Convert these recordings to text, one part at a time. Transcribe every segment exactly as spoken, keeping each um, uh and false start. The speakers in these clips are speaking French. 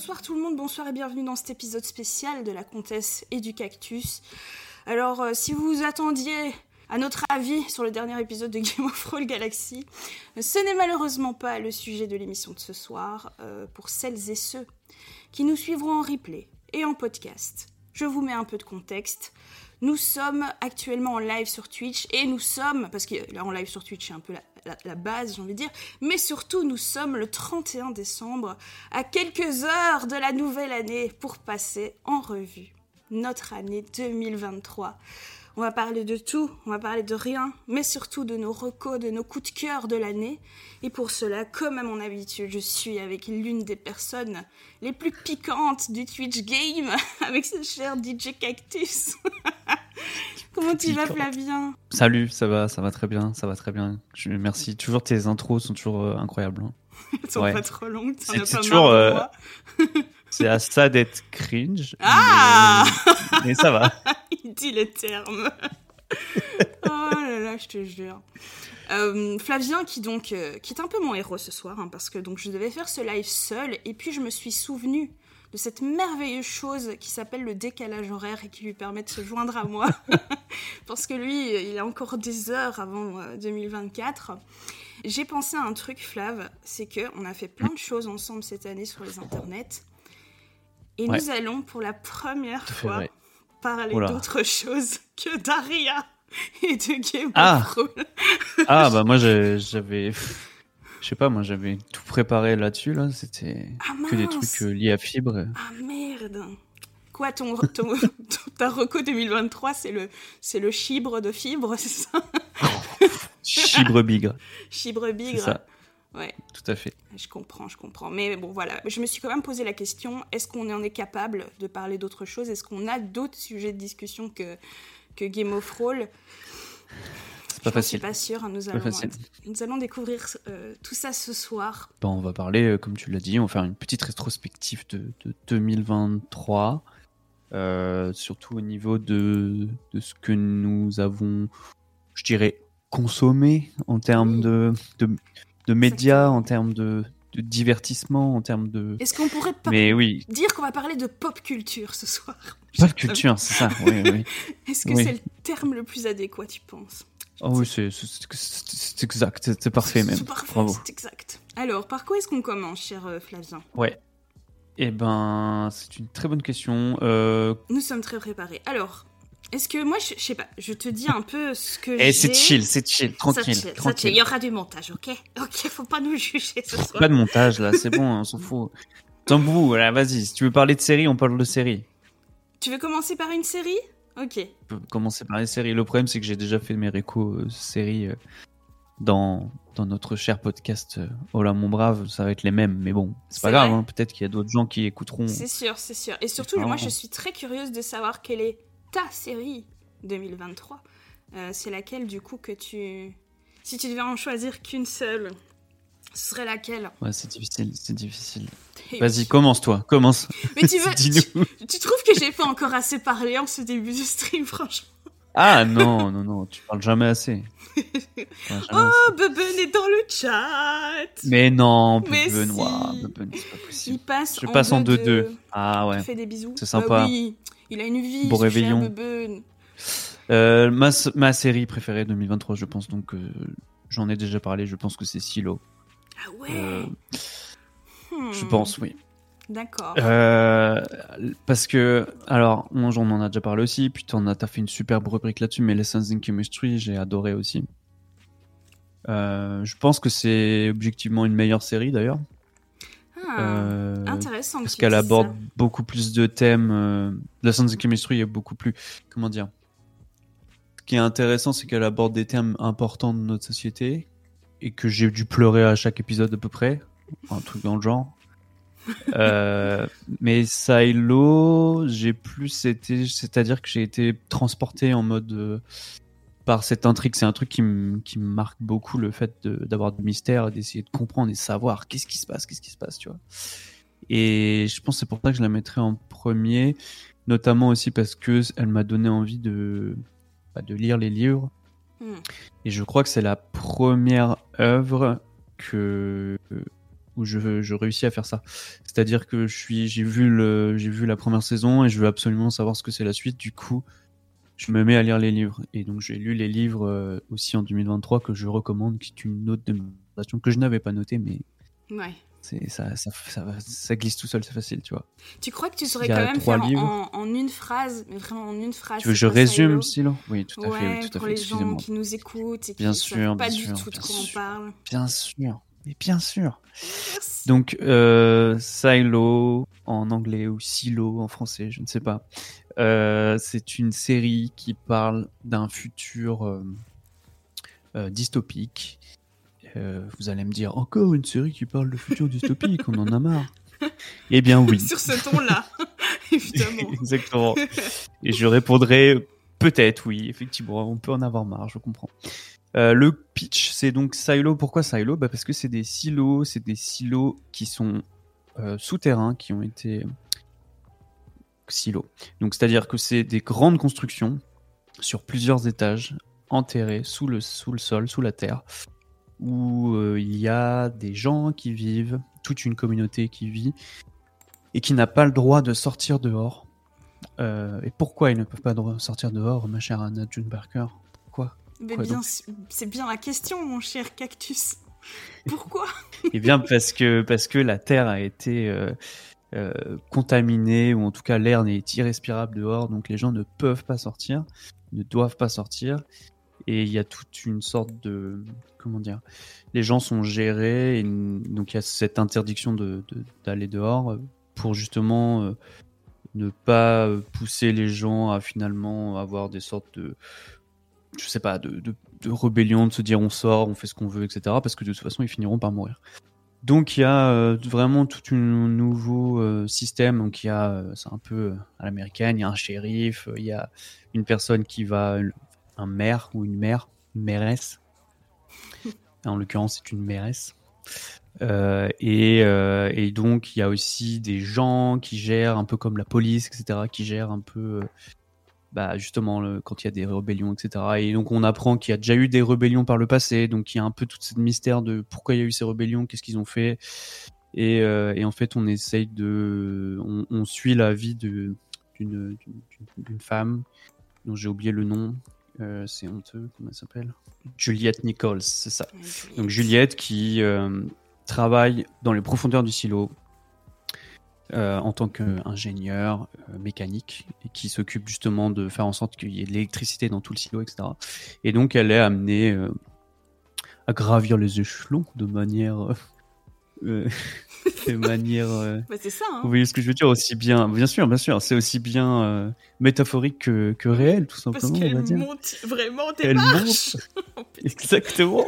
bonsoir tout le monde, bonsoir et bienvenue dans cet épisode spécial de la Comtesse et du Cactus. Alors, euh, si vous vous attendiez à notre avis sur le dernier épisode de Game of Thrones Galaxy, ce n'est malheureusement pas le sujet de l'émission de ce soir. Euh, pour celles et ceux qui nous suivront en replay et en podcast, je vous mets un peu de contexte. Nous sommes actuellement en live sur Twitch et nous sommes, parce que là en live sur Twitch c'est un peu la, la, la base j'ai envie de dire, mais surtout nous sommes le trente et un décembre, à quelques heures de la nouvelle année pour passer en revue notre année deux mille vingt-trois. On va parler de tout, on va parler de rien, mais surtout de nos recos, de nos coups de cœur de l'année. Et pour cela, comme à mon habitude, je suis avec l'une des personnes les plus piquantes du Twitch Game, avec ce cher D J Cactus. Comment tu vas, Flavien ? Salut, ça va, ça va très bien, ça va très bien. Je, merci, toujours tes intros sont toujours euh, incroyables. Hein. Elles sont ouais. pas trop longues, t'en as pas toujours, marre de euh, moi. C'est à ça d'être cringe. Ah mais... mais ça va. Il dit les termes. Oh là là, je te jure. Euh, Flavien, qui donc, euh, qui est un peu mon héros ce soir, hein, parce que donc je devais faire ce live seul, et puis je me suis souvenu de cette merveilleuse chose qui s'appelle le décalage horaire et qui lui permet de se joindre à moi, parce que lui, il a encore des heures avant euh, deux mille vingt-quatre. J'ai pensé à un truc, Flav, c'est qu'on a fait plein de choses ensemble cette année sur les internets. Et ouais. nous allons pour la première fois vrai. parler Oula. d'autre chose que d'Aria et de Game ah. of Thrones. Ah bah moi j'avais, je sais pas, moi j'avais tout préparé là-dessus là, c'était ah, que des trucs liés à Fibre. Ah merde. Quoi, ton, ton, ton ta reco deux mille vingt-trois, c'est le c'est le chibre de Fibre, c'est ça? Chibre bigre. Chibre bigre. C'est ça. Ouais. Tout à fait. Je comprends, je comprends. Mais bon, voilà. Je me suis quand même posé la question, est-ce qu'on en est capable de parler d'autre chose ? Est-ce qu'on a d'autres sujets de discussion que, que Game of Thrones ? C'est pas je facile. Je suis pas sûre. Nous allons, nous allons découvrir euh, tout ça ce soir. Bon, on va parler, euh, comme tu l'as dit, on va faire une petite rétrospective de, de deux mille vingt-trois. Euh, surtout au niveau de, de ce que nous avons, je dirais, consommé en termes oui. de... de de médias, en termes de, de divertissement, en termes de... Est-ce qu'on pourrait par... Mais oui. dire qu'on va parler de pop culture ce soir ? Pop culture, c'est ça, oui, oui. Est-ce que oui. c'est le terme le plus adéquat, tu penses ? Oh oui, c'est, c'est, c'est, c'est exact, c'est, c'est parfait même. C'est parfait, Bravo. C'est exact. Alors, par quoi est-ce qu'on commence, cher euh, Flavien ? Ouais. Eh ben, c'est une très bonne question. Euh... Nous sommes très préparés. Alors... Est-ce que moi, je, je sais pas, je te dis un peu ce que Et j'ai... c'est chill, c'est chill, tranquille, ça chill, tranquille. Ça chill. Il y aura du montage, ok ? Ok, faut pas nous juger ce soir. Pas de montage, là, c'est bon, on s'en fout. T'en bout, voilà, vas-y, si tu veux parler de série, on parle de série. Tu veux commencer par une série ? Ok. On peut commencer par les séries. Le problème, c'est que j'ai déjà fait mes récos euh, séries euh, dans, dans notre cher podcast euh, Oh là, mon brave, ça va être les mêmes, mais bon, c'est, c'est pas grave, hein, peut-être qu'il y a d'autres gens qui écouteront. C'est sûr, c'est sûr. Et surtout, moi, je suis très curieuse de savoir quelle est ta série deux mille vingt-trois. Euh, c'est laquelle, du coup, que tu... Si tu devais en choisir qu'une seule, ce serait laquelle ? Ouais, c'est difficile, c'est difficile. Et Vas-y, oui. commence toi, commence. Mais tu, veux, tu, tu trouves que j'ai pas encore assez parlé en ce début de stream, franchement ? Ah non, non, non, tu parles jamais assez. Jamais oh, Beben est dans le chat. Mais non, Mais Beben, si. Wow, Beben, c'est pas possible. Il passe Je en passe en deux deux. Ah ouais. Il fait des bisous. C'est sympa. Bah oui, il a une vie. Bon réveillon. Beben. Euh, ma, ma série préférée deux mille vingt-trois, je pense, donc euh, j'en ai déjà parlé, je pense que c'est Silo. Ah ouais euh, hmm. Je pense, oui. D'accord. Euh, parce que, alors, on, on en a déjà parlé aussi, puis t'en as, t'as fait une superbe rubrique là-dessus, mais Lessons in Chemistry, j'ai adoré aussi. Euh, je pense que c'est objectivement une meilleure série d'ailleurs. Ah, euh, intéressant. Parce qu'elle aborde ça. beaucoup plus de thèmes. Euh, Lessons in Chemistry est beaucoup plus, comment dire. Ce qui est intéressant, c'est qu'elle aborde des thèmes importants de notre société et que j'ai dû pleurer à chaque épisode à peu près, un truc dans le genre. euh, mais Silo, j'ai plus été, c'est-à-dire que j'ai été transporté en mode euh, par cette intrigue. C'est un truc qui me qui me marque beaucoup, le fait de, d'avoir du mystère, d'essayer de comprendre et savoir qu'est-ce qui se passe, qu'est-ce qui se passe, tu vois. Et je pense que c'est pour ça que je la mettrais en premier, notamment aussi parce que elle m'a donné envie de bah, de lire les livres. Mm. Et je crois que c'est la première œuvre que où je, je réussis à faire ça. C'est-à-dire que je suis, j'ai vu le, j'ai vu la première saison et je veux absolument savoir ce que c'est la suite. Du coup, je me mets à lire les livres. Et donc, j'ai lu les livres euh, aussi en deux mille vingt-trois que je recommande, qui est une note de notation que je n'avais pas notée, mais Ouais. c'est, ça, ça, ça, ça, ça glisse tout seul, c'est facile, tu vois. Tu crois que tu saurais Il y a quand même trois faire livres. en, en, en une phrase, mais vraiment en une phrase. Tu veux que c'est je quoi, résume, Silo Silo? Oui, tout à Ouais, fait, oui, tout à pour fait, les gens excusez-moi. qui nous écoutent et qui Bien ne sûr, savent pas bien du sûr, tout de bien quoi on sûr. parle. Bien sûr, mais bien sûr. Merci. Donc, euh, Silo en anglais ou Silo en français, je ne sais pas. Euh, c'est une série qui parle d'un futur euh, euh, dystopique. Euh, vous allez me dire, encore une série qui parle de futur dystopique, on en a marre. Eh bien oui. Sur ce ton-là, évidemment. Exactement. Et je répondrai, peut-être oui, effectivement, on peut en avoir marre, je comprends. Euh, le pitch, c'est donc Silo. Pourquoi Silo? Bah parce que c'est des silos, c'est des silos qui sont euh, souterrains, qui ont été silos. Donc c'est-à-dire que c'est des grandes constructions sur plusieurs étages, enterrées sous le, sous le sol, sous la terre, où euh, il y a des gens qui vivent, toute une communauté qui vit, et qui n'a pas le droit de sortir dehors. Euh, et pourquoi ils ne peuvent pas sortir dehors, ma chère Anna June Parker? Pourquoi? Mais Quoi bien, donc c'est bien la question, mon cher cactus. Pourquoi? Eh bien parce que, parce que la terre a été euh, euh, contaminée, ou en tout cas l'air est irrespirable dehors, donc les gens ne peuvent pas sortir, ne doivent pas sortir. Et il y a toute une sorte de... Comment dire? Les gens sont gérés, et donc il y a cette interdiction de, de, d'aller dehors pour justement euh, ne pas pousser les gens à finalement avoir des sortes de... Je sais pas, de, de, de rébellion, de se dire on sort, on fait ce qu'on veut, et cetera. Parce que de toute façon, ils finiront par mourir. Donc il y a euh, vraiment tout un nouveau euh, système. Donc il y a, euh, c'est un peu euh, à l'américaine, il y a un shérif, il y a une personne qui va... un maire ou une mère, une mairesse. En l'occurrence, c'est une mairesse. Euh, et, euh, et donc, il y a aussi des gens qui gèrent, un peu comme la police, et cetera, qui gèrent un peu, euh, bah, justement, le, quand il y a des rébellions, et cetera. Et donc, on apprend qu'il y a déjà eu des rébellions par le passé. Donc, il y a un peu tout ce mystère de pourquoi il y a eu ces rébellions, qu'est-ce qu'ils ont fait. Et, euh, et en fait, on essaye de... On, on suit la vie de, d'une, d'une, d'une femme dont j'ai oublié le nom. Euh, c'est honteux, comment elle s'appelle? Juliette Nichols, c'est ça. Ouais, Juliette. Donc Juliette qui euh, travaille dans les profondeurs du silo euh, en tant qu'ingénieur euh, mécanique et qui s'occupe justement de faire en sorte qu'il y ait de l'électricité dans tout le silo, et cetera. Et donc elle est amenée euh, à gravir les échelons de manière... Euh, de manière... Euh, bah, c'est ça, hein. Vous voyez ce que je veux dire? Aussi bien... Bien sûr, bien sûr, c'est aussi bien euh, métaphorique que, que réel, tout simplement, Parce qu'elle on va dire. monte vraiment des Elle marches. monte. Exactement.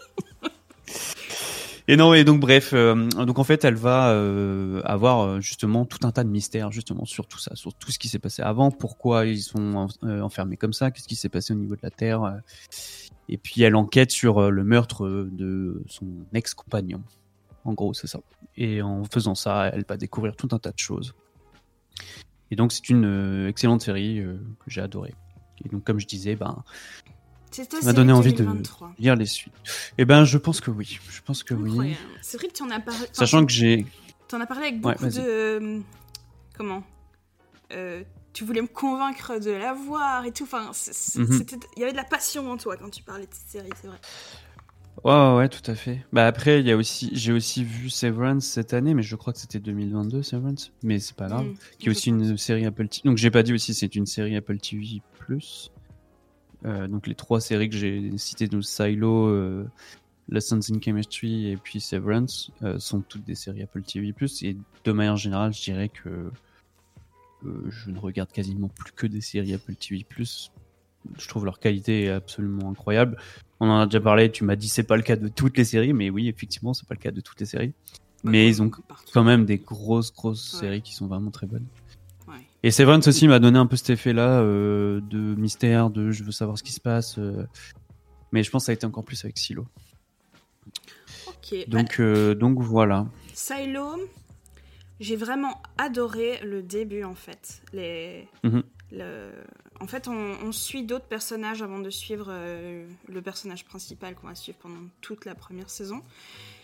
Et non, et donc bref, euh, donc en fait, elle va euh, avoir euh, justement tout un tas de mystères justement sur tout ça, sur tout ce qui s'est passé avant, pourquoi ils sont en, euh, enfermés comme ça, qu'est-ce qui s'est passé au niveau de la Terre, euh, et puis elle enquête sur euh, le meurtre de son ex-compagnon. En gros, c'est ça. Et en faisant ça, elle va découvrir tout un tas de choses. Et donc, c'est une euh, excellente série euh, que j'ai adorée. Et donc, comme je disais, ben, C'est ça m'a donné envie de lire les suites. Et ben, je pense que oui. Je pense que Incroyable. oui. C'est vrai que tu en as parlé. Sachant que j'ai. T'en as parlé avec Ouais, beaucoup vas-y. de. euh, Comment euh, Tu voulais me convaincre de la voir et tout. Enfin, c'est- c'est- Mhm. c'était- il y avait de la passion en toi quand tu parlais de cette série, c'est vrai. Ouais, ouais, ouais, tout à fait. Bah après, il y a aussi, j'ai aussi vu Severance cette année, mais je crois que c'était deux mille vingt-deux, Severance. Mais c'est pas grave. Mm, Qui est je aussi pense. une série Apple T V. Donc j'ai pas dit aussi, c'est une série Apple T V plus. Euh, donc les trois séries que j'ai citées, donc Silo, euh, Lessons in Chemistry et puis Severance, euh, sont toutes des séries Apple T V plus. Et de manière générale, je dirais que euh, je ne regarde quasiment plus que des séries Apple T V plus. Je trouve leur qualité est absolument incroyable. On en a déjà parlé, tu m'as dit c'est pas le cas de toutes les séries, mais oui, effectivement, c'est pas le cas de toutes les séries. Bah, mais comme ils ont partout. quand même des grosses, grosses Ouais. séries qui sont vraiment très bonnes. Ouais. Et Severance aussi m'a donné un peu cet effet-là euh, de mystère, de je veux savoir ce qui se passe. euh, Mais je pense que ça a été encore plus avec Silo. Ok. Donc, euh, donc voilà. Silo, j'ai vraiment adoré le début en fait. Les, Mhm. le... En fait, on, on suit d'autres personnages avant de suivre euh, le personnage principal qu'on va suivre pendant toute la première saison.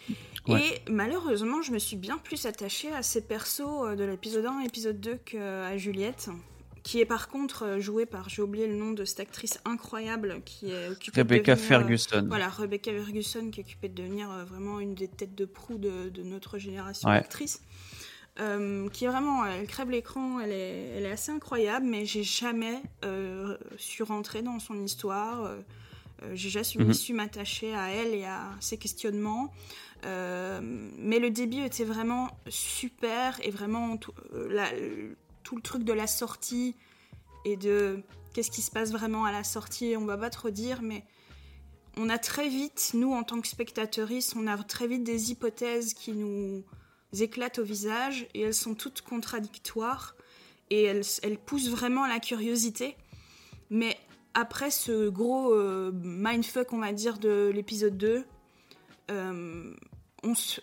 Ouais. Et malheureusement, je me suis bien plus attachée à ces persos de l'épisode un et l'épisode deux qu'à Juliette, qui est par contre jouée par, j'ai oublié le nom de cette actrice incroyable qui est occupée Rebecca de devenir... Ferguson. Euh, voilà, Rebecca Ferguson qui est occupée de devenir euh, vraiment une des têtes de proue de, de notre génération Ouais. d'actrices. Euh, qui est vraiment, elle crève l'écran, elle est, elle est assez incroyable, mais j'ai jamais euh, su rentrer dans son histoire. Euh, j'ai jamais su, Mhm. su m'attacher à elle et à ses questionnements. Euh, mais le début était vraiment super et vraiment tout, euh, la, tout le truc de la sortie et de qu'est-ce qui se passe vraiment à la sortie, on va pas trop dire, mais on a très vite, nous en tant que spectateuristes, on a très vite des hypothèses qui nous éclatent au visage et elles sont toutes contradictoires et elles, elles poussent vraiment la curiosité. Mais après ce gros euh, mindfuck, on va dire, de l'épisode deux, euh, on se...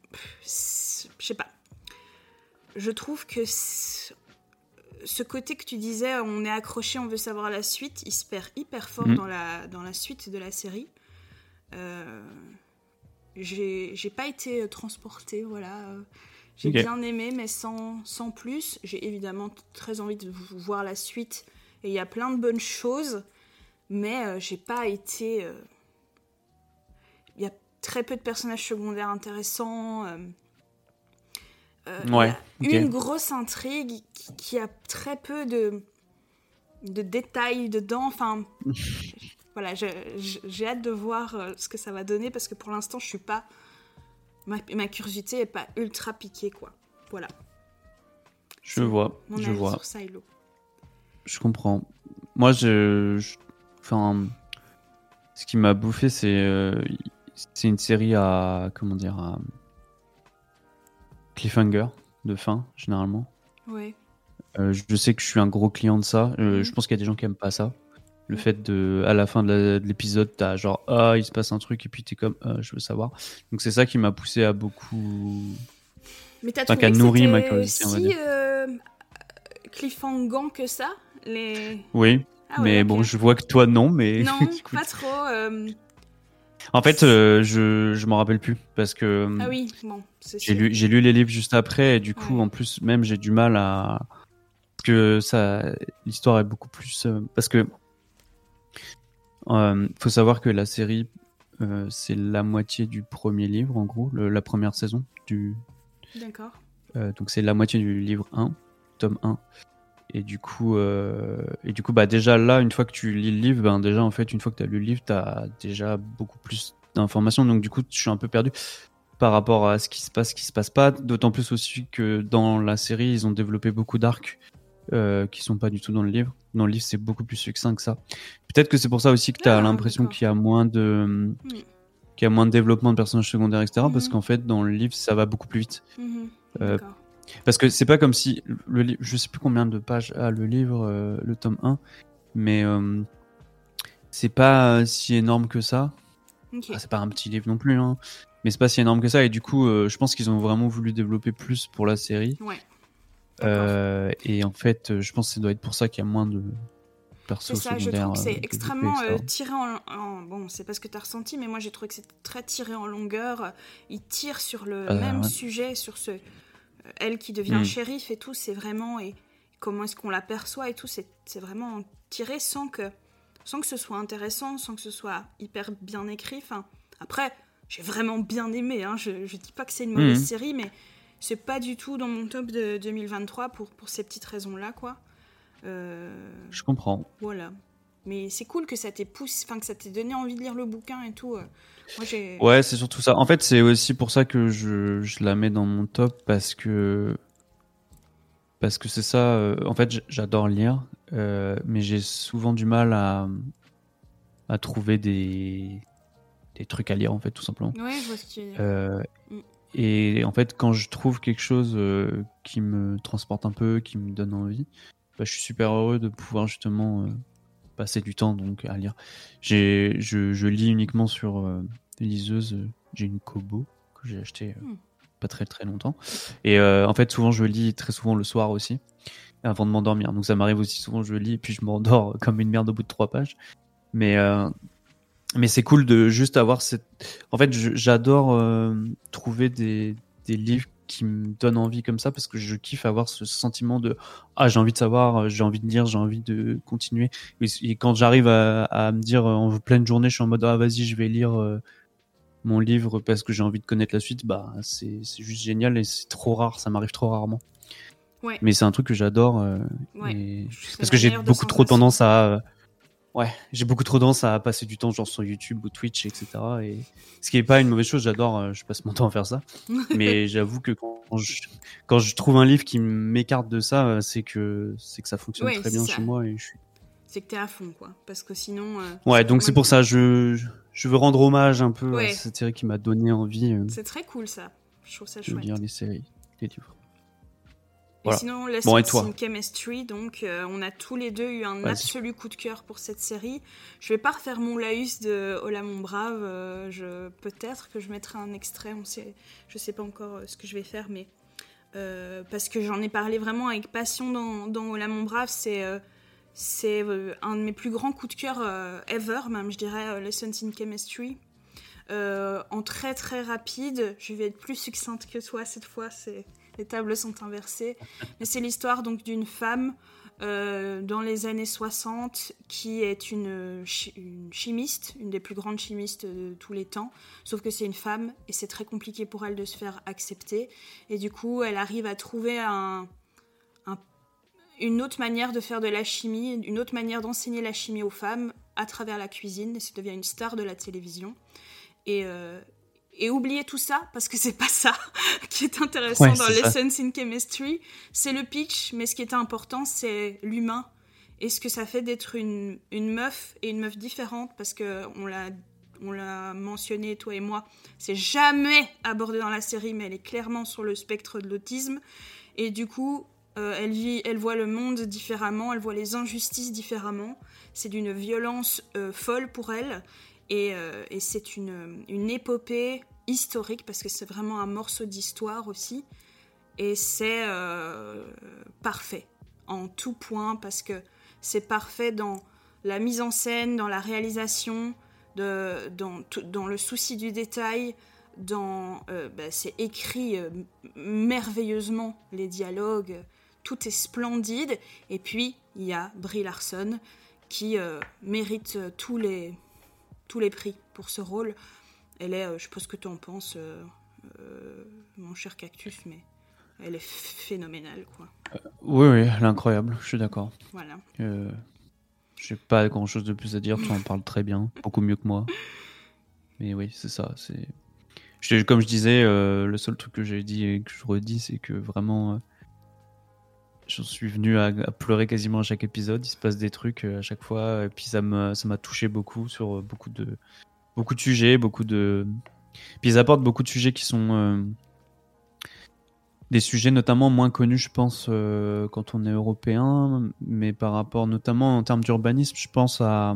Je sais pas. Je trouve que ce côté que tu disais, on est accroché, on veut savoir la suite, il se perd hyper fort mmh. dans, la, dans la suite de la série. Euh, j'ai, j'ai pas été transportée, voilà. J'ai okay. bien aimé, mais sans, sans plus. J'ai évidemment très envie de voir la suite, et il y a plein de bonnes choses, mais euh, j'ai pas été... Il euh... y a très peu de personnages secondaires intéressants. Euh... Euh, ouais, il y a okay. une grosse intrigue qui, qui a très peu de, de détails dedans. Enfin, voilà, je, je, j'ai hâte de voir euh, ce que ça va donner parce que pour l'instant, je suis pas. Ma, ma curiosité est pas ultra piquée, quoi. Voilà. Je C'est vois, mon je avis vois. Sur Silo. Je comprends. Moi, je, je, enfin, ce qui m'a bouffé, c'est, euh, c'est une série à, comment dire, à cliffhanger de fin, généralement. Ouais. Euh, je sais que je suis un gros client de ça. Euh, mmh. Je pense qu'il y a des gens qui aiment pas ça. Le mmh. fait de, à la fin de, la, de l'épisode, t'as genre, ah, il se passe un truc, et puis t'es comme, ah, je veux savoir. Donc c'est ça qui m'a poussé à beaucoup. Mais t'as enfin, trouvé que nourri c'était ma curiosité, si euh, cliffhangant que ça les... Oui, ah ouais, mais okay. bon, je vois que toi, non, mais. Non, pas trop. Euh... En fait, euh, je je m'en rappelle plus parce que ah oui, bon, c'est j'ai sûr. lu j'ai lu les livres juste après et du coup, ouais. en plus, même j'ai du mal à parce que ça l'histoire est beaucoup plus euh, parce que euh, faut savoir que la série euh, c'est la moitié du premier livre en gros, le, la première saison du. D'accord. Euh, donc c'est la moitié du livre un, tome un. Et du coup, euh, et du coup, bah déjà là, une fois que tu lis le livre, ben déjà en fait, une fois que tu as lu le livre, tu as déjà beaucoup plus d'informations. Donc du coup, je suis un peu perdu par rapport à ce qui se passe, ce qui se passe pas. D'autant plus aussi que dans la série, ils ont développé beaucoup d'arcs euh, qui sont pas du tout dans le livre. Dans le livre, c'est beaucoup plus succinct que ça. Peut-être que c'est pour ça aussi que tu as ah, l'impression d'accord. qu'il y a moins de, mmh. qu'il y a moins de développement de personnages secondaires, et cetera. Mmh. Parce qu'en fait, dans le livre, ça va beaucoup plus vite. Mmh. Euh, Parce que c'est pas comme si le livre, je sais plus combien de pages a le livre, euh, le tome un, mais euh, c'est pas si énorme que ça. Okay. Ah, c'est pas un petit livre non plus, hein, mais c'est pas si énorme que ça. Et du coup, euh, je pense qu'ils ont vraiment voulu développer plus pour la série. Ouais. Euh, et en fait, je pense que ça doit être pour ça qu'il y a moins de persos c'est ça, secondaires. Je trouve que c'est euh, extrêmement euh, tiré en, en... Bon, c'est pas ce que t'as ressenti, mais moi j'ai trouvé que c'est très tiré en longueur. Il tire sur le euh, même ouais. sujet, sur ce... Elle qui devient mmh. shérif et tout, c'est vraiment... Et comment est-ce qu'on l'aperçoit et tout, c'est, c'est vraiment tiré sans que, sans que ce soit intéressant, sans que ce soit hyper bien écrit. Enfin, après, j'ai vraiment bien aimé. Hein. Je, je dis pas que c'est une mauvaise mmh. série, mais c'est pas du tout dans mon top de deux mille vingt-trois pour, pour ces petites raisons-là, quoi. Euh, je comprends. Voilà. Mais c'est cool que ça t'ait poussé, enfin que ça t'ait donné envie de lire le bouquin et tout. Moi, j'ai... Ouais, c'est surtout ça. En fait, c'est aussi pour ça que je, je la mets dans mon top parce que parce que c'est ça. Euh, en fait, j'adore lire, euh, mais j'ai souvent du mal à à trouver des des trucs à lire en fait, tout simplement. Ouais, je vois ce que tu veux dire. Euh, mm. Et en fait, quand je trouve quelque chose euh, qui me transporte un peu, qui me donne envie, bah, je suis super heureux de pouvoir justement euh, passer du temps donc à lire. J'ai, je, je lis uniquement sur euh, liseuse. J'ai une Kobo que j'ai acheté euh, mm. pas très très longtemps. Et euh, en fait, souvent je lis très souvent le soir aussi, avant de m'endormir. Donc ça m'arrive aussi souvent je lis et puis je m'endors comme une merde au bout de trois pages. Mais euh, mais c'est cool de juste avoir cette. En fait, je, j'adore euh, trouver des, des livres qui me donnent envie comme ça parce que je kiffe avoir ce sentiment de ah j'ai envie de savoir, j'ai envie de lire, j'ai envie de continuer. Et, et quand j'arrive à, à me dire en pleine journée, je suis en mode ah vas-y je vais lire euh, mon livre parce que j'ai envie de connaître la suite, bah c'est c'est juste génial et c'est trop rare, ça m'arrive trop rarement. Ouais. Mais c'est un truc que j'adore euh, Ouais. et... C'est parce la que j'ai meilleure des beaucoup trop sensations. tendance à ouais, j'ai beaucoup trop tendance à passer du temps genre sur YouTube ou Twitch, et cetera. Et ce qui est pas une mauvaise chose, j'adore, euh, je passe mon temps à faire ça. Mais j'avoue que quand je, quand je trouve un livre qui m'écarte de ça, euh, c'est que c'est que ça fonctionne Ouais, très c'est bien ça. chez moi et je suis. C'est que t'es à fond, quoi. Parce que sinon. Euh, Ouais, donc c'est même... pour ça, je je veux rendre hommage un peu ouais. à cette série qui m'a donné envie. Euh, c'est très cool ça. Je trouve ça de chouette. lire les séries, les livres. Et Voilà. sinon, Lessons Bon, et in toi Chemistry, donc euh, on a tous les deux eu un Vas-y. absolu coup de cœur pour cette série. Je vais pas refaire mon laïus de Hola mon brave. Euh, je... Peut-être que je mettrai un extrait. On sait... Je sais pas encore ce que je vais faire, mais euh, parce que j'en ai parlé vraiment avec passion dans, dans Hola mon brave. C'est euh, c'est euh, un de mes plus grands coups de cœur euh, ever, même je dirais euh, Lessons in Chemistry. Euh, en très très rapide, je vais être plus succincte que toi cette fois. C'est Les tables sont inversées. Mais c'est l'histoire donc d'une femme euh, dans les années soixante qui est une, chi- une chimiste, une des plus grandes chimistes de tous les temps. Sauf que c'est une femme et c'est très compliqué pour elle de se faire accepter. Et du coup, elle arrive à trouver un, un, une autre manière de faire de la chimie, une autre manière d'enseigner la chimie aux femmes à travers la cuisine. Et ça devient une star de la télévision. Et... Euh, Et oubliez tout ça, parce que c'est pas ça qui est intéressant Ouais, dans c'est ça. Lessons in Chemistry. C'est le pitch, mais ce qui est important, c'est l'humain. Et ce que ça fait d'être une, une meuf, et une meuf différente, parce qu'on l'a, on l'a mentionné, toi et moi, c'est jamais abordé dans la série, mais elle est clairement sur le spectre de l'autisme. Et du coup, euh, elle, vit, elle voit le monde différemment, elle voit les injustices différemment. C'est d'une violence euh, folle pour elle. Et, euh, et c'est une, une épopée historique parce que c'est vraiment un morceau d'histoire aussi. Et c'est euh, parfait en tout point parce que c'est parfait dans la mise en scène, dans la réalisation, de, dans, dans le souci du détail. Dans, euh, bah, c'est écrit euh, merveilleusement, les dialogues, tout est splendide. Et puis, il y a Brie Larson qui euh, mérite euh, tous les... tous les prix pour ce rôle. Elle est, euh, je sais pas ce que tu en penses, euh, euh, mon cher Cactus, mais elle est phénoménale, quoi. Euh, oui, oui, elle est incroyable, je suis d'accord. Voilà. Euh, j'ai pas grand chose de plus à dire, tu en parles très bien, beaucoup mieux que moi. Mais oui, c'est ça. C'est... Je, comme je disais, euh, le seul truc que j'ai dit et que je redis, c'est que vraiment, euh, j'en suis venu à, à pleurer quasiment à chaque épisode. Il se passe des trucs euh, à chaque fois, et puis ça m'a, ça m'a touché beaucoup sur euh, beaucoup de, beaucoup de sujets, beaucoup de. Puis ils apportent beaucoup de sujets qui sont euh, des sujets notamment moins connus, je pense, euh, quand on est européen, mais par rapport notamment en termes d'urbanisme, je pense à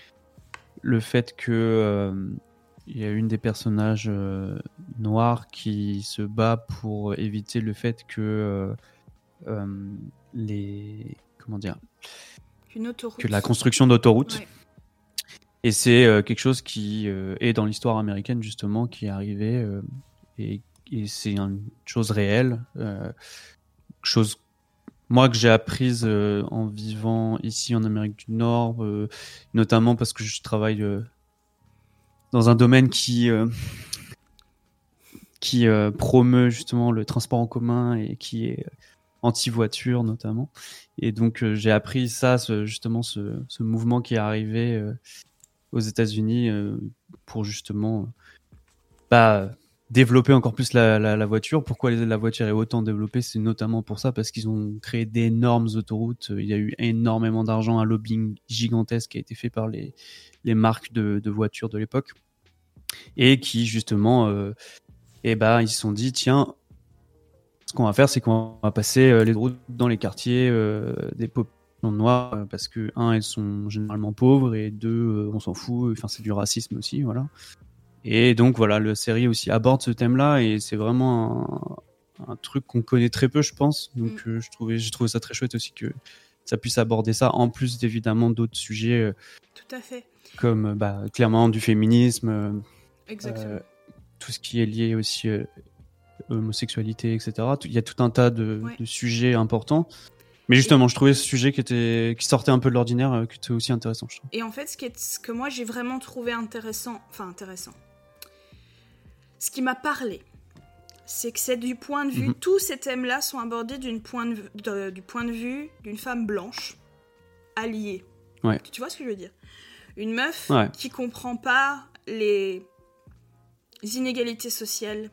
le fait que euh, il y a une des personnages euh, noirs qui se bat pour éviter le fait que euh, euh, les comment dire Une autoroute. que la construction d'autoroutes. Ouais. Et c'est euh, quelque chose qui euh, est dans l'histoire américaine justement qui est arrivé euh, et, et c'est une chose réelle, euh, chose moi que j'ai apprise euh, en vivant ici en Amérique du Nord, euh, notamment parce que je travaille euh, dans un domaine qui euh, qui euh, promeut justement le transport en commun et qui est anti-voiture notamment. Et donc euh, j'ai appris ça, ce, justement ce, ce mouvement qui est arrivé euh, aux États-Unis euh, pour justement euh, bah, développer encore plus la, la, la voiture. Pourquoi la voiture est autant développée, c'est notamment pour ça, parce qu'ils ont créé d'énormes autoroutes. Il y a eu énormément d'argent, un lobbying gigantesque qui a été fait par les, les marques de, de voitures de l'époque et qui justement euh, et bah, ils se sont dit tiens, ce qu'on va faire, c'est qu'on va passer euh, les routes dans les quartiers euh, des populations noires euh, parce que, un, elles sont généralement pauvres et deux, euh, on s'en fout, enfin, c'est du racisme aussi, voilà. Et donc, voilà, la série aussi aborde ce thème-là et c'est vraiment un, un truc qu'on connaît très peu, je pense. Donc, mm. euh, je trouvais, j'ai trouvé ça très chouette aussi que ça puisse aborder ça, en plus évidemment d'autres sujets euh, Tout à fait. comme bah, clairement du féminisme, euh, Exactement. euh, tout ce qui est lié aussi euh, homosexualité, et cetera. Il y a tout un tas de, Ouais. de sujets importants. Mais justement, je trouvais ce sujet qui, était, qui sortait un peu de l'ordinaire, euh, qui était aussi intéressant, je trouve. Et en fait, ce, qui est, ce que moi j'ai vraiment trouvé intéressant, enfin intéressant, ce qui m'a parlé, c'est que c'est du point de vue, Mhm. tous ces thèmes-là sont abordés d'une point de, vue- de- du point de vue d'une femme blanche, alliée. Ouais. Tu vois ce que je veux dire? Une meuf Ouais. qui comprend pas les inégalités sociales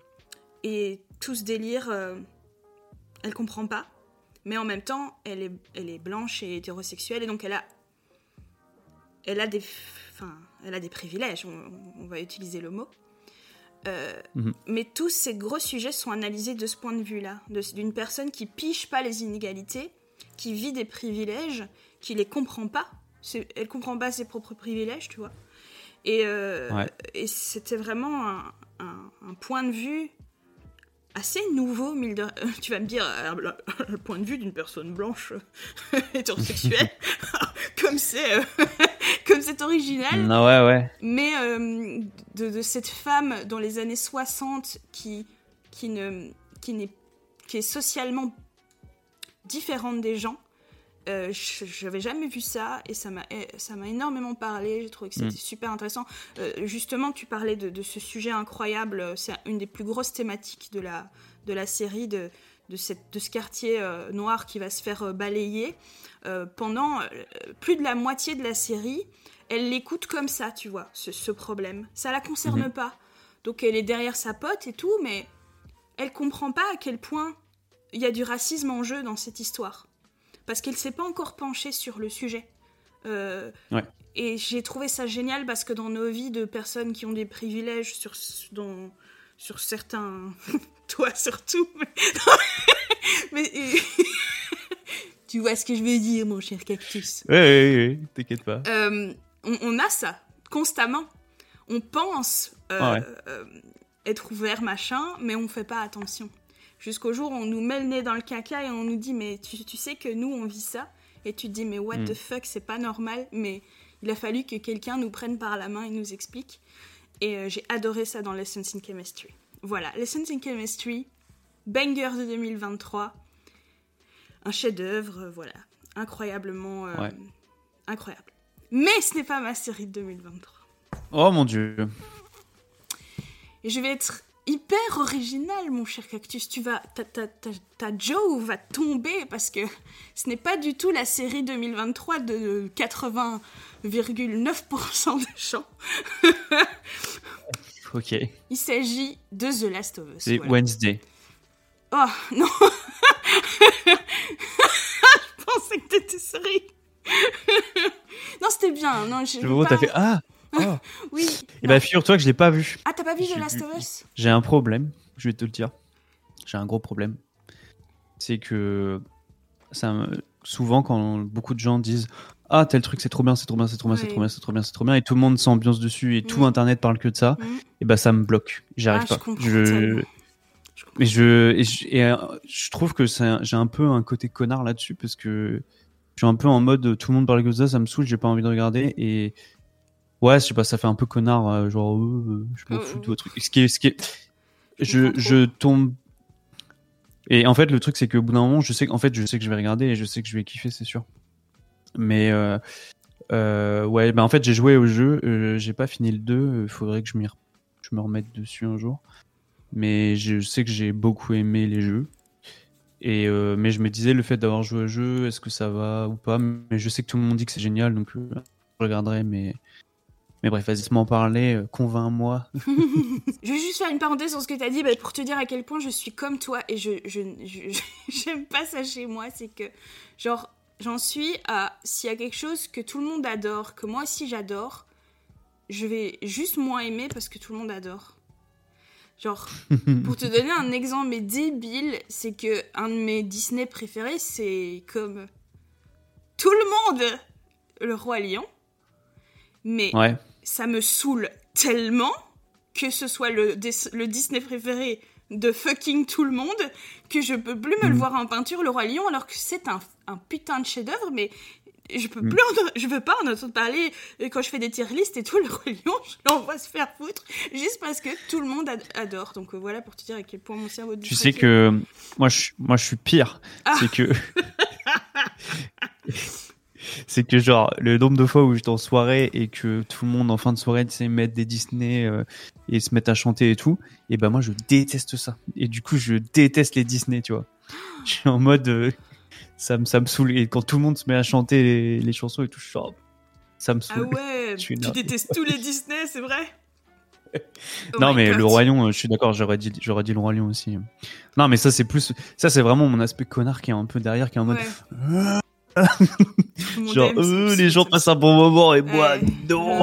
et tout ce délire, euh, elle comprend pas. Mais en même temps, elle est, elle est blanche et hétérosexuelle, et donc elle a, elle a des, enfin, elle a des privilèges, on, on va utiliser le mot. Euh, Mhm. Mais tous ces gros sujets sont analysés de ce point de vue-là, de, d'une personne qui pige pas les inégalités, qui vit des privilèges, qui les comprend pas. C'est, elle comprend pas ses propres privilèges, tu vois. Et, euh, Ouais. et c'était vraiment un, un, un point de vue assez nouveau, mille de... tu vas me dire, euh, le, le point de vue d'une personne blanche euh, hétérosexuelle, comme c'est euh, comme c'est original, Non, ouais, ouais. mais euh, de, de cette femme dans les années soixante qui, qui, ne, qui, n'est, qui est socialement différente des gens. Euh, je n'avais jamais vu ça et ça m'a, ça m'a énormément parlé. J'ai trouvé que c'était Mm. super intéressant. Euh, justement, tu parlais de, de ce sujet incroyable. C'est une des plus grosses thématiques de la, de la série, de, de, cette, de ce quartier euh, noir qui va se faire euh, balayer. Euh, pendant euh, plus de la moitié de la série, elle l'écoute comme ça, tu vois, ce, ce problème. Ça la concerne Mhm. pas. Donc elle est derrière sa pote et tout, mais elle comprend pas à quel point il y a du racisme en jeu dans cette histoire. Parce qu'elle s'est pas encore penchée sur le sujet. Euh, Ouais. Et j'ai trouvé ça génial parce que dans nos vies de personnes qui ont des privilèges sur, dans, sur certains... Toi surtout. Mais, mais tu vois ce que je veux dire, mon cher cactus. Ouais, ouais, ouais, t'inquiète pas. Euh, on, on a ça, constamment. On pense euh, Ah ouais. euh, être ouvert, machin, mais on fait pas attention. Jusqu'au jour où on nous met le nez dans le caca et on nous dit, mais tu, tu sais que nous, on vit ça. Et tu te dis, mais what Mm. the fuck, c'est pas normal. Mais il a fallu que quelqu'un nous prenne par la main et nous explique. Et euh, j'ai adoré ça dans Lessons in Chemistry. Voilà, Lessons in Chemistry, banger de deux mille vingt-trois. Un chef-d'œuvre, euh, voilà. Incroyablement... euh, Ouais. incroyable. Mais ce n'est pas ma série de deux mille vingt-trois. Oh mon dieu. Et je vais être hyper original, mon cher cactus. Tu vas, ta, ta, ta, ta Joe va tomber parce que ce n'est pas du tout la série deux mille vingt-trois de quatre-vingts virgule neuf pour cent des gens. Ok. Il s'agit de The Last of Us. C'est voilà. Wednesday. Oh, non. Je pensais que t'étais sérieux. Non, c'était bien. Non, j'ai Le moment où pas... t'as fait Ah oh. Oui. Et non. bah, figure-toi que je l'ai pas vu. Ah, t'as pas vu The J'ai Last vu- of Us? J'ai un problème, je vais te le dire. J'ai un gros problème. C'est que ça me... souvent, quand beaucoup de gens disent Ah, tel truc, c'est trop bien, c'est trop bien, c'est trop bien, c'est Ouais. trop bien, c'est trop bien, c'est trop bien, et tout le monde s'ambiance dessus, et tout Mm. Internet parle que de ça, Mm. et bah ça me bloque. J'y arrive Ah, je pas. comprends Je... tellement. Je comprends. Et je, et je, et, euh, je trouve que c'est un- j'ai un peu un côté connard là-dessus parce que je suis un peu en mode euh, tout le monde parle que de ça, ça me saoule, j'ai pas envie de regarder. Et ouais, je sais pas, ça fait un peu connard, euh, genre euh, euh, je m'en Euh, fous de votre truc. Ce qui est, ce qui est, Je je, comprends trop. je tombe. Et en fait, le truc, c'est qu'au bout d'un moment, je sais, en fait, je sais que je vais regarder et je sais que je vais kiffer, c'est sûr. Mais euh, euh, ouais, bah en fait, j'ai joué au jeu, euh, j'ai pas fini le deux, il faudrait que je, m'y re- je me remette dessus un jour. Mais je sais que j'ai beaucoup aimé les jeux. Et euh, mais je me disais, le fait d'avoir joué au jeu, est-ce que ça va ou pas? Mais je sais que tout le monde dit que c'est génial, donc euh, je regarderai. Mais, mais bref, vas-y, m'en parler, euh, convainc-moi. Je vais juste faire une parenthèse sur ce que t'as dit bah, pour te dire à quel point je suis comme toi et je, je, je, je- j'aime pas ça chez moi. C'est que, genre, j'en suis à s'il y a quelque chose que tout le monde adore, que moi aussi j'adore, je vais juste moins aimer parce que tout le monde adore. Genre, pour te donner un exemple mais débile, c'est que un de mes Disney préférés, c'est comme tout le monde, le Roi Lion. Mais Ouais. ça me saoule tellement que ce soit le, Dis- le Disney préféré de fucking tout le monde que je peux plus me mmh. le voir en peinture, Le Roi Lion, alors que c'est un, un putain de chef-d'œuvre, mais je peux mmh. plus en, je veux pas en entendre parler quand je fais des tier lists et tout. Le Roi Lion, je l'envoie se faire foutre juste parce que tout le monde ad- adore. Donc euh, voilà pour te dire à quel point mon cerveau. Tu sais que moi je moi je suis pire. Ah. C'est que c'est que genre le nombre de fois où j'étais en soirée et que tout le monde en fin de soirée tu sais mettre des Disney euh, et se mettre à chanter et tout, et ben moi je déteste ça. Et du coup je déteste les Disney, tu vois. Je suis en mode euh, ça me ça me saoule, et quand tout le monde se met à chanter les, les chansons et tout, je genre, ça me saoule. Ah ouais, tu détestes tous les Disney, c'est vrai? Oh non mais God. Le Roi Lion, je suis d'accord, j'aurais dit j'aurais dit Le Roi Lion aussi. Non mais ça c'est plus ça c'est vraiment mon aspect connard qui est un peu derrière, qui est en mode ouais. genre euh, les gens passent un bon moment et moi ouais. non.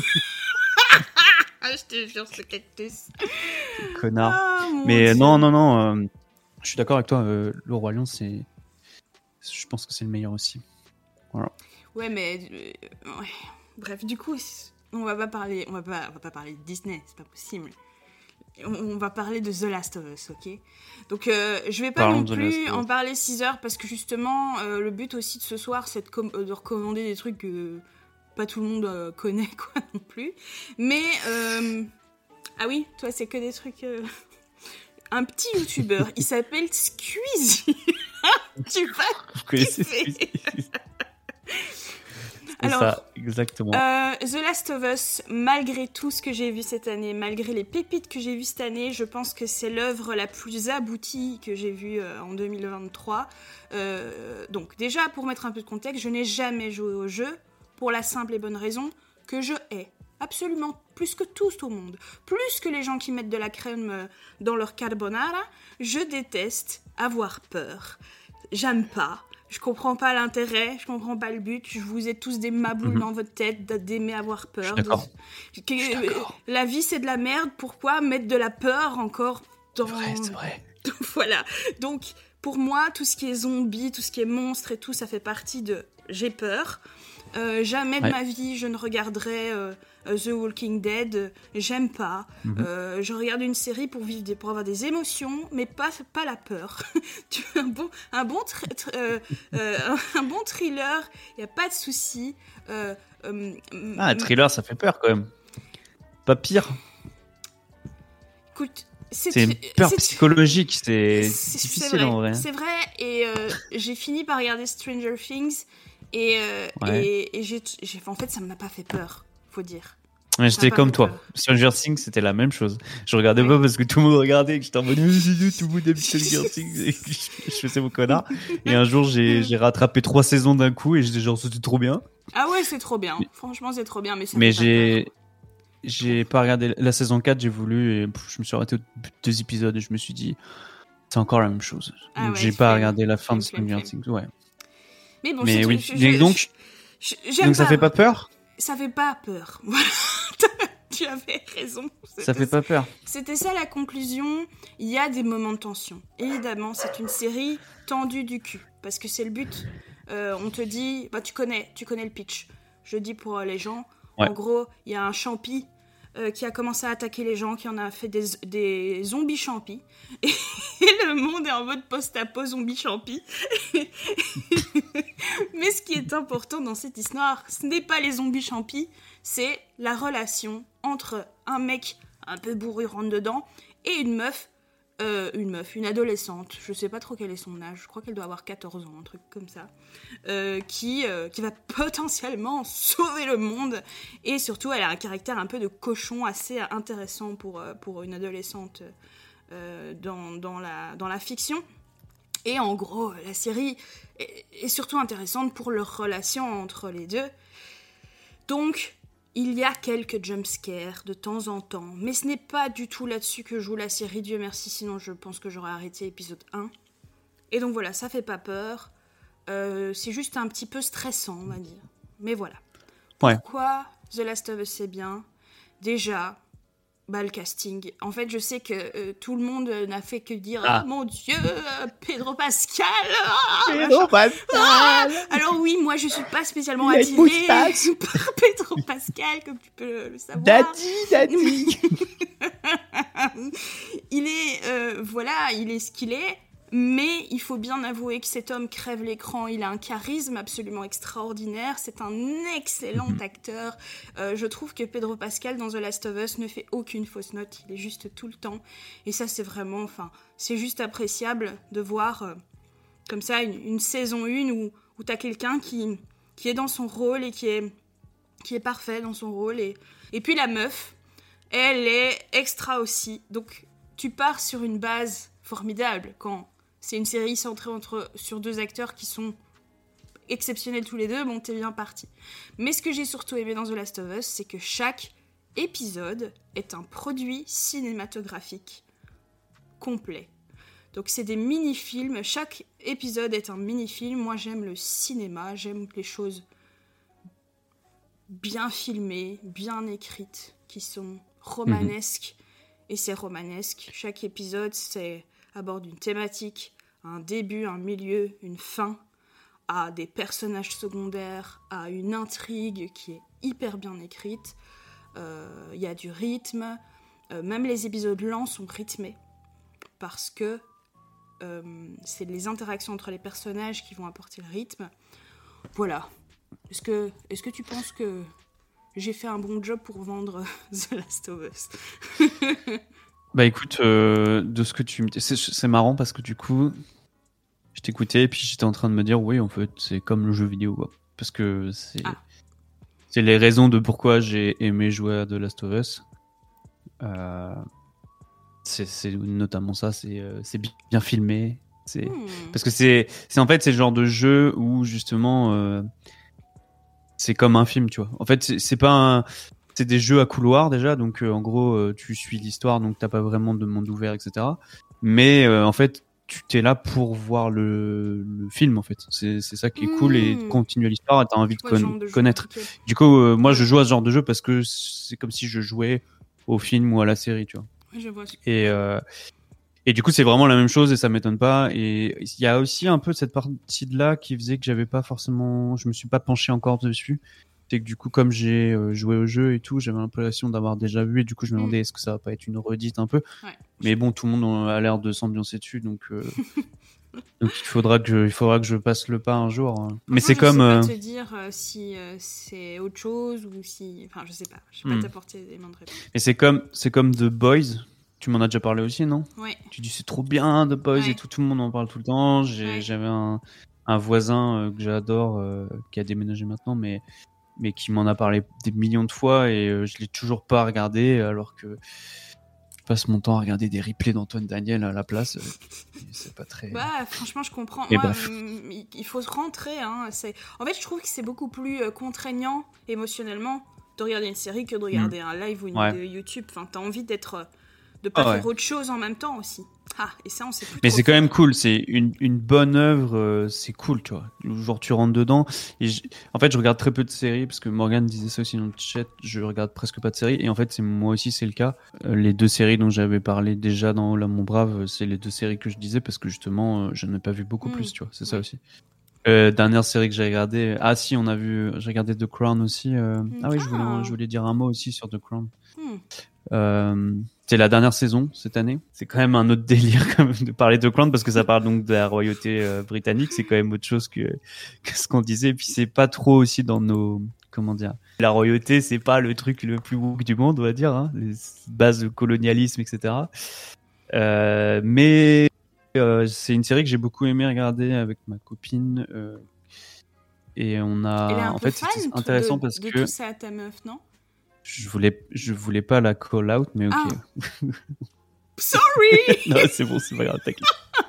Je te jure, ce cactus connard. Oh, mais Dieu. non non non euh, je suis d'accord avec toi, euh, Le Roi Lion c'est je pense que c'est le meilleur aussi. Voilà. Ouais mais euh, ouais. Bref, du coup on va pas parler on va pas on va pas parler de Disney, c'est pas possible. On, on va parler de The Last of Us, ok? Donc euh, je vais pas Parlons non plus en parler six heures parce que justement euh, le but aussi de ce soir c'est de, com- de recommander des trucs que pas tout le monde euh, connaît quoi non plus. Mais euh... ah oui, toi c'est que des trucs. Euh... Un petit youtubeur, il s'appelle Squeezie. Tu vas Vous connaissez Squeezie? Alors, ça, exactement. Euh, The Last of Us, malgré tout ce que j'ai vu cette année, malgré les pépites que j'ai vues cette année, je pense que c'est l'œuvre la plus aboutie que j'ai vue euh, en deux mille vingt-trois. Euh, donc déjà, pour mettre un peu de contexte, je n'ai jamais joué au jeu, pour la simple et bonne raison que je hais absolument plus que tous au monde, plus que les gens qui mettent de la crème dans leur carbonara, je déteste avoir peur. J'aime pas. Je comprends pas l'intérêt, je comprends pas le but. Je vous ai tous des maboules mmh. dans votre tête d'aimer avoir peur. Je suis d'accord. De... Je suis d'accord. La vie c'est de la merde, pourquoi mettre de la peur encore dans... C'est vrai, c'est vrai. Voilà. Donc pour moi, tout ce qui est zombie, tout ce qui est monstre et tout, ça fait partie de j'ai peur. Euh, jamais ouais. de ma vie je ne regarderai euh, The Walking Dead, j'aime pas. Mm-hmm. Euh, je regarde une série pour vivre des, pour avoir des émotions, mais pas pas la peur. Tu veux un bon un bon tr- tr- euh, euh, un bon thriller, y a pas de souci. Euh, euh, ah, un thriller, ça fait peur quand même. Pas pire. Écoute. C'est, c'est une peur c'est, psychologique, c'est, c'est difficile c'est vrai, en vrai. C'est vrai, et euh, j'ai fini par regarder Stranger Things, et, euh, ouais. et, et j'ai, j'ai, en fait, ça ne m'a pas fait peur, faut dire. Ouais, j'étais comme toi. Peur. Stranger Things, c'était la même chose. Je regardais ouais. pas parce que tout le monde regardait et que j'étais en mode tout le monde aime Stranger Things et que je faisais mon connard. Et un jour, j'ai, j'ai rattrapé trois saisons d'un coup et j'étais genre, c'était trop bien. Ah ouais, c'est trop bien. Franchement, c'est trop bien, mais ça mais j'ai. J'ai pas regardé la saison quatre, j'ai voulu et je me suis arrêté aux deux épisodes et je me suis dit c'est encore la même chose. Ah donc ouais, j'ai pas flemme, regardé la fin flemme, de Stranger Things. Ouais. Mais bon, mais c'est oui. Je, je, donc je, donc pas, ça fait pas peur. Ça fait pas peur. Voilà. Tu avais raison. C'était ça fait pas peur. C'était ça la conclusion. Il y a des moments de tension. Évidemment, c'est une série tendue du cul parce que c'est le but. Euh, on te dit, bah tu connais, tu connais le pitch. Je dis pour les gens. Ouais. En gros, il y a un champi euh, qui a commencé à attaquer les gens, qui en a fait des, des zombies champis. Et, et le monde est en mode post-apo zombie champi. Mais ce qui est important dans cette histoire, ce n'est pas les zombies champis, c'est la relation entre un mec un peu bourru rentre dedans et une meuf, euh, une meuf, une adolescente, je sais pas trop quel est son âge, je crois qu'elle doit avoir quatorze ans, un truc comme ça, euh, qui, euh, qui va potentiellement sauver le monde, et surtout elle a un caractère un peu de cochon assez intéressant pour, euh, pour une adolescente euh, dans, dans, la, dans la fiction. Et en gros, la série est, est surtout intéressante pour leur relation entre les deux. Donc, il y a quelques jumpscares de temps en temps, mais ce n'est pas du tout là-dessus que joue la série, Dieu merci, sinon je pense que j'aurais arrêté épisode un. Et donc voilà, ça fait pas peur, euh, c'est juste un petit peu stressant, on va dire. Mais voilà. Ouais. Pourquoi The Last of Us c'est bien ? Déjà, bah, le casting. En fait, je sais que euh, tout le monde n'a fait que dire ah. « Oh mon Dieu, euh, Pedro Pascal ah, Pedro Pascal ah !» Alors oui, moi, je suis pas spécialement attirée par Pedro Pascal, comme tu peux le, le savoir. Daddy, daddy il est, euh, voilà, il est ce qu'il est, mais il faut bien avouer que cet homme crève l'écran. Il a un charisme absolument extraordinaire. C'est un excellent mm-hmm. acteur. Euh, je trouve que Pedro Pascal dans The Last of Us ne fait aucune fausse note. Il est juste tout le temps. Et ça, c'est vraiment, enfin, c'est juste appréciable de voir euh, comme ça une, une saison un où, où t'as quelqu'un qui, qui est dans son rôle et qui est, qui est parfait dans son rôle. Et, et puis la meuf, elle est extra aussi. Donc, tu pars sur une base formidable quand c'est une série centrée entre, sur deux acteurs qui sont exceptionnels tous les deux, bon, t'es bien parti. Mais ce que j'ai surtout aimé dans The Last of Us, c'est que chaque épisode est un produit cinématographique complet. Donc c'est des mini-films, chaque épisode est un mini-film. Moi j'aime le cinéma, j'aime les choses bien filmées, bien écrites, qui sont romanesques. Mmh. Et c'est romanesque. Chaque épisode, c'est aborde une thématique, un début, un milieu, une fin, à des personnages secondaires, à une intrigue qui est hyper bien écrite. Il euh, y a du rythme. Euh, même les épisodes lents sont rythmés. Parce que euh, c'est les interactions entre les personnages qui vont apporter le rythme. Voilà. Est-ce que, est-ce que tu penses que j'ai fait un bon job pour vendre The Last of Us? Bah écoute, euh, de ce que tu me dis, c'est, c'est marrant parce que du coup, je t'écoutais et puis j'étais en train de me dire, oui, en fait, c'est comme le jeu vidéo. Quoi. Parce que c'est, ah. c'est les raisons de pourquoi j'ai aimé jouer à The Last of Us. Euh, c'est, c'est notamment ça, c'est, euh, c'est bien filmé. C'est, hmm. Parce que c'est, c'est en fait, c'est le genre de jeu où justement, euh, c'est comme un film, tu vois. En fait, c'est, c'est pas un. C'est des jeux à couloir déjà, donc euh, en gros, euh, tu suis l'histoire, donc t'as pas vraiment de monde ouvert, et cetera. Mais euh, en fait, tu t'es là pour voir le, le film, en fait. C'est, c'est ça qui est mmh. cool, et continuer l'histoire, et t'as envie de, con- de connaître. Okay. Du coup, euh, moi, je joue à ce genre de jeu parce que c'est comme si je jouais au film ou à la série, tu vois. Je vois. Et, euh, et du coup, c'est vraiment la même chose, et ça m'étonne pas. Et il y a aussi un peu cette partie de là qui faisait que j'avais pas forcément, je me suis pas penché encore dessus. C'est que du coup, comme j'ai euh, joué au jeu et tout, j'avais l'impression d'avoir déjà vu, et du coup je me demandais mmh. est-ce que ça va pas être une redite un peu. Ouais. Mais bon, tout le monde a l'air de s'ambiancer dessus, donc, euh, donc il faudra que je, il faudra que je passe le pas un jour. Hein. Mais c'est je comme. Je sais euh... pas te dire euh, si euh, c'est autre chose ou si, enfin je sais pas, je sais pas mmh. t'apporter des éléments de réponse. Et c'est comme, c'est comme The Boys. Tu m'en as déjà parlé aussi, non? Ouais. Tu dis c'est trop bien The Boys ouais. et tout, tout le monde en parle tout le temps. J'ai, ouais. J'avais un, un voisin euh, que j'adore euh, qui a déménagé maintenant, mais. mais qui m'en a parlé des millions de fois, et euh, je l'ai toujours pas regardé, alors que je passe mon temps à regarder des replays d'Antoine Daniel à la place. Euh, c'est pas très... Bah, franchement, je comprends. Et Moi, bref. euh, il faut se rentrer. Hein. C'est... En fait, je trouve que c'est beaucoup plus euh, contraignant émotionnellement de regarder une série que de regarder mmh. un live ou une ouais. vidéo YouTube. Enfin, t'as envie d'être... de pas ah, faire ouais. autre chose en même temps aussi. Ah, et ça, on sait plus. Mais trop c'est quand faire. même cool, c'est une, une bonne œuvre, euh, c'est cool, tu vois. Genre, tu rentres dedans. Et je... En fait, je regarde très peu de séries, parce que Morgane disait ça aussi dans le chat, je regarde presque pas de séries. Et en fait, c'est, moi aussi, c'est le cas. Euh, les deux séries dont j'avais parlé déjà dans Là, mon brave, c'est les deux séries que je disais, parce que justement, euh, je n'en ai pas vu beaucoup mmh. plus, tu vois. C'est ouais. ça aussi. Euh, dernière série que j'ai regardée. Ah, si, on a vu. J'ai regardé The Crown aussi. Euh... Mmh. Ah oui, je voulais, je voulais dire un mot aussi sur The Crown. Mmh. Euh, c'est la dernière saison cette année. C'est quand même un autre délire quand même, de parler de Crown, parce que ça parle donc de la royauté euh, britannique. C'est quand même autre chose que, que ce qu'on disait. Et puis c'est pas trop aussi dans nos, comment dire, la royauté, c'est pas le truc le plus woke du monde, on va dire, hein, les bases de colonialisme, et cetera. Euh, mais euh, c'est une série que j'ai beaucoup aimé regarder avec ma copine. Euh, et on a, Elle est un en peu fait, fan c'était intéressant de, parce de que tout ça à ta meuf, non? Je voulais, je voulais pas la call out, mais ok. Ah. Sorry. Non, c'est bon, c'est pas grave, t'inquiète.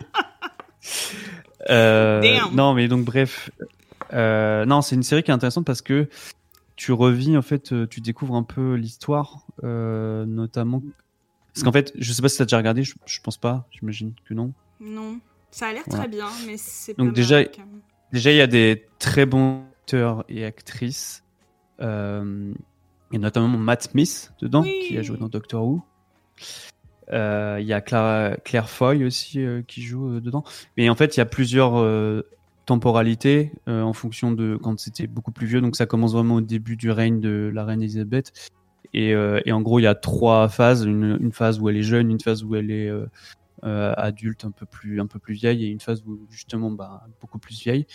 euh, non, mais donc bref, euh, non, c'est une série qui est intéressante parce que tu revis, en fait, tu découvres un peu l'histoire, euh, notamment. Parce qu'en fait, je sais pas si t'as déjà regardé, je, je pense pas, j'imagine que non. Non, ça a l'air voilà. très bien, mais c'est donc pas déjà, mal. déjà, il y a des très bons acteurs et actrices. Euh, Il y a notamment Matt Smith dedans, oui. qui a joué dans Doctor Who. Euh, il y a Clara, Claire Foy aussi euh, qui joue euh, dedans. Mais en fait, il y a plusieurs euh, temporalités euh, en fonction de quand c'était beaucoup plus vieux. Donc ça commence vraiment au début du règne de la reine Elisabeth. Et, euh, et en gros, il y a trois phases. Une, une phase où elle est jeune, une phase où elle est euh, euh, adulte, un peu plus, un peu plus vieille, et une phase où justement, bah, beaucoup plus vieille.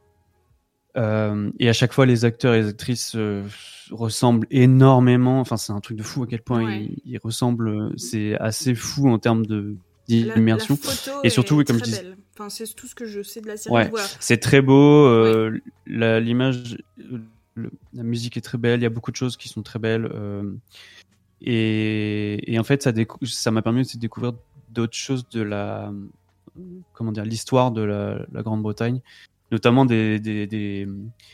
Euh, et à chaque fois, les acteurs et les actrices euh, ressemblent énormément. Enfin, c'est un truc de fou à quel point Ouais. ils, ils ressemblent. C'est assez fou en termes de La, la d'immersion. photo Et surtout, est comme je très dis, belle. Enfin, c'est tout ce que je sais de la série. ouais, Voilà. c'est très beau. Euh, la, l'image, le- la musique est très belle. Il y a beaucoup de choses qui sont très belles. Euh, et, et en fait, ça, décou- ça m'a permis aussi de découvrir d'autres choses de la, comment dire, l'histoire de la, la Grande-Bretagne, notamment des, des, des,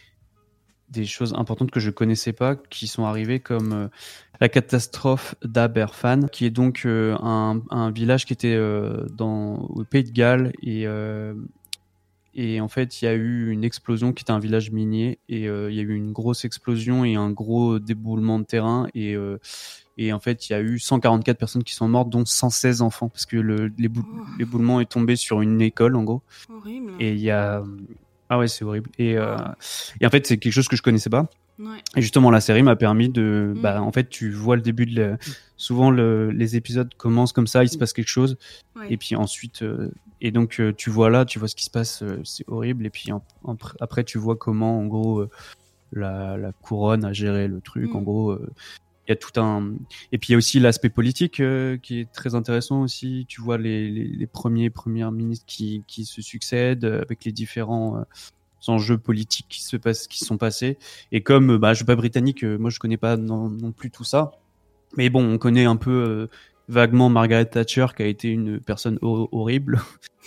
des choses importantes que je connaissais pas, qui sont arrivées, comme euh, la catastrophe d'Aberfan, qui est donc euh, un, un village qui était euh, dans, au Pays de Galles, et euh, et en fait, il y a eu une explosion qui était un village minier, et euh, il y a eu une grosse explosion et un gros déboulement de terrain, et euh, et en fait, il y a eu cent quarante-quatre personnes qui sont mortes, dont cent seize enfants, parce que le l'ébou- Oh, l'éboulement est tombé sur une école, en gros. horrible. Et il y a ah ouais, c'est horrible. Et euh, Oh. et en fait, c'est quelque chose que je connaissais pas. Ouais. Et justement, la série m'a permis de, Mm. bah, en fait, tu vois le début de la- souvent le- les épisodes commencent comme ça, il se passe quelque chose, Ouais. et puis ensuite, euh, et donc euh, tu vois là, tu vois ce qui se passe, euh, c'est horrible, et puis en- en- après tu vois comment, en gros, euh, la, la couronne a géré le truc, Mm. en gros. euh, Il y a tout un, et puis il y a aussi l'aspect politique euh, qui est très intéressant aussi. Tu vois les, les, les premiers premiers ministres qui, qui se succèdent euh, avec les différents euh, enjeux politiques qui se passent, qui sont passés. Et comme bah, je suis pas britannique, euh, moi je connais pas non, non plus tout ça. Mais bon, on connaît un peu euh, vaguement Margaret Thatcher, qui a été une personne hor- horrible.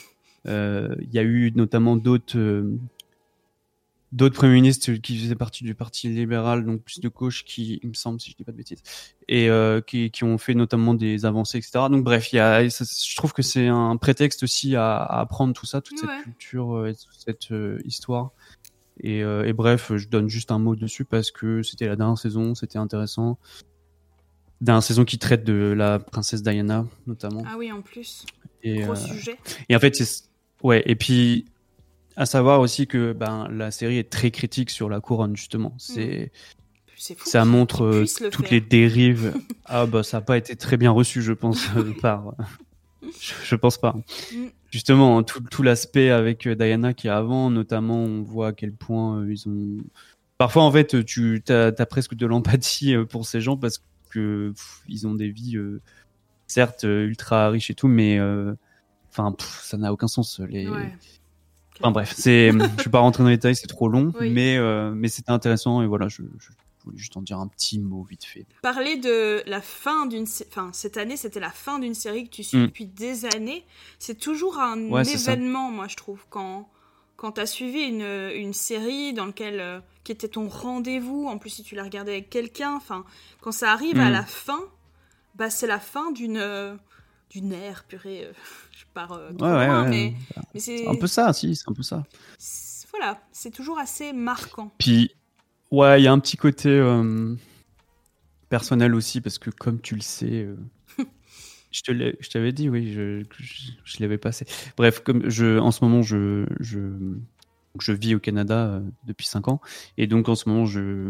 Euh, Il y a eu notamment d'autres euh, d'autres premiers ministres qui faisaient partie du parti libéral, donc plus de gauche, qui, il me semble, si je dis pas de bêtises, et euh, qui, qui ont fait notamment des avancées, et cetera. Donc bref, il y a, ça, je trouve que c'est un prétexte aussi à, à apprendre tout ça, toute Ouais. cette culture euh, et toute cette euh, histoire. Et, euh, et bref, je donne juste un mot dessus parce que c'était la dernière saison, c'était intéressant. Dernière saison qui traite de la princesse Diana, notamment. Ah oui, en plus. Et, Gros euh, sujet. et en fait, c'est. Ouais, et puis, à savoir aussi que ben, la série est très critique sur la couronne, justement. C'est. C'est fou Ça qu'ils montre qu'ils euh, puissent le toutes faire. les dérives. Ah bah ça n'a pas été très bien reçu, je pense, euh, par. Je, je pense pas. Mm. Justement, hein, tout, tout l'aspect avec euh, Diana qui est avant, notamment, on voit à quel point euh, ils ont. Parfois, en fait, tu as, presque de l'empathie euh, pour ces gens parce que pff, ils ont des vies, euh, certes, euh, ultra riches et tout, mais euh, enfin, pff, ça n'a aucun sens. Les. Ouais. Enfin bref, c'est. Je vais pas rentrer dans les détails, c'est trop long, Oui. mais euh, mais c'était intéressant et voilà, je, je voulais juste en dire un petit mot vite fait. Parler de la fin d'une... sé- Enfin, cette année, c'était la fin d'une série que tu suis Mm. depuis des années. C'est toujours un Ouais, c'est ça. événement, moi, je trouve, quand, quand t'as suivi une, une série dans laquelle... euh, qui était ton rendez-vous, en plus si tu l'as regardé avec quelqu'un, enfin, quand ça arrive à Mm. la fin, bah c'est la fin d'une... euh, d'une ère, purée, euh, je pars euh, trop Ouais, ouais, loin, ouais. mais, mais C'est c'est... un peu ça, si, c'est un peu ça. c'est- Voilà, c'est toujours assez marquant. Puis, ouais, il y a un petit côté euh, personnel aussi, parce que comme tu le sais, euh, je te l'ai- je t'avais dit, oui, je, je, je l'avais passé. Bref, comme je, en ce moment, je, je, je vis au Canada euh, depuis cinq ans, et donc en ce moment, je,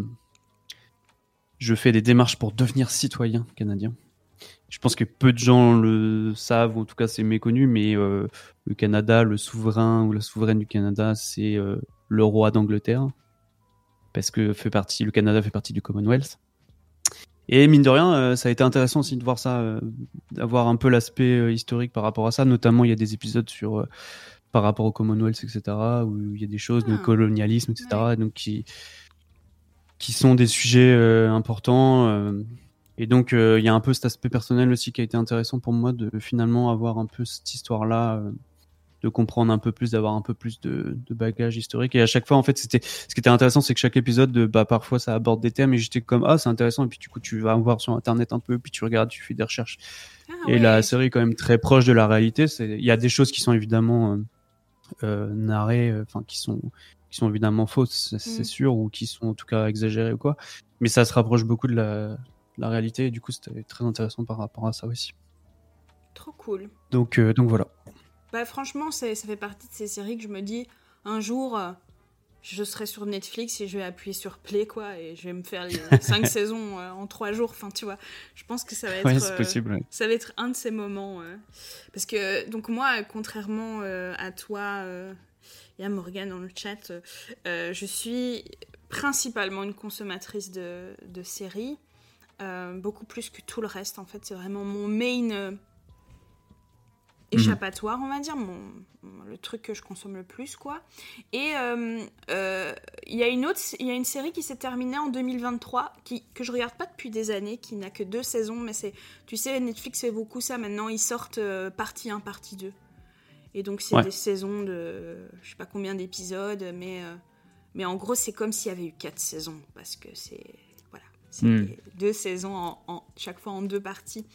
je fais des démarches pour devenir citoyen canadien. Je pense que peu de gens le savent, ou en tout cas c'est méconnu, mais euh, le Canada, le souverain ou la souveraine du Canada, c'est euh, le roi d'Angleterre, parce que fait partie, le Canada fait partie du Commonwealth. Et mine de rien, euh, ça a été intéressant aussi de voir ça, euh, d'avoir un peu l'aspect euh, historique par rapport à ça. Notamment, il y a des épisodes sur euh, par rapport au Commonwealth, et cetera, où il y a des choses de Ah. colonialisme, et cetera, Ouais. donc qui qui sont des sujets euh, importants. Euh, et donc, euh, il y a un peu cet aspect personnel aussi qui a été intéressant pour moi de finalement avoir un peu cette histoire-là, euh, de comprendre un peu plus, d'avoir un peu plus de, de bagage historique. Et à chaque fois, en fait, c'était ce qui était intéressant, c'est que chaque épisode, de, bah, parfois, ça aborde des thèmes et j'étais comme ah, c'est intéressant. Et puis du coup, tu vas voir sur Internet un peu, puis tu regardes, tu fais des recherches. Ah, et ouais. la série est quand même très proche de la réalité. C'est, il y a des choses qui sont évidemment euh, euh, narrées, enfin euh, qui sont qui sont évidemment fausses, c'est Mm. sûr, ou qui sont en tout cas exagérées ou quoi. Mais ça se rapproche beaucoup de la, de la réalité et du coup, c'était très intéressant par rapport à ça aussi. Trop cool. Donc euh, donc voilà. Bah franchement, c'est, ça fait partie de ces séries que je me dis, un jour, euh, je serai sur Netflix et je vais appuyer sur play, quoi, et je vais me faire les cinq saisons euh, en trois jours. Enfin, tu vois, je pense que ça va être, Ouais, c'est euh, possible. Ouais. ça va être un de ces moments. Euh, parce que, donc moi, contrairement euh, à toi, euh, et à Morgane dans le chat, euh, je suis principalement une consommatrice de, de séries, euh, beaucoup plus que tout le reste. En fait, c'est vraiment mon main euh, échappatoire, on va dire, mon, le truc que je consomme le plus, quoi. Et il euh, euh, y a une autre, il y a une série qui s'est terminée en deux mille vingt-trois, qui, que je regarde pas depuis des années, qui n'a que deux saisons, mais c'est, tu sais, Netflix fait beaucoup ça maintenant, ils sortent euh, partie un, partie deux. Et donc c'est ouais. des saisons de, je sais pas combien d'épisodes, mais, euh, mais en gros c'est comme s'il y avait eu quatre saisons, parce que c'est, voilà, c'est mm. deux saisons, en, en, chaque fois en deux parties.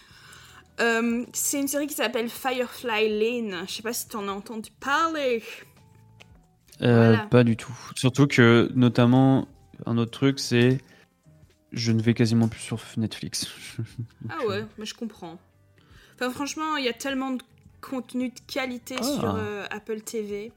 Euh, c'est une série qui s'appelle Firefly Lane. Je sais pas si t'en as entendu parler. Euh, voilà. Pas du tout. Surtout que, notamment, un autre truc, c'est je ne vais quasiment plus sur Netflix. Ah ouais, mais je comprends. Enfin, franchement, il y a tellement de contenu de qualité ah. sur euh, Apple T V.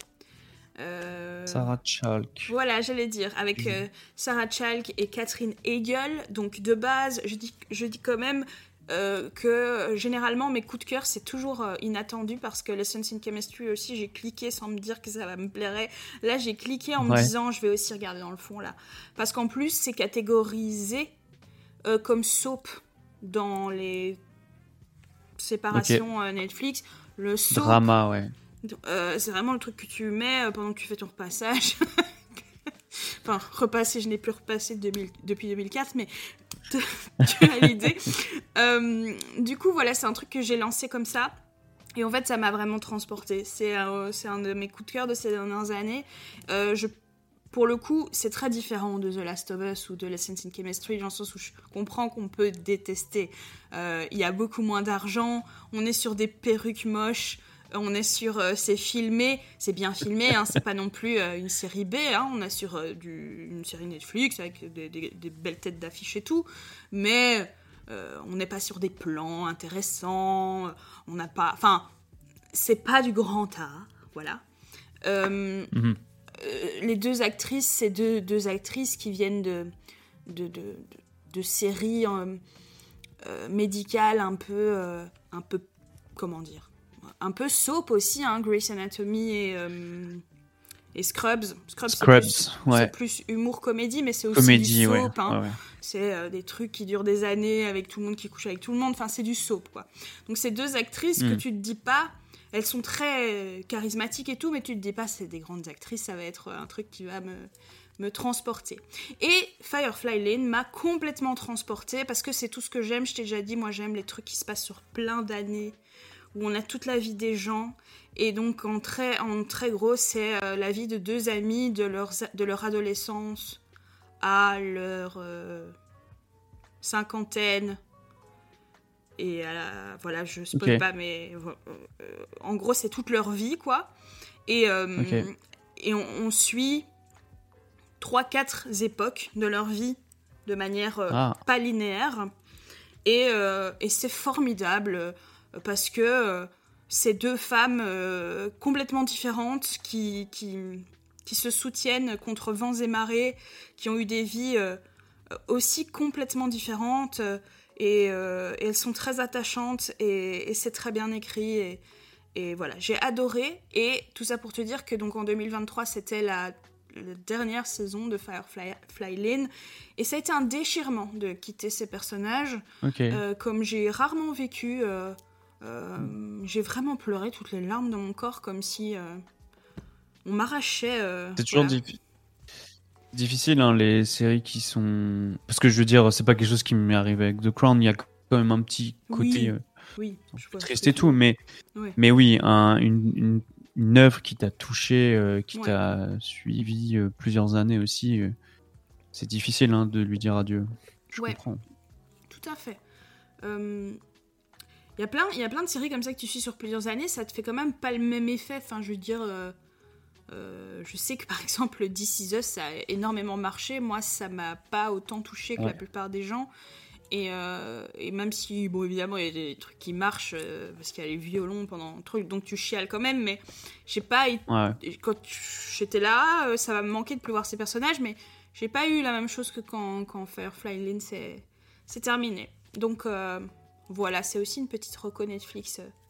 Euh... Sarah Chalk. Voilà, j'allais dire, avec euh, Sarah Chalk et Catherine Hegel. Donc, de base, je dis, je dis quand même euh, que euh, généralement, mes coups de cœur, c'est toujours euh, inattendu parce que Lessons in Chemistry aussi, j'ai cliqué sans me dire que ça me plairait. Là, j'ai cliqué en ouais. me disant, je vais aussi regarder dans le fond, là. Parce qu'en plus, c'est catégorisé euh, comme soap dans les séparations okay. euh, Netflix. Le soap... Drama, ouais. Euh, c'est vraiment le truc que tu mets euh, pendant que tu fais ton repassage. Enfin, repasser, je n'ai plus repassé de deux mille, depuis deux mille quatre, mais tu as l'idée. Euh, du coup, voilà, c'est un truc que j'ai lancé comme ça. Et en fait, ça m'a vraiment transportée. C'est, euh, c'est un de mes coups de cœur de ces dernières années. Euh, je, pour le coup, c'est très différent de The Last of Us ou de Lessons in Chemistry, dans le sens où je comprends qu'on peut détester. Euh, il y a beaucoup moins d'argent, on est sur des perruques moches, on est sur, euh, c'est filmé, c'est bien filmé, hein, c'est pas non plus euh, une série B, hein, on est sur euh, du, une série Netflix avec des, des, des belles têtes d'affiche et tout, mais euh, on n'est pas sur des plans intéressants, on n'a pas, enfin, c'est pas du grand art, voilà. Euh, mm-hmm. euh, les deux actrices, c'est deux, deux actrices qui viennent de, de, de, de, de séries euh, euh, médicales un peu, euh, un peu, comment dire, un peu soap aussi, hein, Grey's Anatomy et, euh, et Scrubs. Scrubs, Scrubs c'est, plus, ouais. c'est plus humour-comédie, mais c'est aussi comédie, du soap. Ouais. Hein. Ouais, ouais. C'est euh, des trucs qui durent des années avec tout le monde qui couche avec tout le monde. Enfin, c'est du soap, quoi. Donc, c'est deux actrices mm. que tu te dis pas... Elles sont très charismatiques et tout, mais tu te dis pas, c'est des grandes actrices, ça va être un truc qui va me... me transporter. Et Firefly Lane m'a complètement transportée parce que c'est tout ce que j'aime. Je t'ai déjà dit, moi, j'aime les trucs qui se passent sur plein d'années, où on a toute la vie des gens, et donc en très, en très gros, c'est euh, la vie de deux amis de, leurs, de leur adolescence à leur euh, cinquantaine, et à la, voilà, je spoil okay. pas, mais euh, en gros, c'est toute leur vie, quoi, et, euh, okay. et on, on suit trois, quatre époques de leur vie de manière euh, ah. pas linéaire, et, euh, et c'est formidable, parce que euh, c'est deux femmes euh, complètement différentes qui, qui, qui se soutiennent contre vents et marées, qui ont eu des vies euh, aussi complètement différentes, euh, et, euh, et elles sont très attachantes, et, et c'est très bien écrit, et, et voilà, j'ai adoré. Et tout ça pour te dire que donc en deux mille vingt-trois, c'était la, la dernière saison de Firefly Fly Lane, et ça a été un déchirement de quitter ces personnages, okay. euh, comme j'ai rarement vécu... Euh, Euh, j'ai vraiment pleuré toutes les larmes de mon corps, comme si euh, on m'arrachait. Euh, c'est toujours voilà. diffi- difficile, hein, les séries qui sont. Parce que je veux dire, c'est pas quelque chose qui m'est arrivé avec The Crown. Il y a quand même un petit côté oui, euh, oui, je vois triste et tout, mais ouais. mais oui, un, une, une, une œuvre qui t'a touché, euh, qui ouais. t'a suivi euh, plusieurs années aussi. Euh, c'est difficile, hein, de lui dire adieu. Je ouais. comprends. Tout à fait. Euh... Il y a plein, il y a plein de séries comme ça que tu suis sur plusieurs années, ça te fait quand même pas le même effet. Enfin, je veux dire, euh, euh, je sais que par exemple, This Is Us, ça a énormément marché. Moi, ça m'a pas autant touché que ouais. la plupart des gens. Et, euh, et même si, bon, évidemment, il y a des trucs qui marchent, euh, parce qu'il y a les violons pendant le truc, donc tu chiales quand même, mais j'ai pas. Ouais. Quand j'étais là, ça va me manquer de plus voir ces personnages, mais j'ai pas eu la même chose que quand, quand Firefly Lane c'est, c'est terminé. Donc euh, voilà, c'est aussi une petite reco Netflix euh,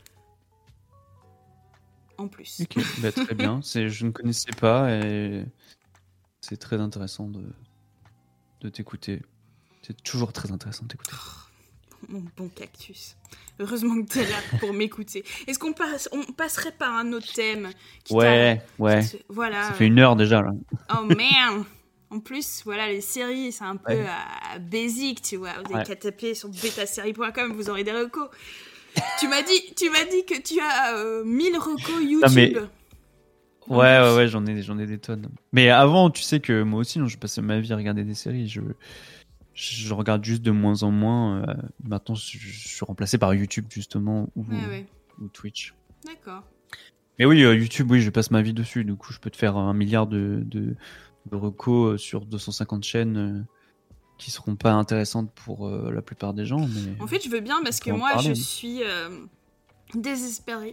en plus. Ok, bah, très bien. C'est, je ne connaissais pas et c'est très intéressant de, de t'écouter. C'est toujours très intéressant de t'écouter. Oh, mon bon cactus. Heureusement que t'es là pour m'écouter. Est-ce qu'on passe, on passerait par un autre thème qui Ouais, ouais. Te... Voilà. Ça fait une heure déjà là. Oh merde. En plus, voilà, les séries, c'est un peu Ouais. euh, basique, tu vois. Vous avez Ouais. qu'à taper sur betasérie point com, vous aurez des recos. tu m'as dit, tu m'as dit que tu as euh, mille recos YouTube. Non, mais... Ouais, ouais, ouais, j'en ai, j'en ai des tonnes. Mais avant, tu sais que moi aussi, non, je passais ma vie à regarder des séries. Je, je regarde juste de moins en moins. Euh, maintenant, je, je suis remplacé par YouTube, justement, ou, Ouais, ouais. ou Twitch. D'accord. Mais oui, euh, YouTube, oui, je passe ma vie dessus. Du coup, je peux te faire un milliard de, de, de recos sur deux cent cinquante chaînes euh, qui seront pas intéressantes pour euh, la plupart des gens. Mais En fait, je veux bien parce que moi, parler, je hein. suis euh, désespérée.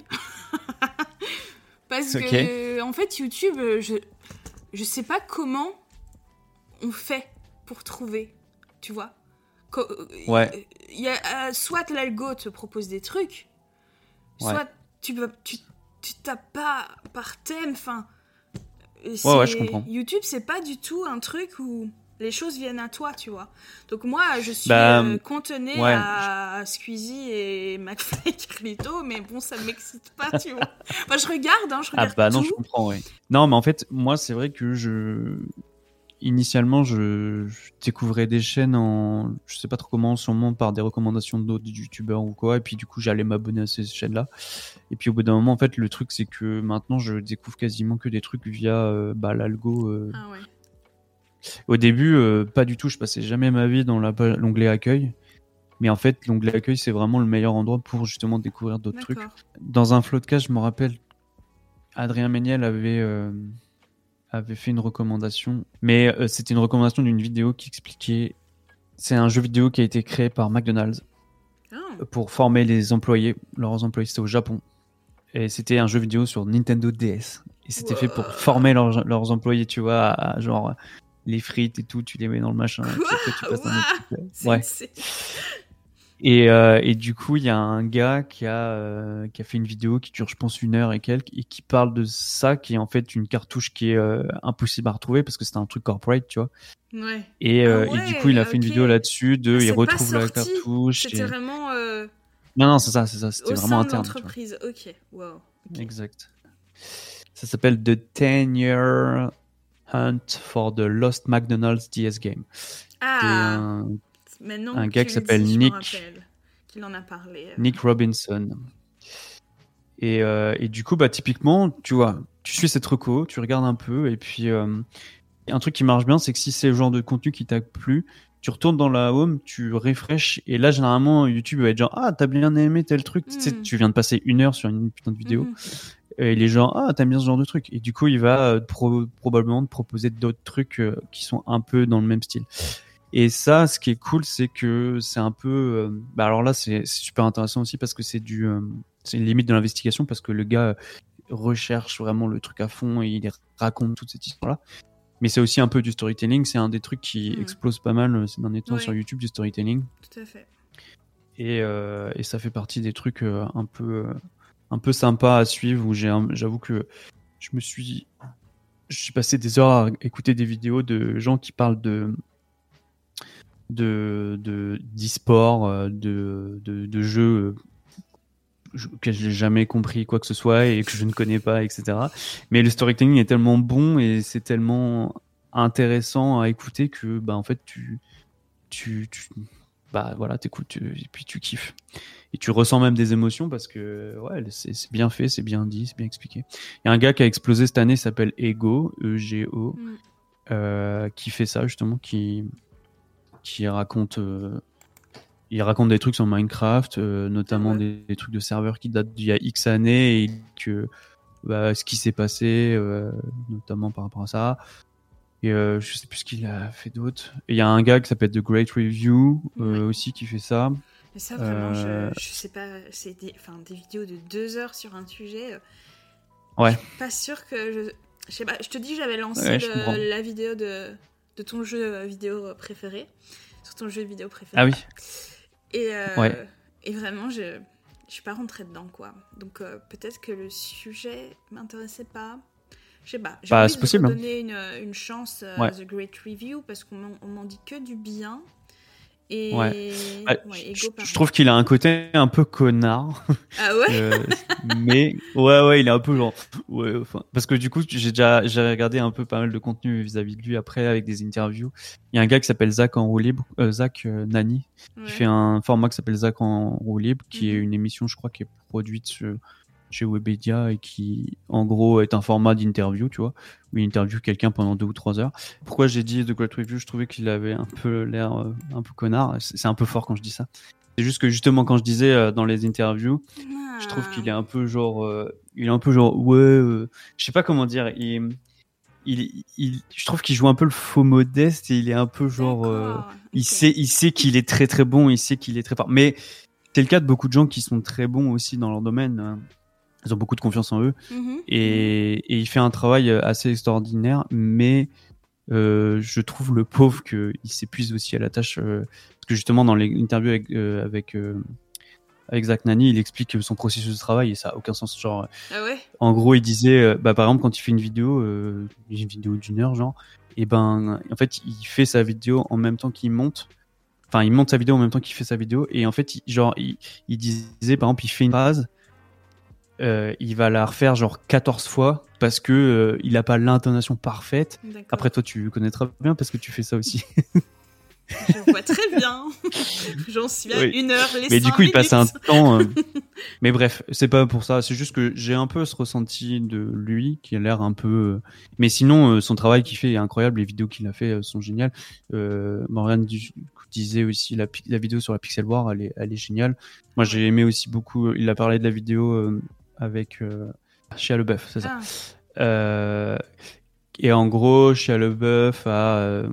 Parce okay. que, en fait, YouTube, je, je sais pas comment on fait pour trouver, tu vois. Co- ouais. Y a, euh, soit l'algo te propose des trucs, soit ouais. tu, tu, tu tapes pas par thème, enfin... Ouais, ouais, je comprends. YouTube, c'est pas du tout un truc où les choses viennent à toi, tu vois. Donc moi, je suis bah, euh, cantonnée ouais. à Squeezie et McFly et Carlito, mais bon, ça m'excite pas, tu vois. Moi, je regarde, hein, je regarde Ah bah tout. non, je comprends, ouais. Non, mais en fait, moi, c'est vrai que je... Initialement, je... je découvrais des chaînes en... Je sais pas trop comment, sûrement par des recommandations d'autres youtubeurs ou quoi, et puis du coup, j'allais m'abonner à ces chaînes-là. Et puis au bout d'un moment, en fait, le truc, c'est que maintenant, je découvre quasiment que des trucs via euh, bah, l'algo. Euh... Ah ouais. Au début, euh, pas du tout, je passais jamais ma vie dans la... l'onglet accueil. Mais en fait, l'onglet accueil, c'est vraiment le meilleur endroit pour justement découvrir d'autres D'accord. trucs. Dans un floodcast, je me rappelle, Adrien Méniel avait, euh, avait fait une recommandation. Mais euh, c'était une recommandation d'une vidéo qui expliquait... C'est un jeu vidéo qui a été créé par McDonald's oh. pour former les employés. Leurs employés, c'était au Japon. Et c'était un jeu vidéo sur Nintendo D S. Et c'était wow. fait pour former leurs, leurs employés, tu vois, à, à genre... les frites et tout, tu les mets dans le machin. Quoi et tu passes wow. un autre truc. C'est ouais. Et, euh, et du coup, il y a un gars qui a, euh, qui a fait une vidéo qui dure, je pense, une heure et quelques, et qui parle de ça, qui est en fait une cartouche qui est euh, impossible à retrouver parce que c'était un truc corporate, tu vois. Ouais. Et, euh, ah ouais, et du coup, il a okay. fait une vidéo là-dessus de, ah, il retrouve la cartouche. C'était et... vraiment. Euh... Non, non, c'est ça, c'est ça. C'était Au vraiment sein interne. de l'entreprise, ok. Wow. Okay. Exact. Ça s'appelle The ten-Year Hunt for the Lost McDonald's D S Game. Ah. C'est un, Maintenant un gars qui s'appelle dis, Nick. Qu'il en a parlé. Nick Robinson. Et, euh, et du coup, bah, typiquement, tu vois, tu suis cette reco, tu regardes un peu, et puis euh, un truc qui marche bien, c'est que si c'est le genre de contenu qui t'a plu, tu retournes dans la home, tu refresh, et là, généralement, YouTube va être genre, ah, t'as bien aimé tel truc, mm. tu sais, tu viens de passer une heure sur une putain de vidéo, mm. et il est genre, ah, t'aimes bien ce genre de truc, et du coup, il va euh, pro- probablement te proposer d'autres trucs euh, qui sont un peu dans le même style. Et ça, ce qui est cool, c'est que c'est un peu... Euh, bah alors là, c'est, c'est super intéressant aussi parce que c'est du, euh, c'est une limite de l'investigation parce que le gars recherche vraiment le truc à fond et il raconte toute cette histoire-là. Mais c'est aussi un peu du storytelling. C'est un des trucs qui mmh. explose pas mal ces derniers temps ouais. sur YouTube, du storytelling. Tout à fait. Et, euh, et ça fait partie des trucs euh, un peu, euh, un peu sympas à suivre où j'ai un, j'avoue que je me suis... Je suis passé des heures à écouter des vidéos de gens qui parlent de... de, de d'e-sport, de, de, de jeux que j'ai jamais compris quoi que ce soit et que je ne connais pas, et cetera. Mais le storytelling est tellement bon et c'est tellement intéressant à écouter que bah en fait tu tu, tu bah voilà t'écoutes tu, et puis tu kiffes et tu ressens même des émotions parce que ouais c'est, c'est bien fait, c'est bien dit, c'est bien expliqué. Il y a un gars qui a explosé cette année, il s'appelle Ego, E G O, mm. euh, qui fait ça justement, qui qui raconte euh, il raconte des trucs sur Minecraft, euh, notamment ouais. des, des trucs de serveurs qui datent d'il y a X années et que bah, ce qui s'est passé, euh, notamment par rapport à ça. Et euh, je sais plus ce qu'il a fait d'autre. Et il y a un gars qui s'appelle The Great Review euh, Ouais. aussi qui fait ça. Mais ça, vraiment, Euh, je, je sais pas, c'est des, enfin, des vidéos de deux heures sur un sujet. euh, Ouais, Je suis pas sûre que je. Je sais pas, je te dis, j'avais lancé ouais, je comprends. le- la vidéo de, de ton jeu vidéo préféré. Sur ton jeu vidéo préféré. Ah oui, Et, euh, ouais. et vraiment, je, je suis pas rentrée dedans, quoi. Donc euh, peut-être que le sujet m'intéressait pas. Je sais pas. J'ai Bah, envie c'est de possible. Hein. redonner une, une chance à Ouais, The Great Review parce qu'on m'en- on m'en dit que du bien. Et ouais. Bah, ouais, je, Ego je pareil. trouve qu'il a un côté un peu connard. Ah ouais. Euh, mais ouais, ouais, il est un peu genre. Ouais, enfin, parce que du coup, j'ai déjà j'ai regardé un peu pas mal de contenu vis-à-vis de lui après avec des interviews. Il y a un gars qui s'appelle Zach en roue libre, euh, Zach euh, Nani, qui Ouais. fait un format qui s'appelle Zach en roue libre, qui est Mhm. une émission, je crois, qui est produite sur- chez Webedia et qui, en gros, est un format d'interview, tu vois, où il interviewe quelqu'un pendant deux ou trois heures. Pourquoi j'ai dit The Great Review? Je trouvais qu'il avait un peu l'air euh, un peu connard. C'est c'est un peu fort quand je dis ça. C'est juste que justement quand je disais euh, dans les interviews, je trouve qu'il est Ah, un peu genre, euh, il est un peu genre, ouais, euh, je sais pas comment dire. Il, il, il, je trouve qu'il joue un peu le faux modeste et il est un peu genre, euh, d'accord. il Ok. sait, il sait qu'il est très très bon, il sait qu'il est très fort. Mais c'est le cas de beaucoup de gens qui sont très bons aussi dans leur domaine. hein. Ils ont beaucoup de confiance en eux Mhm, mhm. et, et il fait un travail assez extraordinaire, mais euh, je trouve le pauvre qu'il s'épuise aussi à la tâche. euh, parce que justement, dans les interviews avec, euh, avec, euh, avec Zach Nani, il explique son processus de travail et ça a aucun sens. Genre, Ah ouais. en gros, il disait, euh, bah, par exemple, quand il fait une vidéo, euh, une vidéo d'une heure, genre, et ben, en fait, il fait sa vidéo en même temps qu'il monte. Enfin, il monte sa vidéo en même temps qu'il fait sa vidéo. Et en fait, il, genre, il, il disait, par exemple, il fait une phrase, euh, il va la refaire genre quatorze fois parce que euh, il a pas l'intonation parfaite. D'accord. Après, toi, tu connaîtras bien parce que tu fais ça aussi. Je vois très bien. J'en suis à Oui. une heure les Mais du cinq coup, il passe un minutes. temps. euh, Mais bref, c'est pas pour ça. C'est juste que j'ai un peu ce ressenti de lui qui a l'air un peu. euh, Mais sinon, euh, son travail qu'il fait est incroyable. Les vidéos qu'il a fait euh, sont géniales. Euh, Morgane du- disait aussi la, pi- la vidéo sur la Pixel War, elle est, elle est géniale. Moi, j'ai Ouais. aimé aussi beaucoup. Il a parlé de la vidéo euh, avec euh, Shia LaBeouf, c'est ça. Ah, Euh, Et en gros, Shia LaBeouf a, euh,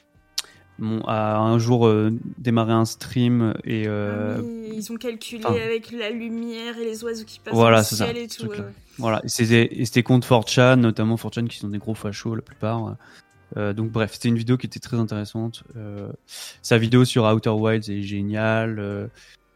mon- a un jour euh, démarré un stream et. ah euh, oui, ils ont calculé enfin, avec la lumière et les oiseaux qui passent dans le Voilà, c'est ça, ciel et ce tout. truc-là. ouais, ouais. Voilà, et c'était, et c'était contre four chan, notamment four chan qui sont des gros fachos la plupart. Euh, donc bref, c'était une vidéo qui était très intéressante. Euh, sa vidéo sur Outer Wilds est géniale. Euh,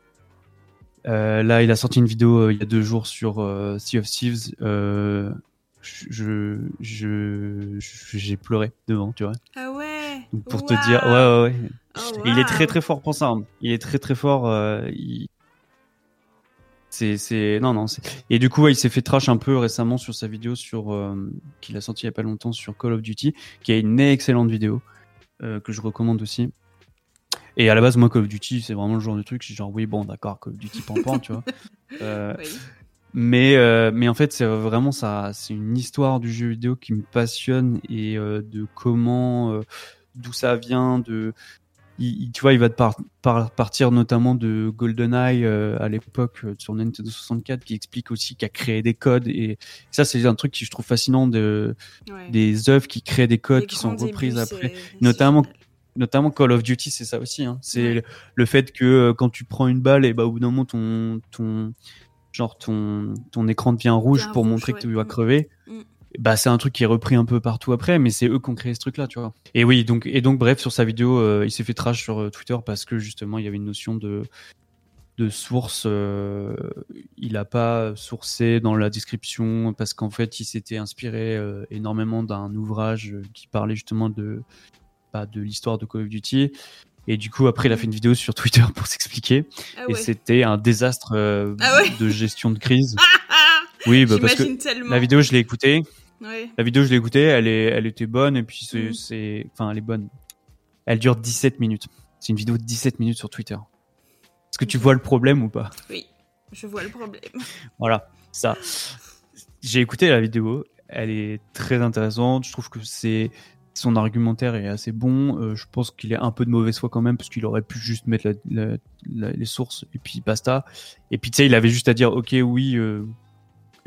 euh, là, il a sorti une vidéo euh, il y a deux jours sur euh, Sea of Thieves. Euh, je, je, je- j'ai pleuré devant, tu vois. Ah ouais. Donc pour te dire, ouais, Waouh. ouais, ouais. Oh Et il est très waouh. très fort pour ça. hein. Il est très très fort. euh, il, C'est, c'est, non, non. C'est... Et du coup, ouais, il s'est fait trash un peu récemment sur sa vidéo sur euh, qu'il a sorti il y a pas longtemps sur Call of Duty, qui est une excellente vidéo euh, que je recommande aussi. Et à la base, moi, Call of Duty, c'est vraiment le genre de truc. Je suis genre, oui, bon, d'accord, Call of Duty, pampan, tu vois. Euh, Oui. mais, euh, mais en fait, c'est vraiment ça. C'est une histoire du jeu vidéo qui me passionne et euh, de comment, euh, d'où ça vient, de il, il- tu vois, il va te par- par- partir notamment de GoldenEye euh, à l'époque euh, sur Nintendo soixante-quatre, qui explique aussi qu'il a créé des codes. Et ça, c'est un truc que je trouve fascinant de, Ouais. des œuvres qui créent des codes Les qui grands sont reprises débuts, après. c'est c'est Notamment, génial. notamment Call of Duty, c'est ça aussi. Hein. C'est Ouais. le, le fait que euh, quand tu prends une balle, et bah, au bout d'un moment, ton, ton, genre ton, ton écran devient rouge Bien pour rouge, montrer ouais. que tu vas Mm. crever. Mm. Bah, c'est un truc qui est repris un peu partout après, mais c'est eux qui ont créé ce truc-là, tu vois. Et oui, donc, et donc, bref, sur sa vidéo, euh, il s'est fait trash sur euh, Twitter parce que justement, il y avait une notion de, de source. euh, il a pas sourcé dans la description parce qu'en fait, il s'était inspiré euh, énormément d'un ouvrage euh, qui parlait justement de, bah, de l'histoire de Call of Duty. Et du coup, après, il a fait une vidéo sur Twitter pour s'expliquer. Ah Et ouais. c'était un désastre euh, Ah ouais. de gestion de crise. Ah, ah. Oui, bah, parce que J'imagine tellement. la vidéo, je l'ai écoutée. Ouais. La vidéo, je l'ai écoutée, elle, est, elle était bonne, et puis c'est, Mhm. c'est. Enfin, elle est bonne. Elle dure dix-sept minutes. C'est une vidéo de dix-sept minutes sur Twitter. Est-ce que tu Ok. vois le problème ou pas? Oui, je vois le problème. Voilà, ça. J'ai écouté la vidéo, elle est très intéressante. Je trouve que c'est. Son argumentaire est assez bon. Euh, je pense qu'il est un peu de mauvaise foi quand même, parce qu'il aurait pu juste mettre la, la- la- les sources, et puis basta. Et puis tu sais, il avait juste à dire, ok, oui. Euh,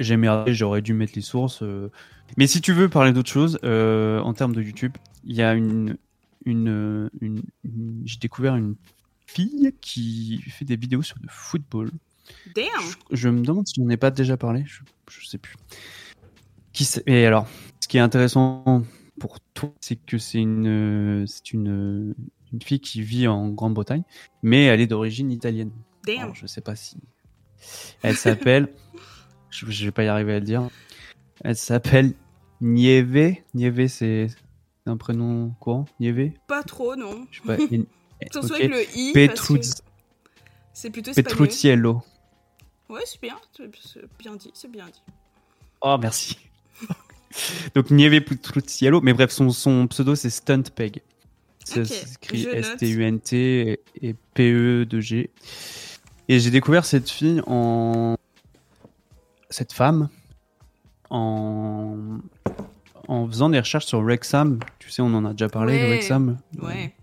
j'ai merdé, j'aurais dû mettre les sources. Euh... Mais si tu veux parler d'autre chose, euh, en termes de YouTube, il y a une, une, une, une... j'ai découvert une fille qui fait des vidéos sur le football. Damn. Je, je me demande si on n'en ai pas déjà parlé, je, je sais plus. Qui c'est... Et alors, ce qui est intéressant pour toi, c'est que c'est une, c'est une, une fille qui vit en Grande-Bretagne, mais elle est d'origine italienne. Damn. Alors, je sais pas si. Elle s'appelle. je, je vais pas y arriver à le dire. Elle s'appelle Nieve. Nieve, c'est un prénom courant. Nieve. Pas trop, non. Je sais pas. In... Attention okay. avec le i. Petruz... Que c'est plutôt espagnol. Petrucciello. Ouais, c'est bien. C'est bien dit. C'est bien dit. Oh, merci. Donc Nieve Petrucciello. Mais bref, son, son pseudo, c'est Stuntpeg. Ça okay. s'écrit S T U N T et P E deux G. Et j'ai découvert cette fille en. Cette femme en. En faisant des recherches sur Wrexham. Tu sais, on en a déjà parlé ouais. de Wrexham. Ouais.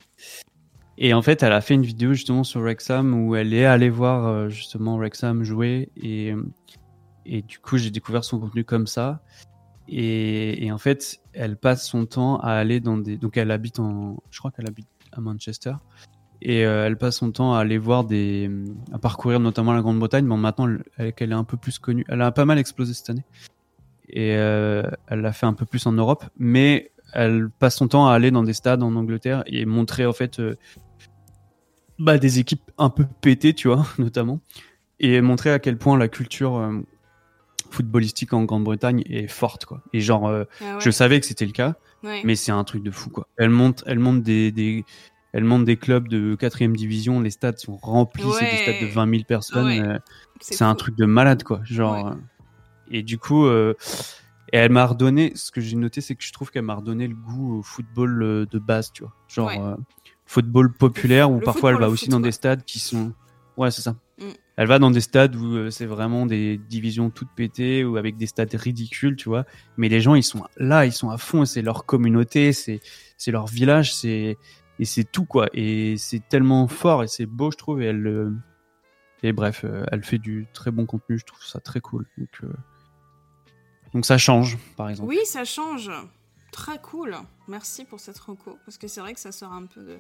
Et en fait, elle a fait une vidéo justement sur Wrexham où elle est allée voir justement Wrexham jouer. Et, et du coup, j'ai découvert son contenu comme ça. Et, et en fait, elle passe son temps à aller dans des. Donc, elle habite en. Je crois qu'elle habite à Manchester. Et euh, elle passe son temps à aller voir des. À parcourir notamment la Grande-Bretagne. Bon, maintenant, elle, elle est un peu plus connue. Elle a pas mal explosé cette année. Et euh, elle l'a fait un peu plus en Europe. Mais elle passe son temps à aller dans des stades en Angleterre et montrer en fait. Euh, bah, des équipes un peu pétées, tu vois, notamment. Et montrer à quel point la culture. Euh, footballistique en Grande-Bretagne est forte, quoi. Et genre, euh, ah ouais. je savais que c'était le cas, ouais. mais c'est un truc de fou, quoi. Elle monte, elle monte des, des, elle monte des clubs de quatrième division, les stades sont remplis, ouais. c'est des stades de vingt mille personnes, ouais. euh, c'est, c'est un truc de malade, quoi. Genre, ouais. euh, et du coup, euh, et elle m'a redonné, ce que j'ai noté, c'est que je trouve qu'elle m'a redonné le goût au football euh, de base, tu vois. Genre, ouais. euh, football populaire, où parfois elle va aussi foot, dans ouais. des stades qui sont, ouais, c'est ça. Mm. Elle va dans des stades où euh, c'est vraiment des divisions toutes pétées ou avec des stades ridicules, tu vois. Mais les gens, ils sont là, ils sont à fond. C'est leur communauté, c'est c'est leur village, c'est et c'est tout, quoi. Et c'est tellement fort et c'est beau, je trouve. Et elle euh... et bref, euh, elle fait du très bon contenu. Je trouve ça très cool. Donc euh... donc ça change, par exemple. Oui, ça change. Très cool. Merci pour cette reco parce que c'est vrai que ça sort un peu de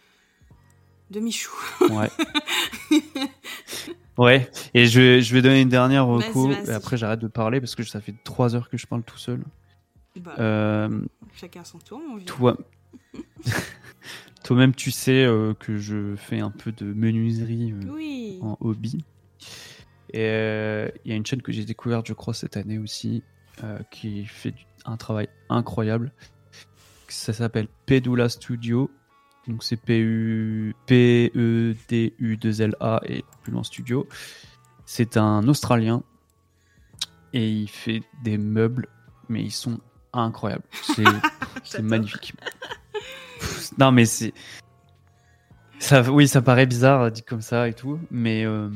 de Michou. Ouais. Ouais, et je vais, je vais donner une dernière reco, vas-y, vas-y. Et après j'arrête de parler parce que ça fait trois heures que je parle tout seul. Bah, euh, chacun son tour, mon vieux. Toi, toi-même, tu sais euh, que je fais un peu de menuiserie euh, oui. en hobby. Et il euh, y a une chaîne que j'ai découverte, je crois, cette année aussi, euh, qui fait un travail incroyable. Ça s'appelle Pedula Studio. Donc c'est P U P E D U deux L A et plus loin Studio. C'est un Australien et il fait des meubles, mais ils sont incroyables. C'est, c'est magnifique. Non mais c'est, ça, oui, ça paraît bizarre dit comme ça et tout, mais euh,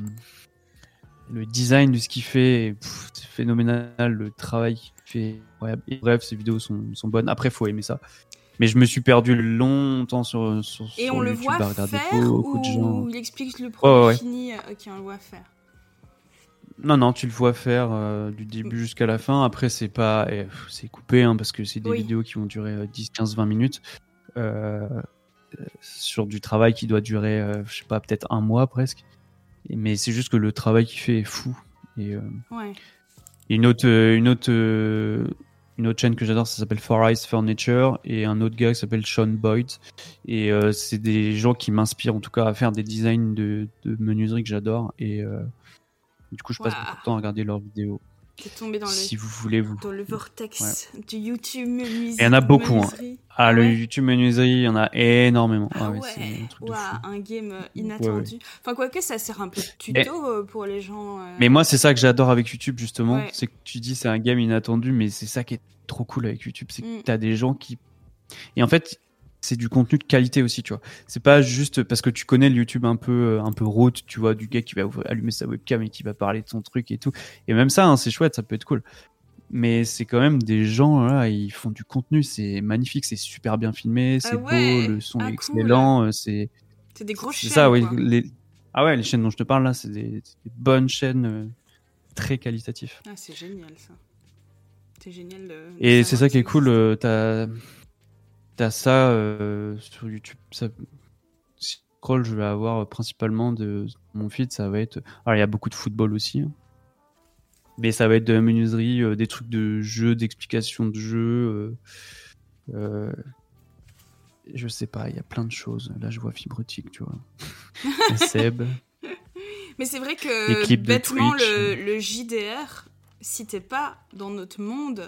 le design de ce qu'il fait, pff, c'est phénoménal. Le travail qu'il fait, est incroyable. Et bref, ses vidéos sont, sont bonnes. Après, faut aimer ça. Mais je me suis perdu longtemps sur, sur, et sur on YouTube le voit à regarder faire beaucoup ou de gens. Il explique le produit oh, ouais. fini. Ok, on le voit faire. Non, non, tu le vois faire euh, du début jusqu'à la fin. Après, c'est pas, eh, c'est coupé hein, parce que c'est des oui. vidéos qui vont durer euh, dix, quinze, vingt minutes euh, sur du travail qui doit durer, euh, je sais pas, peut-être un mois presque. Et, mais c'est juste que le travail qu'il fait est fou. Et, euh, ouais. et une autre, une autre. Euh, Une autre chaîne que j'adore, ça s'appelle Four Eyes Furniture, et un autre gars qui s'appelle Sean Boyd. Et euh, c'est des gens qui m'inspirent en tout cas à faire des designs de, de menuiserie que j'adore. Et euh, du coup, je passe wow. beaucoup de temps à regarder leurs vidéos. T'es tombé dans si le, vous voulez, vous. dans le vortex ouais. du YouTube menuiserie. Il y en a beaucoup. Hein. Ah, ah le ouais. YouTube menuiserie, il y en a énormément. Ah, ah ouais, ouais. C'est un, truc wow. de fou. Un game inattendu. Ouais, ouais. Enfin, quoique, ça sert un peu de tuto Et... pour les gens. Euh... Mais moi, c'est ça que j'adore avec YouTube, justement. Ouais. C'est que tu dis c'est un game inattendu, mais c'est ça qui est trop cool avec YouTube. C'est que mm. t'as des gens qui. Et en fait, c'est du contenu de qualité aussi, tu vois. C'est pas juste parce que tu connais le YouTube un peu, un peu route, tu vois, du gars qui va allumer sa webcam et qui va parler de son truc et tout. Et même ça, hein, c'est chouette, ça peut être cool. Mais c'est quand même des gens, là, ils font du contenu, c'est magnifique, c'est super bien filmé, c'est ah ouais, beau, le son ah est excellent, cool. c'est... C'est des grosses c'est chaînes, ça, oui. quoi. Les... Ah ouais, les chaînes dont je te parle, là, c'est des, c'est des bonnes chaînes. très qualitatif. Ah, c'est génial ça. C'est génial. De, Et de c'est ça qui est existe. cool. Euh, t'as, t'as ça euh, sur YouTube. Ça, si je scroll, je vais avoir principalement de mon feed. Ça va être. Alors, il y a beaucoup de football aussi. Hein. Mais ça va être de la menuiserie, euh, des trucs de jeux, d'explications de jeux. Euh, euh, je sais pas, il y a plein de choses. Là, je vois Fibrotique, tu vois. Et Seb. Mais c'est vrai Des que clips de bêtement, Twitch. le, le J D R, si t'es pas dans notre monde,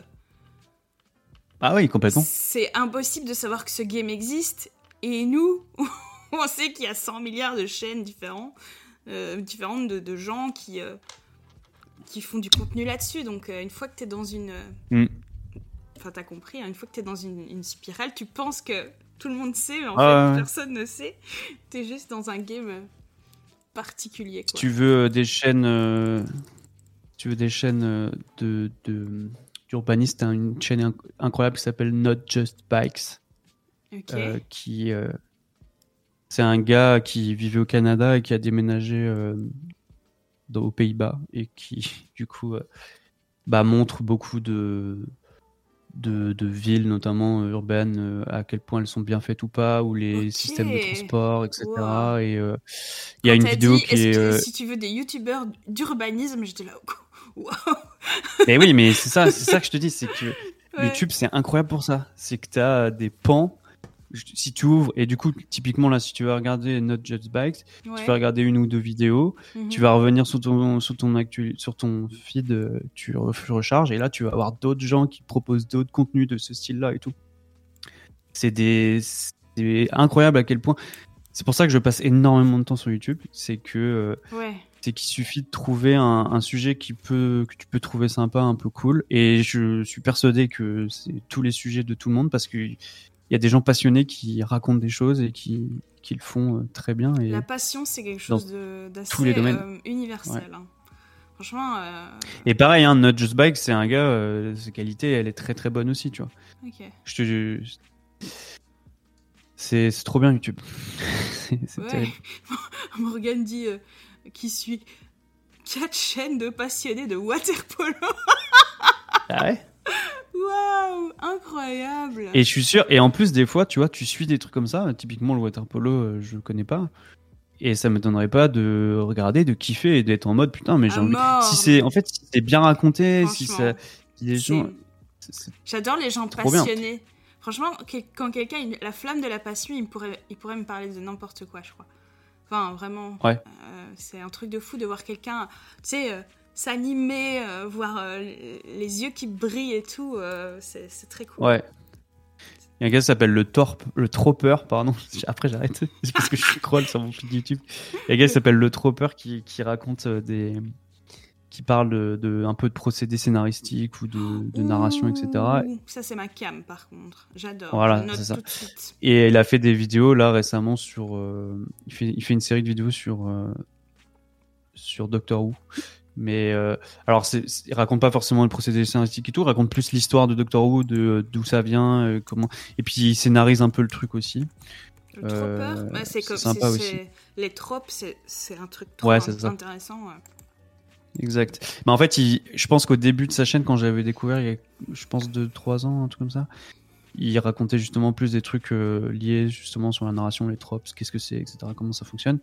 Ah oui, complètement. c'est impossible de savoir que ce game existe. Et nous, on sait qu'il y a cent milliards de chaînes différentes, euh, différentes de, de gens qui, euh, qui font du contenu là-dessus. Donc, euh, une fois que t'es dans une... Mm. Enfin, t'as compris, hein, une fois que t'es dans une, une spirale, tu penses que tout le monde sait, mais en Ah, fait, ouais. personne ne sait. T'es juste dans un game euh, particulier, quoi. Si tu veux euh, des chaînes, euh, si tu veux des chaînes euh, de, de d'urbanistes, t'as une chaîne inc- incroyable qui s'appelle Not Just Bikes, Ok. euh, qui euh, c'est un gars qui vivait au Canada et qui a déménagé euh, dans- aux Pays-Bas et qui du coup euh, bah, montre beaucoup de de, de villes, notamment euh, urbaines, euh, à quel point elles sont bien faites ou pas, ou les Ok. systèmes de transport, et cetera. Wow. Et euh, il y a Quand une t'as vidéo dit, qui est-ce est. que euh, si tu veux des youtubeurs d'urbanisme, j'étais là, waouh. Mais oui, mais c'est ça, c'est ça que je te dis, c'est que Ouais. YouTube, c'est incroyable pour ça. C'est que tu as des pans. Si tu ouvres, et du coup, typiquement là, si tu veux regarder Not Just Bikes, Ouais. tu vas regarder une ou deux vidéos, Mhm. tu vas revenir sur ton, sur ton, actu, sur ton feed, euh, tu re- recharges, et là, tu vas avoir d'autres gens qui proposent d'autres contenus de ce style-là et tout. C'est des, c'est incroyable à quel point. C'est pour ça que je passe énormément de temps sur YouTube. C'est que euh, Ouais. c'est qu'il suffit de trouver un, un sujet qui peut, que tu peux trouver sympa, un peu cool. Et je suis persuadé que c'est tous les sujets de tout le monde parce qu'il y a des gens passionnés qui racontent des choses et qui, qui le font euh, très bien. Et La passion, c'est quelque dans chose de, d'assez tous les domaines. euh, universel. Hein. Franchement. Euh... Et pareil, hein, Not Just Bike, c'est un gars, euh, sa qualité, elle est très très bonne aussi, tu vois. Ok. Je te. C'est, c'est trop bien YouTube. c'est c'est Ouais. terrible. Morgane dit euh, qui suit quatre chaînes de passionnés de waterpolo. Ah ouais? Waouh, incroyable. Et je suis sûr, et en plus, des fois, tu vois, tu suis des trucs comme ça. Typiquement, le waterpolo, euh, je le connais pas. Et ça me donnerait pas de regarder, de kiffer et d'être en mode putain, mais j'ai À envie. mort, Si c'est, mais- en fait, si c'est bien raconté, si Franchement, ça, si les c'est- gens, c'est- c'est J'adore les gens trop bien. passionnés. Franchement, que- quand quelqu'un a une- la flamme de la passion, il pourrait, il pourrait me parler de n'importe quoi, je crois. Enfin, vraiment. Ouais. Euh, c'est un truc de fou de voir quelqu'un, tu sais, euh, s'animer, euh, voir euh, les yeux qui brillent et tout. euh, c'est, c'est très cool. Ouais. Il y a un gars qui s'appelle le Torp, le Tropper, pardon. Après, j'arrête. C'est parce que je scroll sur mon feed YouTube. Il y a un gars qui s'appelle le Tropper qui, qui raconte euh, des, qui parle de, de un peu de procédés scénaristiques ou de, de narration, et cetera. Ouh, ça, c'est ma cam, par contre. J'adore. Voilà, Je note c'est ça. tout de suite. Et il a fait des vidéos là récemment sur. Euh, il, fait, il fait une série de vidéos sur, euh, sur Doctor Who. Mais euh, alors, c'est, c'est, il raconte pas forcément le procédé scénaristique et tout, il raconte plus l'histoire de Doctor Who, de, d'où ça vient, euh, comment. Et puis il scénarise un peu le truc aussi. Le Euh, tropper, bah, c'est c'est comme sympa c'est, aussi. c'est- les tropes, c'est, c'est un truc trop Ouais, c'est ça. intéressant. Ouais. Exact. Mais en fait, il, je pense qu'au début de sa chaîne, quand j'avais découvert, il y a, je pense, deux trois ans, un truc comme ça, il racontait justement plus des trucs euh, liés justement sur la narration, les tropes, qu'est-ce que c'est, et cetera, comment ça fonctionne.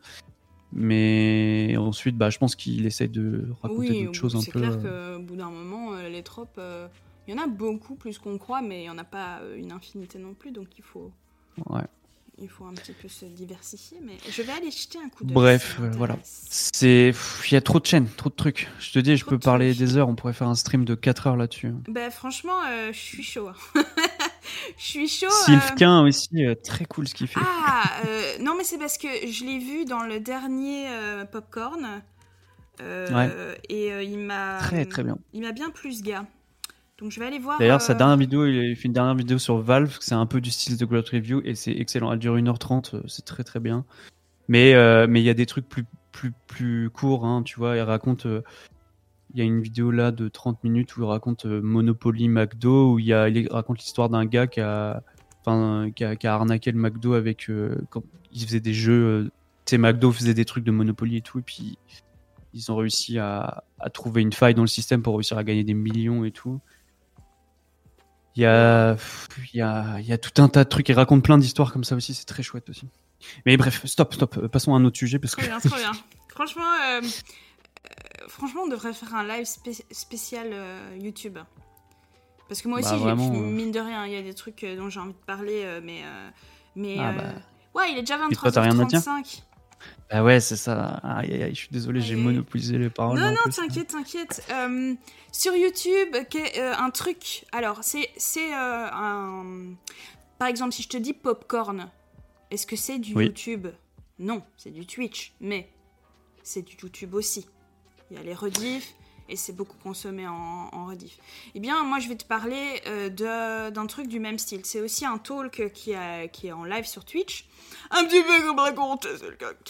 Mais ensuite, bah, je pense qu'il essaie de raconter Oui, d'autres choses un c'est peu. clair euh, qu'au bout d'un moment, euh, les tropes, euh, il y en a beaucoup plus qu'on croit, mais il n'y en a pas euh, une infinité non plus, donc il faut, Ouais. il faut un petit peu se diversifier. Mais je vais aller jeter un coup d'œil. Bref, ça euh, m'intéresse. voilà. C'est, pff, il y a trop de chaînes, trop de trucs. Je te dis, je Trop peux de parler trucs. des heures. On pourrait faire un stream de quatre heures là-dessus. Bah, franchement, euh, je suis chaud. Je suis chaud. euh, Sylpquin aussi, euh, très cool ce qu'il fait. Ah, euh, non, mais c'est parce que je l'ai vu dans le dernier euh, Popcorn. Euh, Et euh, il m'a. Très très bien. Il m'a bien plu, ce gars. Donc je vais aller voir. D'ailleurs, euh, sa dernière vidéo, il a fait une dernière vidéo sur Valve, c'est un peu du style de Great Review et c'est excellent. Elle dure une heure trente, euh, c'est très très bien. Mais euh, mais il y a des trucs plus plus plus courts, hein, tu vois. Il raconte, euh, il y a une vidéo là de trente minutes où il raconte euh, Monopoly McDo, où il y a, il raconte l'histoire d'un gars qui a, enfin, qui a, qui a arnaqué le McDo avec, euh, quand il faisait des jeux, euh, tu sais, McDo faisait des trucs de Monopoly et tout, et puis ils ont réussi à, à trouver une faille dans le système pour réussir à gagner des millions et tout. Il y a, il y a, il y a tout un tas de trucs. Ils racontent plein d'histoires comme ça aussi. C'est très chouette aussi. Mais bref, stop, stop. Passons à un autre sujet parce trop que. Bien, trop bien. Franchement, euh, euh, franchement, on devrait faire un live spé- spécial euh, YouTube. Parce que moi aussi, bah, vraiment, j'ai, euh... mine de rien, il y a des trucs dont j'ai envie de parler, euh, mais, euh, mais ah, euh, bah... ouais, il est déjà Et toi, t'as vingt-trois heures trente-cinq. rien à dire ? Ah ouais, c'est ça. Aïe, aïe, aïe, je suis désolé, Aïe. j'ai monopolisé les paroles. Non, en non, plus. t'inquiète, t'inquiète. Euh, sur YouTube, euh, un truc. Alors, c'est, c'est euh, un. Par exemple, si je te dis popcorn, est-ce que c'est du oui. YouTube ? Non, c'est du Twitch, mais c'est du YouTube aussi. Il y a les rediffs et c'est beaucoup consommé en, en rediff. Eh bien, moi, je vais te parler euh, de, d'un truc du même style. C'est aussi un talk qui, a, qui est en live sur Twitch. Un petit peu comme raconter, c'est le cas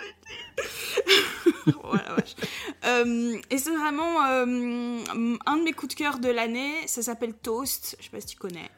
que voilà, wesh. Euh, et c'est vraiment euh, un de mes coups de cœur de l'année. Ça s'appelle Toast. Je sais pas si tu connais.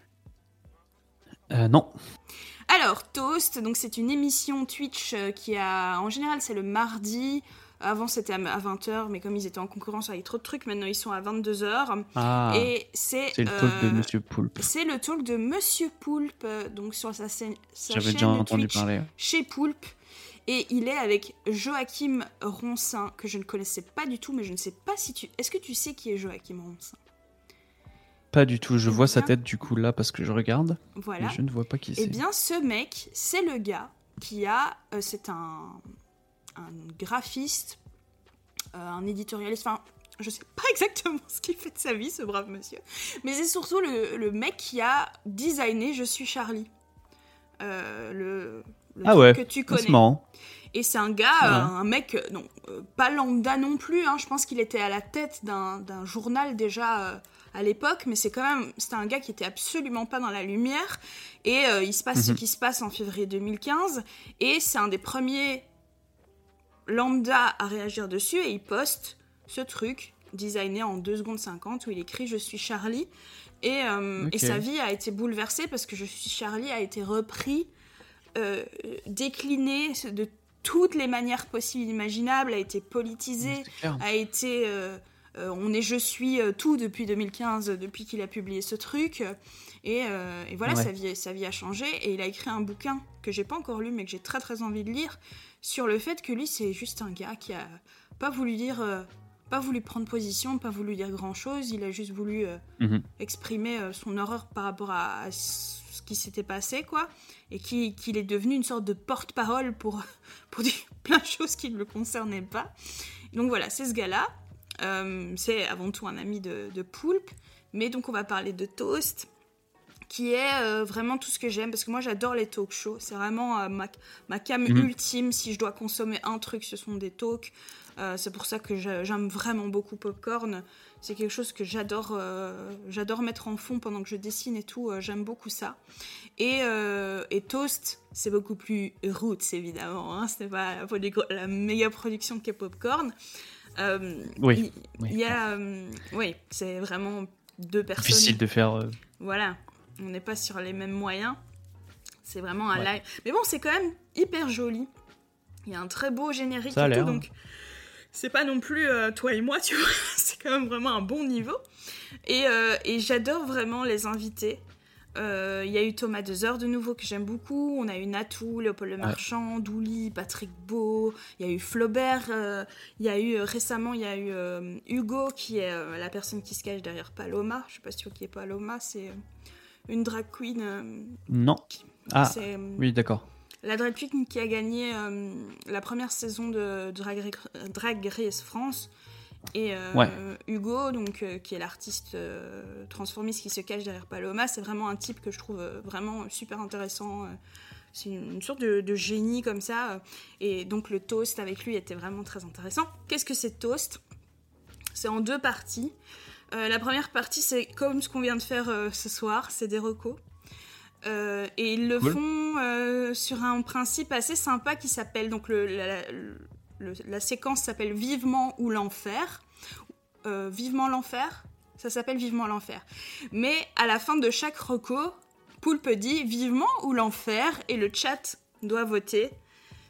Euh, non. Alors, Toast, donc c'est une émission Twitch euh, qui a... En général, c'est le mardi. Avant, c'était à vingt heures, mais comme ils étaient en concurrence avec trop de trucs, maintenant, ils sont à vingt-deux heures. Ah, et c'est, c'est le talk euh, de Monsieur Poulpe. C'est le talk de Monsieur Poulpe, donc sur sa, scène, sa J'avais chaîne déjà entendu Twitch parler. chez Poulpe. Et il est avec Joachim Ronsin, que je ne connaissais pas du tout, mais je ne sais pas si tu... Est-ce que tu sais qui est Joachim Ronsin ? Pas du tout, je Eh vois bien, sa tête du coup là parce que je regarde, voilà. mais je ne vois pas qui c'est. Eh bien, ce mec, c'est le gars qui a... Euh, c'est un, un graphiste, euh, un éditorialiste, enfin, je sais pas exactement ce qu'il fait de sa vie, ce brave monsieur, mais c'est surtout le, le mec qui a designé Je suis Charlie. Euh, le, le ah truc ouais, que tu connais. C'est marrant. Et c'est un gars, ouais. euh, un mec, euh, non, euh, pas lambda non plus, hein, je pense qu'il était à la tête d'un, d'un journal déjà euh, à l'époque, mais c'est quand même, c'était un gars qui était absolument pas dans la lumière, et euh, il se passe mm-hmm. ce qui se passe en février deux mille quinze, et c'est un des premiers lambda à réagir dessus, et il poste ce truc, designé en deux secondes cinquante, où il écrit « Je suis Charlie », et, euh, okay. et sa vie a été bouleversée, parce que « Je suis Charlie » a été repris, euh, décliné de toutes les manières possibles et imaginables, a été politisé, a été... Euh, euh, on est Je suis euh, tout depuis deux mille quinze, depuis qu'il a publié ce truc. Et, euh, et voilà, ouais. sa, vie, sa vie a changé. Et il a écrit un bouquin que j'ai pas encore lu, mais que j'ai très très envie de lire, sur le fait que lui, c'est juste un gars qui a pas voulu dire... Euh, pas voulu prendre position, pas voulu dire grand-chose. Il a juste voulu euh, mm-hmm. exprimer euh, son horreur par rapport à, à ce qui s'était passé, quoi. Et qui, qu'il est devenu une sorte de porte-parole pour, pour dire plein de choses qui ne le concernaient pas. Donc voilà, c'est ce gars-là. Euh, c'est avant tout un ami de, de Poulpe. Mais donc on va parler de Toast, qui est euh, vraiment tout ce que j'aime. Parce que moi, j'adore les talk shows. C'est vraiment euh, ma, ma cam mm-hmm. ultime. Si je dois consommer un truc, ce sont des talks. Euh, c'est pour ça que j'aime vraiment beaucoup Popcorn. C'est quelque chose que j'adore, euh, j'adore mettre en fond pendant que je dessine et tout. Euh, j'aime beaucoup ça. Et, euh, et Toast, c'est beaucoup plus roots, évidemment. Hein. C'est pas la, la méga production qu'est Popcorn. Euh, oui. Il oui. y a, euh, oui, c'est vraiment deux personnes. Difficile de faire. Euh... Voilà, on n'est pas sur les mêmes moyens. C'est vraiment un ouais. live. Mais bon, c'est quand même hyper joli. Il y a un très beau générique ça a et l'air. tout, donc. C'est pas non plus euh, toi et moi, tu vois. C'est quand même vraiment un bon niveau. Et, euh, et j'adore vraiment les invités. Il euh, y a eu Thomas Dezer de nouveau, que j'aime beaucoup. On a eu Natou, Léopold Lemarchand, ouais. Douli, Patrick Beau. Il y a eu Flaubert. Il euh, y a eu, euh, récemment, il y a eu euh, Hugo, qui est euh, la personne qui se cache derrière Paloma. Je sais pas si tu vois qui est Paloma. C'est euh, une drag queen. Euh, non. Qui, ah, c'est, oui, d'accord. La drag queen qui a gagné euh, la première saison de Drag, Drag Race France. Et euh, ouais. Hugo, donc, euh, qui est l'artiste euh, transformiste qui se cache derrière Paloma, c'est vraiment un type que je trouve euh, vraiment super intéressant. Euh, c'est une, une sorte de, de génie comme ça. Euh, et donc le Toast avec lui était vraiment très intéressant. Qu'est-ce que c'est Toast ? C'est en deux parties. Euh, la première partie, c'est comme ce qu'on vient de faire euh, ce soir, c'est des recos. Euh, et ils le cool. font euh, sur un principe assez sympa qui s'appelle, donc le, la, le, la séquence s'appelle Vivement ou l'enfer. Euh, Vivement l'enfer, ça s'appelle Vivement l'enfer. Mais à la fin de chaque reco, Poulpe dit Vivement ou l'enfer, et le chat doit voter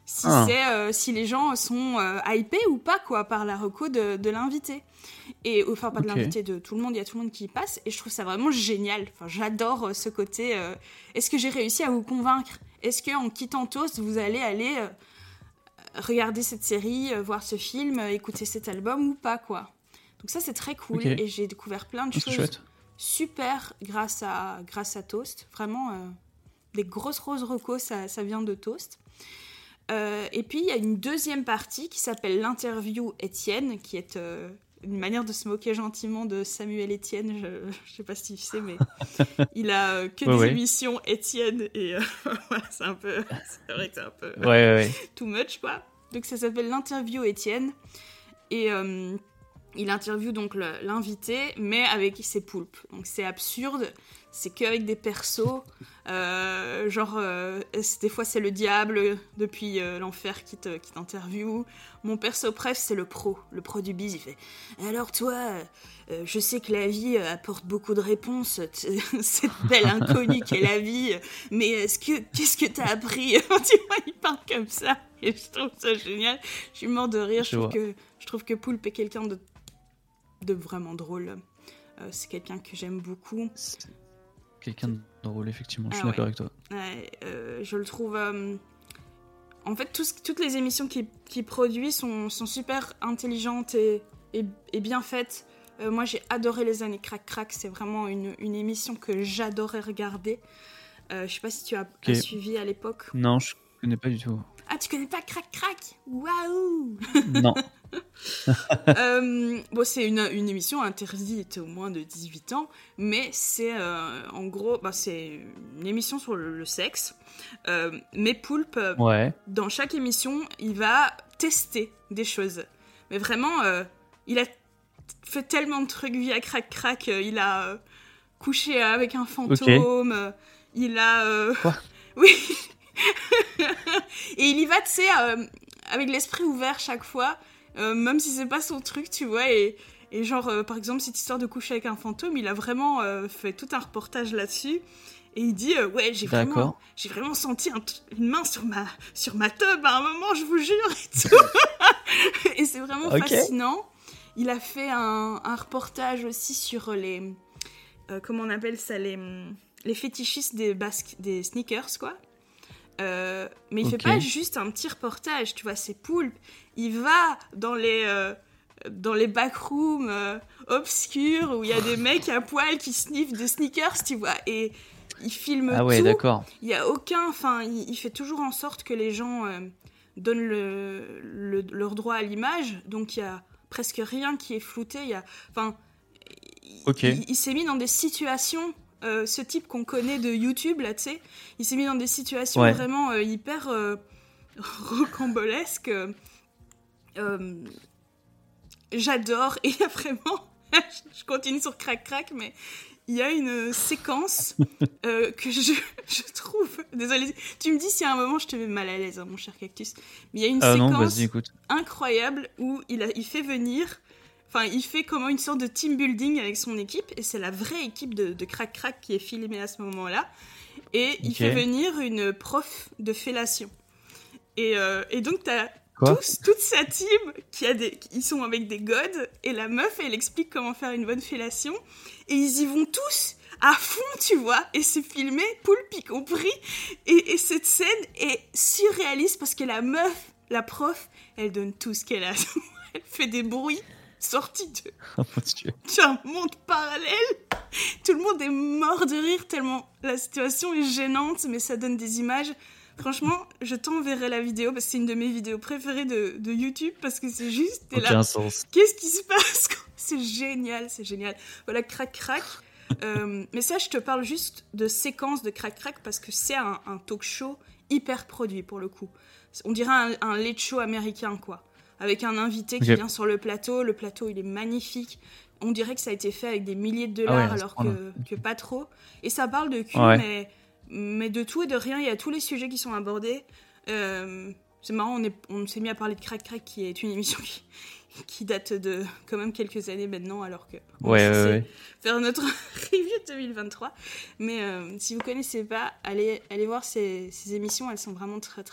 si, Ah. c'est, euh, si les gens sont euh, hypés ou pas, quoi, par la reco de, de l'invité. Et, enfin, pas de Ok. l'invité, de tout le monde, il y a tout le monde qui y passe. Et je trouve ça vraiment génial. Enfin, j'adore euh, ce côté. euh, Est-ce que j'ai réussi à vous convaincre ? Est-ce qu'en quittant Toast, vous allez aller euh, regarder cette série, euh, voir ce film, euh, écouter cet album ou pas, quoi ? Donc ça, c'est très cool. Ok. Et j'ai découvert plein de Ah, c'est choses chouette. super grâce à, grâce à Toast. Vraiment, euh, des grosses roses recos, ça, ça vient de Toast. Euh, et puis, il y a une deuxième partie qui s'appelle l'interview Étienne, qui est euh, une manière de se moquer gentiment de Samuel Etienne. Je ne sais pas si tu sais, mais il a euh, que Ouais, des ouais. émissions Étienne. Et euh, voilà, c'est un peu... C'est vrai que c'est un peu Ouais, ouais, ouais. too much, quoi. Donc, ça s'appelle l'interview Étienne. Et... Euh, il interviewe donc le, l'invité, mais avec ses poulpes. Donc c'est absurde, c'est qu'avec des persos. Euh, genre, euh, des fois c'est le diable depuis euh, l'enfer qui, te, qui t'interviewe. Mon perso préf, c'est le pro, le pro du biz. Il fait « Alors toi, euh, je sais que la vie euh, apporte beaucoup de réponses, t- cette belle inconnue qu'est la vie, mais est-ce que, qu'est-ce que t'as appris ?» Tu vois, il parle comme ça. Et je trouve ça génial. Je suis mort de rire. Je Je trouve, vois. que, je trouve que Poulpe est quelqu'un de de vraiment drôle. Euh, c'est quelqu'un que j'aime beaucoup. C'est quelqu'un de drôle, effectivement. Je suis Ah d'accord ouais. avec toi. Ouais, euh, je le trouve... euh, En fait, tout ce- toutes les émissions qu'il, qu'il produit sont, sont super intelligentes et, et, et bien faites. Euh, moi, j'ai adoré Les Années Crac Crac. C'est vraiment une, une émission que j'adorais regarder. Euh, je sais pas si tu as, Ok. as suivi à l'époque. Non, je connais pas du tout. Ah, tu connais pas Crac Crac ? Waouh ! Non. Euh, bon, c'est une, une émission interdite aux moins de dix-huit ans, mais c'est euh, en gros, bah, c'est une émission sur le, le sexe. Euh, mais Poulpe, euh, Ouais. dans chaque émission, il va tester des choses. Mais vraiment, euh, il a fait tellement de trucs via Crac Crac. euh, il a euh, couché avec un fantôme. euh, il a. euh, Quoi ? Oui. Et il y va, tu sais, euh, avec l'esprit ouvert chaque fois. Euh, même si c'est pas son truc, tu vois, et, et genre, euh, par exemple, cette histoire de coucher avec un fantôme, il a vraiment euh, fait tout un reportage là-dessus, et il dit, euh, ouais, j'ai D'accord. vraiment, j'ai vraiment senti un t- une main sur ma, sur ma teub à un moment, je vous jure, et tout. Et c'est vraiment Ok. fascinant. Il a fait un, un reportage aussi sur les, euh, comment on appelle ça, les, les fétichistes des, basques, des sneakers, quoi. Euh, mais il Ok. fait pas juste un petit reportage, tu vois, c'est Poulpe. Il va dans les, euh, dans les backrooms euh, obscurs où il y a des mecs à poil qui sniffent des sneakers, tu vois, et il filme Ah ouais, tout. d'accord. Il y a aucun, enfin, il, il fait toujours en sorte que les gens euh, donnent le, le- leur droit à l'image, donc il y a presque rien qui est flouté. Il y a, enfin, il, Ok. il- il s'est mis dans des situations. Euh, ce type qu'on connaît de YouTube, là, tu sais, il s'est mis dans des situations Ouais. vraiment euh, hyper euh, rocambolesques. euh, euh, j'adore. Et il y a vraiment... je continue sur Crac Crac, mais il y a une séquence euh, que je, je trouve... Désolée, tu me dis si à un moment je te mets mal à l'aise, hein, mon cher Cactus. Mais il y a une Ah séquence non, vas-y, écoute. incroyable où il, a, il fait venir... Enfin, il fait comment une sorte de team building avec son équipe, et c'est la vraie équipe de, de Crac Crac qui est filmée à ce moment-là. Et il Ok. fait venir une prof de fellation. Et, euh, et donc, t'as Quoi ? tous, toute sa team qui a des, ils sont avec des godes, et la meuf, elle explique comment faire une bonne fellation. Et ils y vont tous à fond, tu vois. Et c'est filmé, Poulpe y compris. Et, et cette scène est surréaliste parce que la meuf, la prof, elle donne tout ce qu'elle a. Elle fait des bruits sortis de, Oh mon Dieu. d'un monde parallèle. Tout le monde est mort de rire tellement la situation est gênante, mais ça donne des images. Franchement, je t'enverrai la vidéo parce que c'est une de mes vidéos préférées de, de YouTube parce que c'est juste, t'es là, Aucun sens. qu'est-ce qui se passe ? C'est génial, c'est génial. Voilà, Crac Crac. Euh, mais ça, je te parle juste de séquences de Crac Crac parce que c'est un, un talk show hyper produit pour le coup. On dirait un, un late show américain, quoi. Avec un invité qui Ok. vient sur le plateau. Le plateau, il est magnifique. On dirait que ça a été fait avec des milliers de Ah ouais, dollars à ce alors point-là. que, que pas trop. Et ça parle de cul, Ouais. mais, mais de tout et de rien. Il y a tous les sujets qui sont abordés. Euh, c'est marrant, on, est, on s'est mis à parler de Crac Crac, qui est une émission qui, qui date de quand même quelques années maintenant, alors que on Ouais, est ouais, censé ouais. faire notre review deux mille vingt-trois. Mais euh, si vous connaissez pas, allez, allez voir ces, ces émissions, elles sont vraiment très très bien.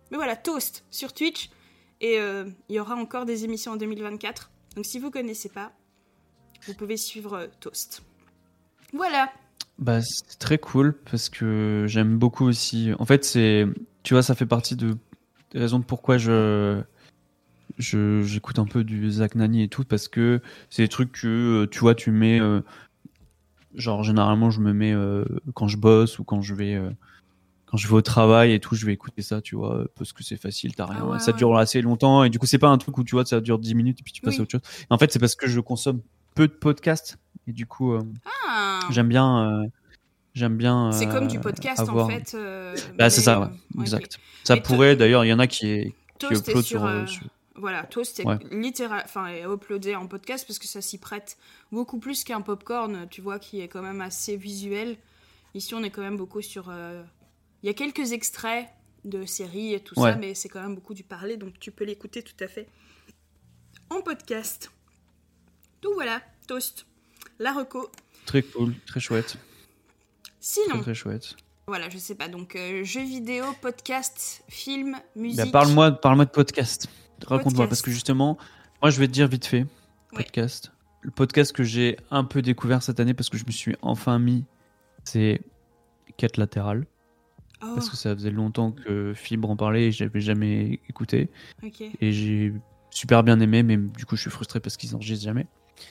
Mais voilà, Toast sur Twitch. Et euh, il y aura encore des émissions en deux mille vingt-quatre. Donc si vous connaissez pas, vous pouvez suivre euh, Toast. Voilà. Bah, c'est très cool parce que j'aime beaucoup aussi. En fait, c'est, tu vois, ça fait partie de, des raisons de pourquoi je, je, j'écoute un peu du Zach Nani et tout, parce que c'est des trucs que, tu vois, tu mets, euh, genre, généralement, je me mets euh, quand je bosse ou quand je vais. Euh, Quand je vais au travail et tout, je vais écouter ça, tu vois, parce que c'est facile, t'as rien. Ah ouais, ça ouais. dure assez longtemps et du coup, c'est pas un truc où tu vois, ça dure dix minutes et puis tu passes Oui. à autre chose. Et en fait, c'est parce que je consomme peu de podcasts et du coup, euh, Ah. j'aime bien, euh, j'aime bien. C'est euh, comme du podcast avoir... en fait. Euh, Bah, c'est mais, ça, ouais, euh, exact. okay. Ça mais pourrait, to- d'ailleurs, il y en a qui, est, qui Toast est upload sur. sur. Euh, sur... Voilà, Toast est Ouais. littéral, enfin, est uploadé en podcast parce que ça s'y prête beaucoup plus qu'un popcorn, tu vois, qui est quand même assez visuel. Ici, on est quand même beaucoup sur. Il euh... y a quelques extraits de séries et tout Ouais. ça, mais c'est quand même beaucoup du parler, donc tu peux l'écouter tout à fait en podcast. Donc voilà, Toast, la reco. Très cool, très chouette. Sinon, très, très chouette. Voilà, je sais pas, donc euh, jeux vidéo, podcast, film, musique. Bah, parle-moi, parle-moi de podcast. Raconte-moi, Podcast. parce que justement, moi je vais te dire vite fait, podcast. Ouais. Le podcast que j'ai un peu découvert cette année parce que je me suis enfin mis, c'est Quête latérale. Oh. Parce que ça faisait longtemps que Fibre en parlait et j'avais jamais écouté. Okay. Et j'ai super bien aimé, mais du coup je suis frustré parce qu'ils enregistrent jamais.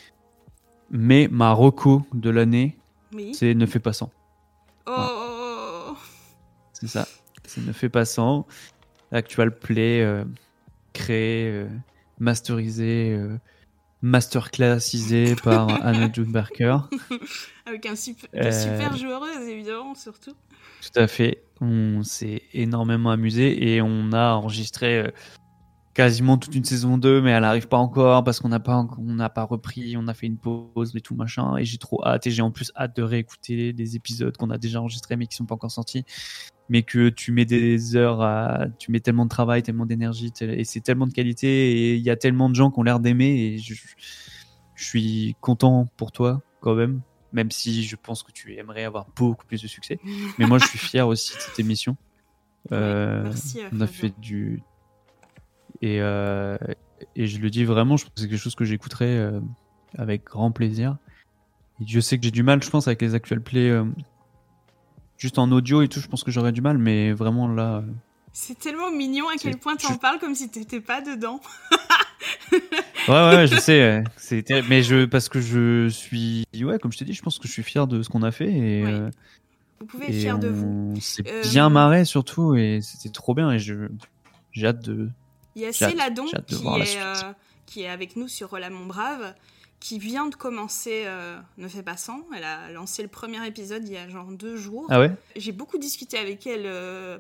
Mais ma reco de l'année, oui. c'est Ne fais pas cent. Oh. Voilà. C'est ça, c'est Ne fais pas cent. Actual Play, euh, créé, euh, masterisé, euh, masterclassisé par Anna June Barker. Avec un super, euh, de super joueuses, évidemment, surtout. Tout à fait. On s'est énormément amusé et on a enregistré euh, quasiment toute une saison deux, mais elle n'arrive pas encore parce qu'on n'a pas, on n'a pas repris, on a fait une pause et tout machin. Et j'ai trop hâte et j'ai en plus hâte de réécouter des épisodes qu'on a déjà enregistrés mais qui sont pas encore sortis. Mais que tu mets des heures à, tu mets tellement de travail, tellement d'énergie, et c'est tellement de qualité, et il y a tellement de gens qui ont l'air d'aimer, et je, je suis content pour toi, quand même, même si je pense que tu aimerais avoir beaucoup plus de succès. Mais moi, je suis fier aussi de cette émission. Euh, ouais, merci. on a fait du, et, euh, et je le dis vraiment, je pense que c'est quelque chose que j'écouterai euh, avec grand plaisir. Et je sais que j'ai du mal, je pense, avec les actual play. Euh, Juste en audio et tout, je pense que j'aurais du mal, mais vraiment là. C'est tellement mignon à quel point t'en je... parles comme si t'étais pas dedans. ouais, ouais, je sais. C'est terrible. Mais je, parce que je suis. Ouais, comme je t'ai dit, je pense que je suis fier de ce qu'on a fait. Et, ouais. euh, vous pouvez être fier de vous. On s'est euh... bien marré surtout, et c'était trop bien. Et je, j'ai hâte de. Il y a Céladon qui, est, euh, qui est avec nous sur Roland Monbrave, qui vient de commencer euh, Ne fais pas cent. Elle a lancé le premier épisode il y a genre deux jours. Ah ouais ? J'ai beaucoup discuté avec elle euh,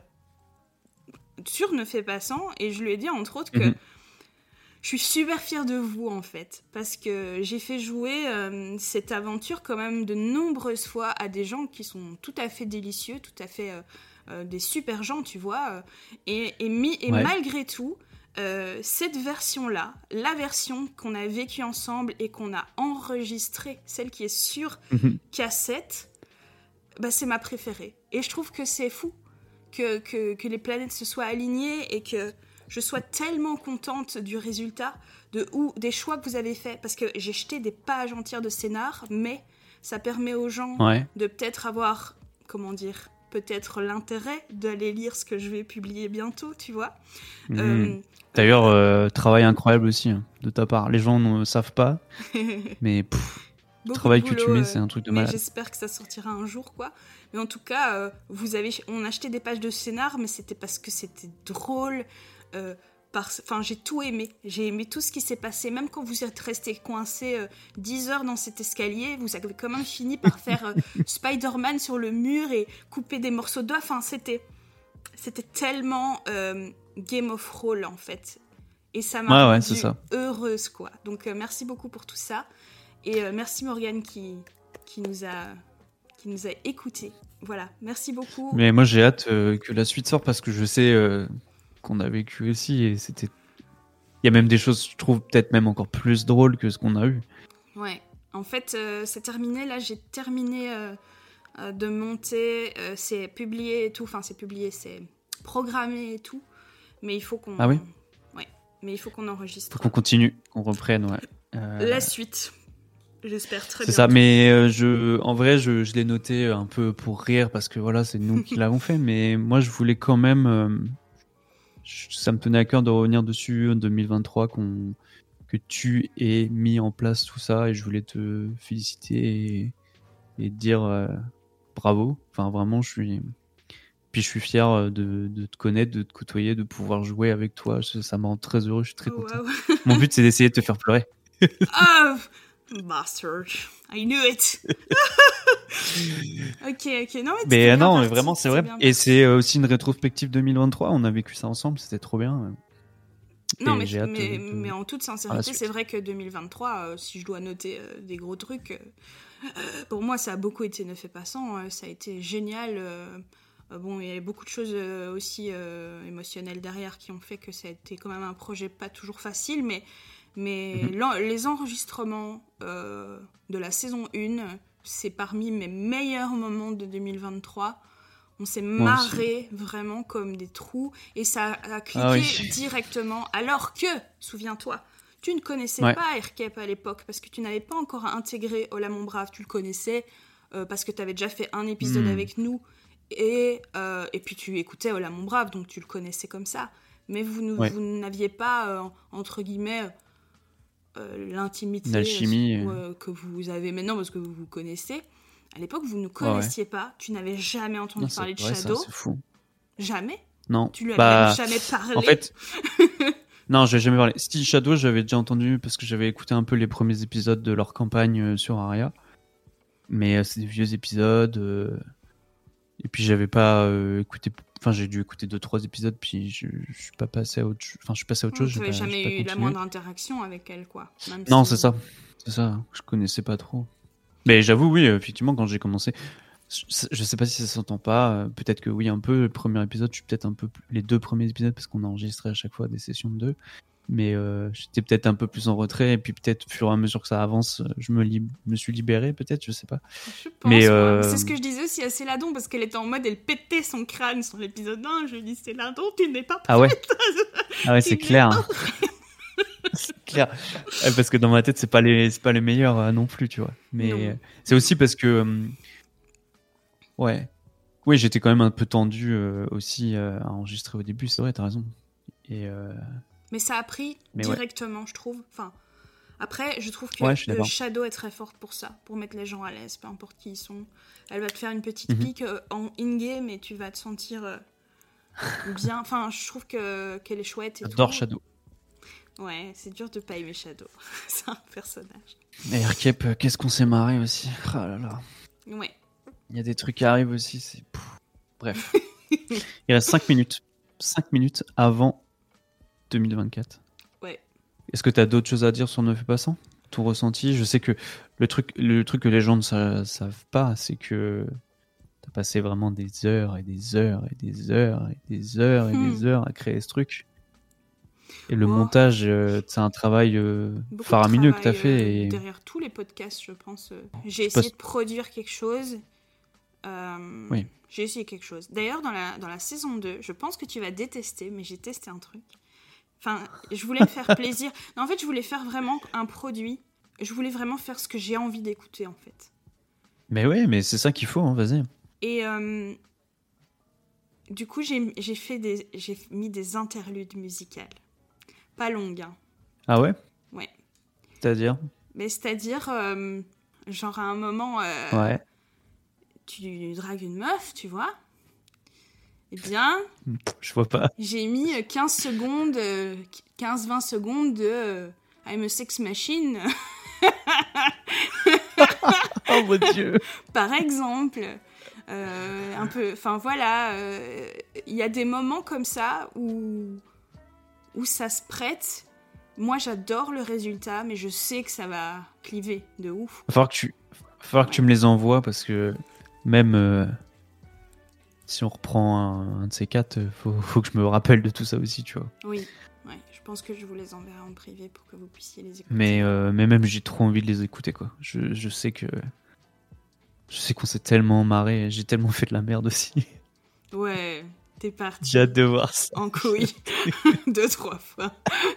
sur Ne fais pas cent, et je lui ai dit entre autres que mm-hmm. je suis super fière de vous en fait, parce que j'ai fait jouer euh, cette aventure quand même de nombreuses fois à des gens qui sont tout à fait délicieux, tout à fait euh, euh, des super gens, tu vois, euh, et, et, mi- et ouais. malgré tout, Euh, cette version-là, la version qu'on a vécue ensemble et qu'on a enregistrée, celle qui est sur mmh. cassette, bah, c'est ma préférée. Et je trouve que c'est fou que, que, que les planètes se soient alignées et que je sois tellement contente du résultat, de où, des choix que vous avez faits. Parce que j'ai jeté des pages entières de scénar, mais ça permet aux gens ouais. de peut-être avoir, comment dire, peut-être l'intérêt d'aller lire ce que je vais publier bientôt, tu vois. Mmh. Euh, D'ailleurs, euh, travail incroyable aussi hein, de ta part. Les gens ne savent pas, mais pff, le travail boulot, que tu mets, c'est un truc de malade. J'espère que ça sortira un jour, quoi. Mais en tout cas, euh, vous avez, on a acheté des pages de scénar, mais c'était parce que c'était drôle. Euh, parce, enfin, j'ai tout aimé. J'ai aimé tout ce qui s'est passé. Même quand vous êtes resté coincé euh, dix heures dans cet escalier, vous avez quand même fini par faire euh, Spider-Man sur le mur et couper des morceaux d'os. Enfin, c'était, c'était tellement... Euh, Game of Roll en fait, et ça m'a ouais, rendue ouais, ça. heureuse quoi. Donc euh, merci beaucoup pour tout ça, et euh, merci Morgane qui qui nous a qui nous a écoutés. Voilà, merci beaucoup. Mais moi j'ai hâte euh, que la suite sorte parce que je sais euh, qu'on a vécu aussi, et c'était, il y a même des choses, je trouve peut-être même encore plus drôles que ce qu'on a eu. Ouais, en fait euh, c'est terminé là, j'ai terminé euh, euh, de monter, euh, c'est publié et tout, enfin c'est publié, c'est programmé et tout. Mais il faut qu'on... Ah oui Ouais, mais il faut qu'on enregistre. Faut qu'on continue, qu'on reprenne, ouais. Euh... La suite. J'espère très C'est bien. ça, mais euh, je, en vrai, je, je l'ai noté un peu pour rire parce que voilà, c'est nous qui l'avons fait. Mais moi, je voulais quand même, euh, je- ça me tenait à cœur de revenir dessus en deux mille vingt-trois, qu'on, que tu aies mis en place tout ça, et je voulais te féliciter et, et te dire euh, bravo. Enfin, vraiment, je suis, puis je suis fier euh, de, de te connaître, de te côtoyer, de pouvoir jouer avec toi. Ça, ça me rend très heureux, je suis très Oh, content. wow. Mon but, c'est d'essayer de te faire pleurer. Ah, bastard. I knew it. ok, ok. Non, mais, Mais euh, non, parti, mais vraiment, c'est vrai. bien Et parti. c'est euh, aussi une rétrospective deux mille vingt-trois. On a vécu ça ensemble, c'était trop bien. Non, Et mais, j'ai hâte mais, de- de- mais en toute par la sincérité, suite. c'est vrai que deux mille vingt-trois, euh, si je dois noter euh, des gros trucs, euh, euh, pour moi, ça a beaucoup été neuf et passant. euh, ça a été génial. euh, euh, bon, il y a beaucoup de choses euh, aussi euh, émotionnelles derrière qui ont fait que ça a été quand même un projet pas toujours facile, mais, mais Mhm. l'en- les enregistrements euh, de la saison un, c'est parmi mes meilleurs moments de deux mille vingt-trois. On s'est Moi aussi. marré vraiment comme des trous et ça a cliqué Ah oui. directement. Alors que, souviens-toi, tu ne connaissais Ouais. pas Aircape à l'époque parce que tu n'avais pas encore intégré Hola mon brave. Tu le connaissais euh, parce que tu avais déjà fait un épisode Hmm. avec nous et, euh, et puis tu écoutais Hola mon brave, donc tu le connaissais comme ça. Mais vous, ne- Ouais. vous n'aviez pas, euh, entre guillemets, euh, l'intimité Une alchimie, euh, euh. euh, que vous avez maintenant parce que vous vous connaissez. À l'époque, vous ne connaissiez pas, tu n'avais jamais entendu Non, c'est parler de vrai, ça, Shadow. c'est fou. Jamais. Non. Tu lui avais Bah, même jamais parlé. en fait, non, je vais jamais parler. Steel Shadow, j'avais déjà entendu parce que j'avais écouté un peu les premiers épisodes de leur campagne euh, sur Aria. Mais euh, c'est des vieux épisodes. euh, Et puis j'avais pas euh, écouté. Enfin, j'ai dû écouter deux trois épisodes, puis je, je suis pas passé à autre. ch- Enfin, je suis passé à autre chose. tu J'ai n'avais pas, j'ai jamais pas eu la continué. moindre interaction avec elle, quoi. Même Non, si- c'est ça. C'est ça. Je connaissais pas trop. Mais j'avoue, oui, effectivement, quand j'ai commencé, je je sais pas si ça s'entend pas. euh, Peut-être que oui, un peu. Le premier épisode, je suis peut-être un peu plus... les deux premiers épisodes parce qu'on a enregistré à chaque fois des sessions de deux. Mais euh, j'étais peut-être un peu plus en retrait. Et puis peut-être, au fur et à mesure que ça avance, euh, je me, lib- me suis libéré, peut-être, je sais pas. Je pense, Mais, moi. euh, C'est ce que je disais aussi à Céladon, parce qu'elle était en mode, elle pétait son crâne sur l'épisode un. Je lui dis, Céladon, tu n'es pas prête. Ah ouais. Ah ouais, Tu c'est n'es clair. pas hein. C'est clair. Ouais, parce que dans ma tête, c'est pas les, c'est pas les meilleurs euh, non plus, tu vois. Mais Non. euh, c'est aussi parce que, euh, ouais, oui, j'étais quand même un peu tendu euh, aussi euh, à enregistrer au début. C'est vrai, t'as raison. Et euh, Mais ça a pris Mais ouais. directement, je trouve. Enfin, après, je trouve que Ouais, je suis euh, d'accord. Shadow est très forte pour ça, pour mettre les gens à l'aise, peu importe qui ils sont. Elle va te faire une petite Mhm. pique euh, en in-game et tu vas te sentir euh, bien. Enfin, je trouve que qu'elle est chouette et j'adore tout. Shadow. Ouais, c'est dur de pas aimer Shadow. C'est un personnage. Et Aircape, euh, qu'est-ce qu'on s'est marré aussi. Ah là là. Ouais. Il y a des trucs qui arrivent aussi. C'est... Pff. Bref. Il reste cinq minutes. cinq minutes avant deux mille vingt-quatre. Ouais. Est-ce que tu as d'autres choses à dire sur neuf et passant? Ton ressenti? Je sais que le truc, le truc que les gens ne sa- savent pas, c'est que tu as passé vraiment des heures et des heures et des heures et des heures et Hmm. des heures à créer ce truc. Et le Oh. montage, euh, c'est un travail euh, Beaucoup de faramineux que tu as travail, fait. euh, Et... derrière tous les podcasts, je pense. euh, J'ai pas- essayé de produire quelque chose. Euh, Oui. J'ai essayé quelque chose. D'ailleurs, dans la, dans la saison deux, je pense que tu vas détester, mais j'ai testé un truc. Enfin, je voulais me faire plaisir. Non, en fait, je voulais faire vraiment un produit. Je voulais vraiment faire ce que j'ai envie d'écouter, en fait. Mais ouais, mais c'est ça qu'il faut, hein, vas-y. Et euh, du coup, j'ai j'ai fait des, j'ai mis des interludes musicales. Pas longues, hein. Ah ouais? Ouais. C'est-à-dire? Mais c'est-à-dire, euh, genre à un moment, euh, Ouais. tu dragues une meuf, tu vois. Eh bien, Je vois pas. j'ai mis quinze secondes, euh, quinze vingt secondes de euh, I'm a sex machine, Oh mon dieu. par exemple. Euh, un peu, enfin voilà, il y a des moments comme ça où, où ça se prête. Moi, j'adore le résultat, mais je sais que ça va cliver de ouf. Va falloir que tu, va falloir que tu me les envoies parce que même euh, si on reprend un, un de ces quatre, euh, faut, faut que je me rappelle de tout ça aussi, tu vois. Oui, ouais, je pense que je vous les enverrai en privé pour que vous puissiez les écouter. Mais, euh, mais même j'ai trop envie de les écouter, quoi. Je, je sais que je sais qu'on s'est tellement marré, j'ai tellement fait de la merde aussi. Ouais, t'es parti. J'ai hâte de voir ça. En couille. Deux, trois fois.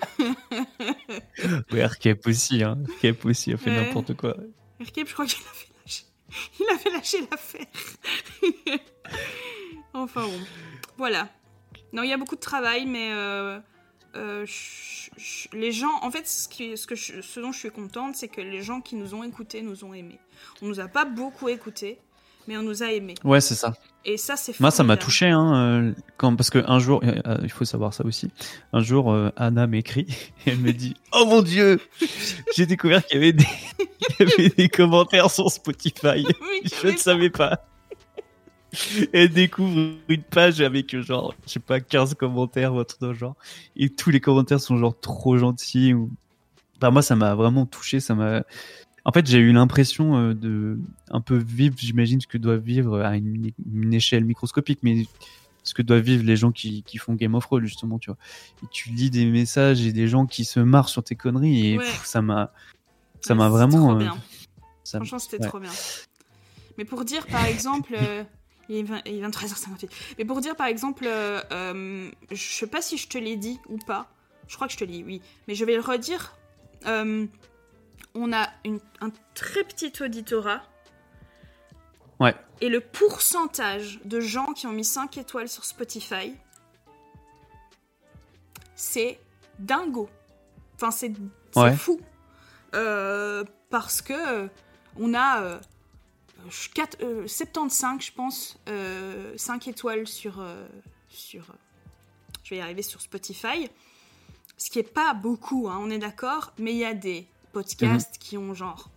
Ouais, Erkep aussi, hein. Erkep aussi a fait Ouais. n'importe quoi. Erkep, je crois qu'il a fait lâcher. Il a fait lâcher l'affaire. Enfin bon. Voilà. Non, il y a beaucoup de travail, mais euh, euh, je- je- les gens... En fait, ce, qui, ce, que je- ce dont je suis contente, c'est que les gens qui nous ont écoutés nous ont aimés. On nous a pas beaucoup écoutés, mais on nous a aimés. Ouais, c'est ça. Et ça, c'est Moi, ça m'a formidable. touché, hein, euh, quand, parce qu'un jour, euh, euh, il faut savoir ça aussi, un jour, euh, Anna m'écrit et elle me dit « Oh mon Dieu, j'ai découvert qu'il y avait des, il y avait des commentaires sur Spotify. Oui, Je ne savais pas. » Elle découvre une page avec euh, genre, je sais pas, quinze commentaires ou un truc dans le genre. Et tous les commentaires sont genre trop gentils. Ou... Enfin, moi, ça m'a vraiment touché. Ça m'a... En fait, j'ai eu l'impression euh, de un peu vivre, j'imagine, ce que doivent vivre à une, une échelle microscopique, mais ce que doivent vivre les gens qui, qui font Game of Thrones, justement, tu vois. Et tu lis des messages et des gens qui se marrent sur tes conneries et Ouais. pff, ça m'a, ça Ouais, m'a c'était vraiment. trop euh, bien. ça- Franchement, c'était ouais. trop bien. Mais pour dire, par exemple... euh, il est vingt- il est vingt-trois heures cinquante-huit. Mais pour dire, par exemple... euh, euh, je sais pas si je te l'ai dit ou pas. Je crois que je te l'ai dit, oui. Mais je vais le redire. Euh, on a une- un très petit auditorat. Ouais. Et le pourcentage de gens qui ont mis cinq étoiles sur Spotify, c'est dingo. Enfin, c'est, c'est Ouais. fou. Euh, parce que euh, on a euh, quatre, euh, soixante-quinze, je pense, euh, cinq étoiles sur, euh, sur... euh, je vais y arriver sur Spotify. Ce qui est pas beaucoup, hein, on est d'accord. Mais il y a des podcasts qui ont genre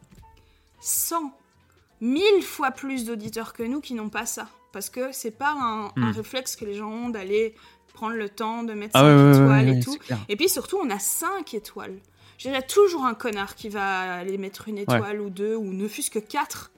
cent, mille fois plus d'auditeurs que nous qui n'ont pas ça. Parce que c'est pas un, un Mm. réflexe que les gens ont d'aller prendre le temps de mettre Ah cinq ouais, ouais, ouais, étoiles ouais, et ouais, tout. c'est clair. Et puis surtout, on a cinq étoiles. Je dirais toujours un connard qui va aller mettre une étoile ou deux, ou ne fût-ce que quatre.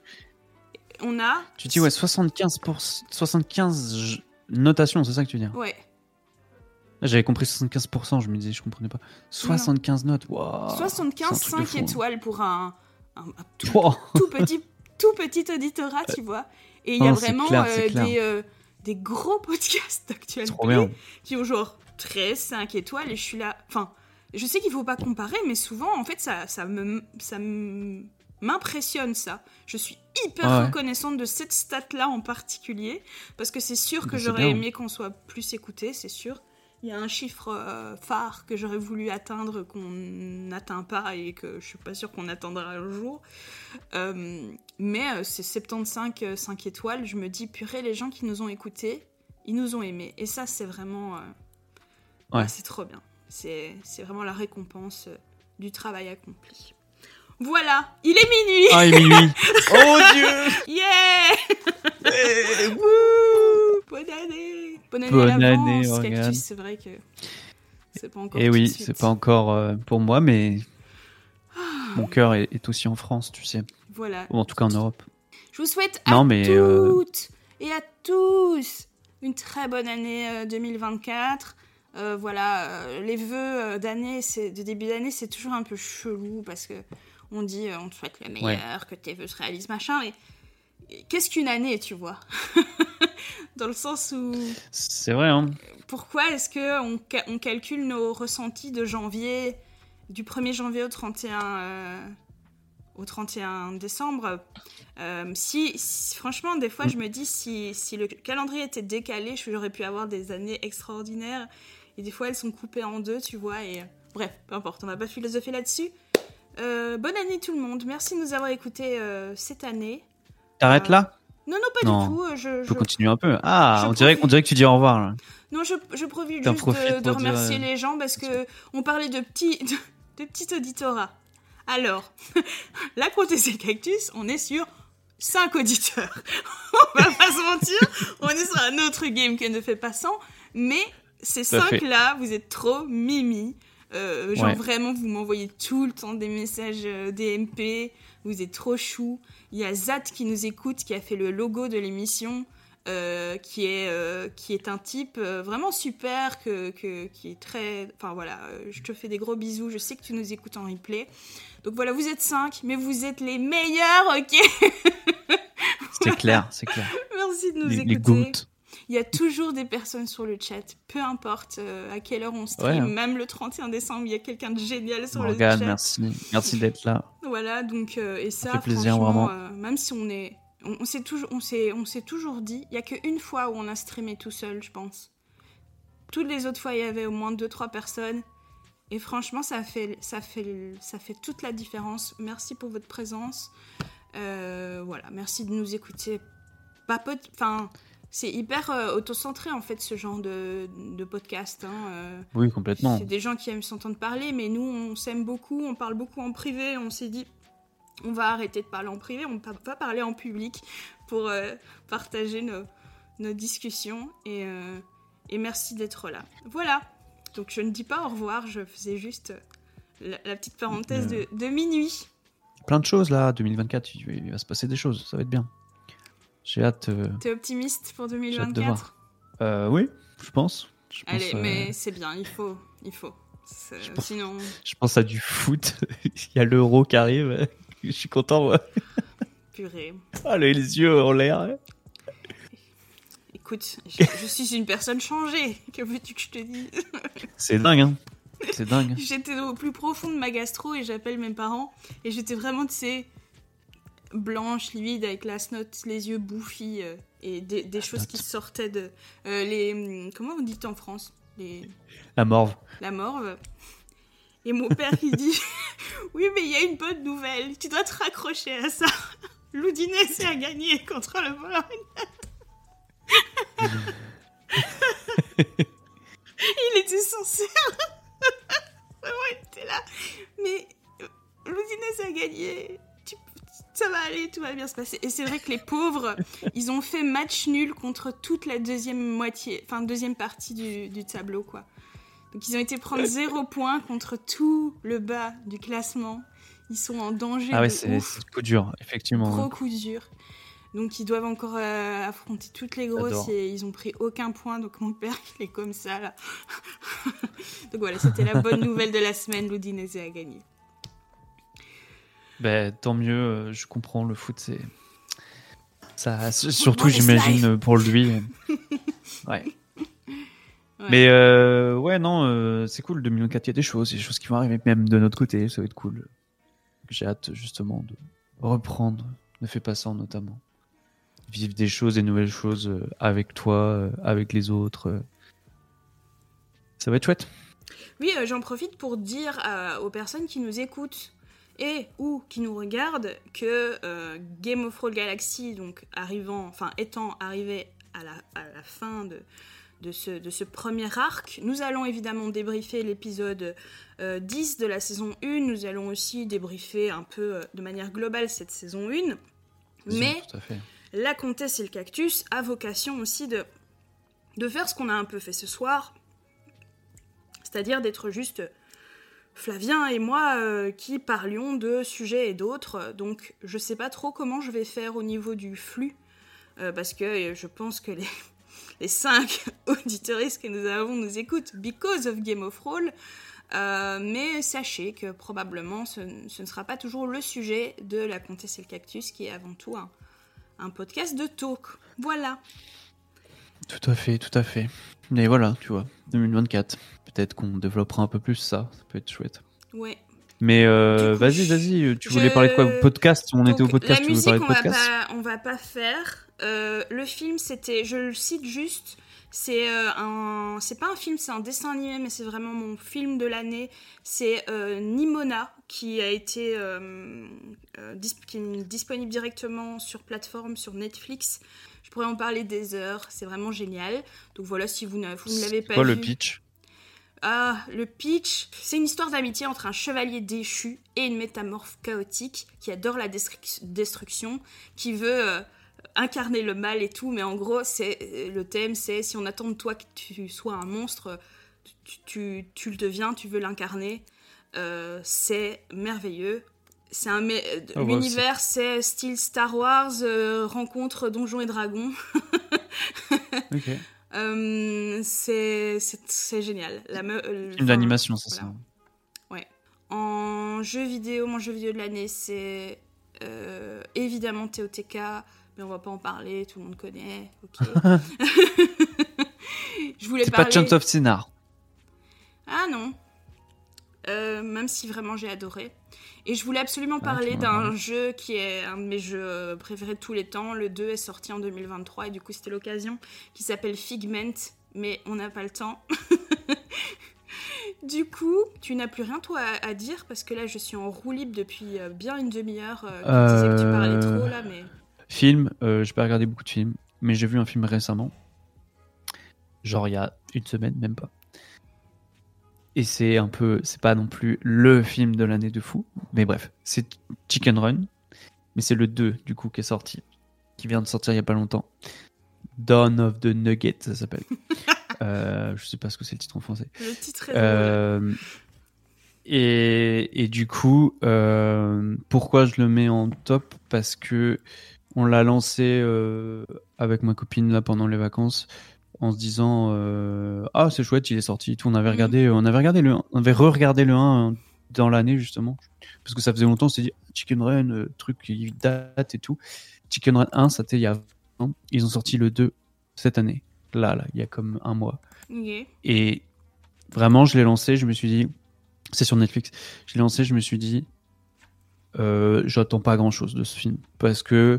On a... Tu dis, ouais, soixante-quinze pour cent, soixante-quinze j- notations, c'est ça que tu veux dire? Ouais. J'avais compris soixante-quinze pour cent, je me disais, je comprenais pas. soixante-quinze notes, waouh. soixante-quinze, c'est un truc de cinq fou, hein. étoiles pour un, un, un tout, Wow. tout petit, tout petit auditorat, tu vois. Et il y a Non, c'est vraiment clair, euh, c'est clair. des, euh, des gros podcasts C'est d'actualité trop bien. qui ont genre treize, cinq étoiles, et je suis là... Enfin, je sais qu'il faut pas comparer, mais souvent, en fait, ça, ça me... Ça me m'impressionne ça. Je suis hyper Ouais, ouais. reconnaissante de cette stat-là en particulier, parce que c'est sûr que Bah, c'est j'aurais bien. aimé qu'on soit plus écouté, c'est sûr. Il y a un chiffre euh, phare que j'aurais voulu atteindre, qu'on n'atteint pas et que je suis pas sûre qu'on atteindra un jour. Euh, mais euh, c'est soixante-quinze, euh, cinq étoiles, je me dis, purée, les gens qui nous ont écoutés, ils nous ont aimés. Et ça, c'est vraiment... euh, Ouais. ah, c'est trop bien. C'est, c'est vraiment la récompense euh, du travail accompli. Voilà, il est minuit. Ah, et minuit. Oh Dieu. Yeah. Eh, Wouh, bonne année. Bonne année Bonne à l'avance, année, Cactus, Morgane. c'est vrai que c'est pas encore Et tout oui, de suite. c'est pas encore euh, pour moi, mais mon cœur est, est aussi en France, tu sais. Voilà. Ou en tout cas en Europe. Je vous souhaite à Non, mais, euh, toutes et à tous une très bonne année euh, deux mille vingt-quatre. Euh, voilà, euh, les vœux euh, d'année, c'est, de début d'année, c'est toujours un peu chelou parce que on dit euh, on te souhaite le meilleur, Ouais. que tes vœux se réalisent, machin. Mais qu'est-ce qu'une année, tu vois? Dans le sens où C'est vrai, hein. pourquoi est-ce que on, ca- on calcule nos ressentis de janvier, du premier janvier au trente et un, euh, au trente et un décembre? Euh, si, si- franchement, des fois, Mm. je me dis si, si le calendrier était décalé, j'aurais pu avoir des années extraordinaires. Et des fois, elles sont coupées en deux, tu vois. Et euh, bref, peu importe, on va pas philosopher là-dessus. Euh, bonne année tout le monde. Merci de nous avoir écoutés euh, cette année. T'arrêtes Euh, là? Non, non, pas Non. du tout. euh, Je, On je- peut continuer un peu. Ah, je on dirait, profite. on dirait que tu dis au revoir, là. Non, je, je profite T'en juste profites de, de pour dire, remercier euh, les gens parce que on parlait de petits, de, de petits auditorat. Alors, la Comtesse et le Cactus, on est sur cinq auditeurs. On va pas se mentir, on est sur un autre game que ne fait pas cent, mais ces Tout à fait. cinq-là, vous êtes trop mimi. Euh, genre Ouais. vraiment, vous m'envoyez tout le temps des messages euh, D M P, vous êtes trop chou. Il y a Zat qui nous écoute, qui a fait le logo de l'émission. Euh, qui est euh, qui est un type euh, vraiment super, que, que qui est très, enfin voilà, euh, je te fais des gros bisous, je sais que tu nous écoutes en replay. Donc voilà, vous êtes cinq, mais vous êtes les meilleurs, ok. C'est clair, c'est clair. Merci de nous Les, les écouter. goats. Il y a toujours des personnes sur le chat, peu importe euh, à quelle heure on stream. Ouais, hein. Même le trente et un décembre, il y a quelqu'un de génial sur Morgane, le chat. merci, merci d'être là. Voilà, donc euh, et ça, Ça fait plaisir, franchement, vraiment. euh, même si on est, on, on s'est toujours, on s'est, on s'est toujours dit, il y a qu'une fois où on a streamé tout seul, je pense. Toutes les autres fois, il y avait au moins deux trois personnes. Et franchement, ça fait, ça fait, ça fait toute la différence. Merci pour votre présence. Euh, voilà, merci de nous écouter. Papote, enfin, c'est hyper euh, autocentré en fait ce genre de, de podcast. Hein. Euh, Oui, complètement. c'est des gens qui aiment s'entendre parler, mais nous, on s'aime beaucoup, on parle beaucoup en privé. On s'est dit, on va arrêter de parler en privé, on va parler en public pour euh, partager nos, nos discussions. Et, euh, et merci d'être là. Voilà. Donc je ne dis pas au revoir, je faisais juste la, la petite parenthèse euh... de, de minuit. Plein de choses là, deux mille vingt-quatre, il va se passer des choses, ça va être bien. J'ai hâte. Euh... T'es optimiste pour deux mille vingt-quatre ? J'ai hâte de voir. Euh, oui, je pense. Je pense Allez, euh... mais c'est bien, il faut, il faut. Je pense, Sinon, je pense à du foot. Il y a l'Euro qui arrive. Je suis content. Ouais. Purée. Ah, les yeux en l'air. Écoute, je, je suis une personne changée. Que veux-tu que je te dise ? C'est dingue, hein. C'est dingue. J'étais au plus profond de ma gastro et j'appelle mes parents. Et j'étais vraiment, tu sais, blanche, livide, avec la snotte, les yeux bouffis euh, et des, des choses qui sortaient de... Euh, les... Comment on dit en France ? les... La morve. La morve. Et mon père, il dit « Oui, mais il y a une bonne nouvelle. Tu dois te raccrocher à ça. L'Udinese a gagné contre le Bologna. » Il était sincère. Vraiment, il était là. Mais l'Udinese a gagné. Tu... Ça va aller, tout va bien se passer. Et c'est vrai que les pauvres, ils ont fait match nul contre toute la deuxième moitié, enfin deuxième partie du, du tableau, quoi. Donc ils ont été prendre zéro point contre tout le bas du classement. Ils sont en danger. Ah ouais, de c'est, ouf. c'est coup dur, effectivement. Gros hein. coup dur. Donc ils doivent encore euh, affronter toutes les grosses. J'adore. Et ils ont pris aucun point. Donc mon père, il est comme ça là. Donc voilà, c'était la bonne nouvelle de la semaine. L'Udinese a gagné. Ben, tant mieux, euh, je comprends, le foot, c'est... Ça, c'est surtout, Bon, j'imagine, life. pour lui. Ouais. Ouais. Mais euh, ouais, non, euh, c'est cool, deux mille vingt-quatre, il y a des choses, il y a des choses qui vont arriver, même de notre côté, ça va être cool. J'ai hâte, justement, de reprendre, ne fais pas ça, notamment. Vivre des choses, des nouvelles choses euh, avec toi, euh, avec les autres. Euh. Ça va être chouette. Oui, euh, j'en profite pour dire euh, aux personnes qui nous écoutent et ou qui nous regardent que euh, Game of Thrones Galaxy, donc arrivant, enfin étant arrivé à la, à la fin de, de, ce, de ce premier arc, nous allons évidemment débriefer l'épisode euh, dix de la saison un, nous allons aussi débriefer un peu euh, de manière globale cette saison un, mais Tout à fait. la Comtesse et le Cactus a vocation aussi de, de faire ce qu'on a un peu fait ce soir, c'est-à-dire d'être juste Flavien et moi euh, qui parlions de sujets et d'autres. Donc je sais pas trop comment je vais faire au niveau du flux, euh, parce que euh, je pense que les, les cinq auditeuristes que nous avons nous écoutent because of Game of Thrones. Euh, mais sachez que probablement ce, ce ne sera pas toujours le sujet de La Comtesse et le Cactus, qui est avant tout un, un podcast de talk. Voilà. Tout à fait, tout à fait. Mais voilà, tu vois, deux mille vingt-quatre. Peut-être qu'on développera un peu plus ça, ça peut être chouette. Ouais. Mais euh, coup, vas-y, vas-y, tu voulais je... parler de quoi ? Podcast ? On Donc, était au podcast, la tu voulais musique, parler de on va podcast ? pas, on va pas faire. Euh, le film, c'était, je le cite juste, c'est euh, un, c'est pas un film, c'est un dessin animé, mais c'est vraiment mon film de l'année. C'est euh, Nimona, qui a été euh, euh, disp- qui est disponible directement sur plateforme, sur Netflix. Je pourrais en parler des heures, c'est vraiment génial. Donc voilà, si vous ne, vous ne l'avez C'est pas quoi vu. le pitch ? Ah, le pitch, c'est une histoire d'amitié entre un chevalier déchu et une métamorphe chaotique qui adore la destru- destruction, qui veut euh, incarner le mal et tout, mais en gros, c'est, le thème, c'est si on attend de toi que tu sois un monstre, tu, tu, tu le deviens, tu veux l'incarner. Euh, c'est merveilleux. C'est un, Oh, l'univers, c'est... c'est style Star Wars, euh, rencontre Donjons et Dragons. Ok. Euh, c'est, c'est, c'est génial. La me, euh, Film d'animation, c'est voilà. ça. Ouais. En jeu vidéo, mon jeu vidéo de l'année, c'est Euh, évidemment T O T K, mais on va pas en parler, tout le monde connaît. Ok. Je voulais C'est parler... pas Chance of Scénar. Ah non. Euh, même si vraiment j'ai adoré. Et je voulais absolument Ouais, parler d'un parler. jeu qui est un de mes jeux préférés de tous les temps. Le deux est sorti en deux mille vingt-trois et du coup c'était l'occasion, qui s'appelle Figment, mais on n'a pas le temps. Du coup, tu n'as plus rien toi à, à dire parce que là je suis en roue libre depuis euh, bien une demi-heure. Euh, tu Euh... disais que tu parlais trop là, mais... Film, euh, j'ai pas regardé beaucoup de films, mais j'ai vu un film récemment. Genre il y a une semaine, même pas. Et c'est un peu, c'est pas non plus le film de l'année de fou, mais bref, c'est Chicken Run, mais c'est le deux du coup qui est sorti, qui vient de sortir il y a pas longtemps. Dawn of the Nugget, ça s'appelle. euh, je sais pas ce que c'est le titre en français. Le titre est drôle. Euh, et, et du coup, euh, pourquoi je le mets en top? Parce que on l'a lancé euh, avec ma copine là pendant les vacances, en se disant euh, ah c'est chouette, il est sorti et tout. On avait regardé, on avait regardé le, on avait re-regardé le un euh, dans l'année justement, parce que ça faisait longtemps. On s'est dit Chicken Run, euh, truc qui date et tout. Chicken Run un, c'était il y a vingt ans. Ils ont sorti le deux cette année, là, là, il y a comme un mois. Okay. Et vraiment, je l'ai lancé, je me suis dit, c'est sur Netflix. Je l'ai lancé, je me suis dit, euh, j'attends pas grand chose de ce film parce que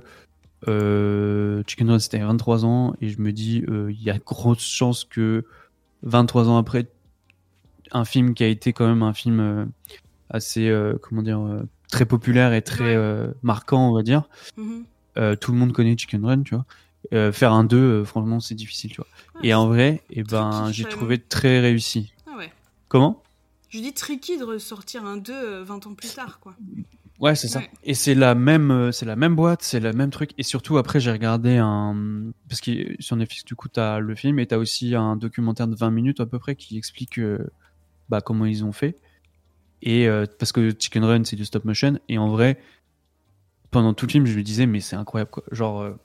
Euh, Chicken Run c'était vingt-trois ans et je me dis il euh, y a grosse chance que vingt-trois ans après un film qui a été quand même un film euh, assez euh, comment dire euh, très populaire et très Ouais. euh, marquant on va dire, Mm-hmm. euh, tout le monde connaît Chicken Run, tu vois. Euh, faire un deux euh, franchement c'est difficile, tu vois. Ouais, et en c'est vrai et tricky, ben j'ai finalement. trouvé très réussi. Ah ouais. Comment? Je dis tricky de ressortir un deux euh, vingt ans plus tard, quoi. Ouais, c'est ça. Ouais. Et c'est la même, euh, c'est la même boîte, c'est le même truc. Et surtout, après, j'ai regardé un, parce que sur Netflix, du coup, t'as le film et t'as aussi un documentaire de vingt minutes à peu près qui explique, euh, bah, comment ils ont fait. Et, euh, parce que Chicken Run, c'est du stop motion. Et en vrai, pendant tout le film, je me disais, mais c'est incroyable, quoi. Genre, euh,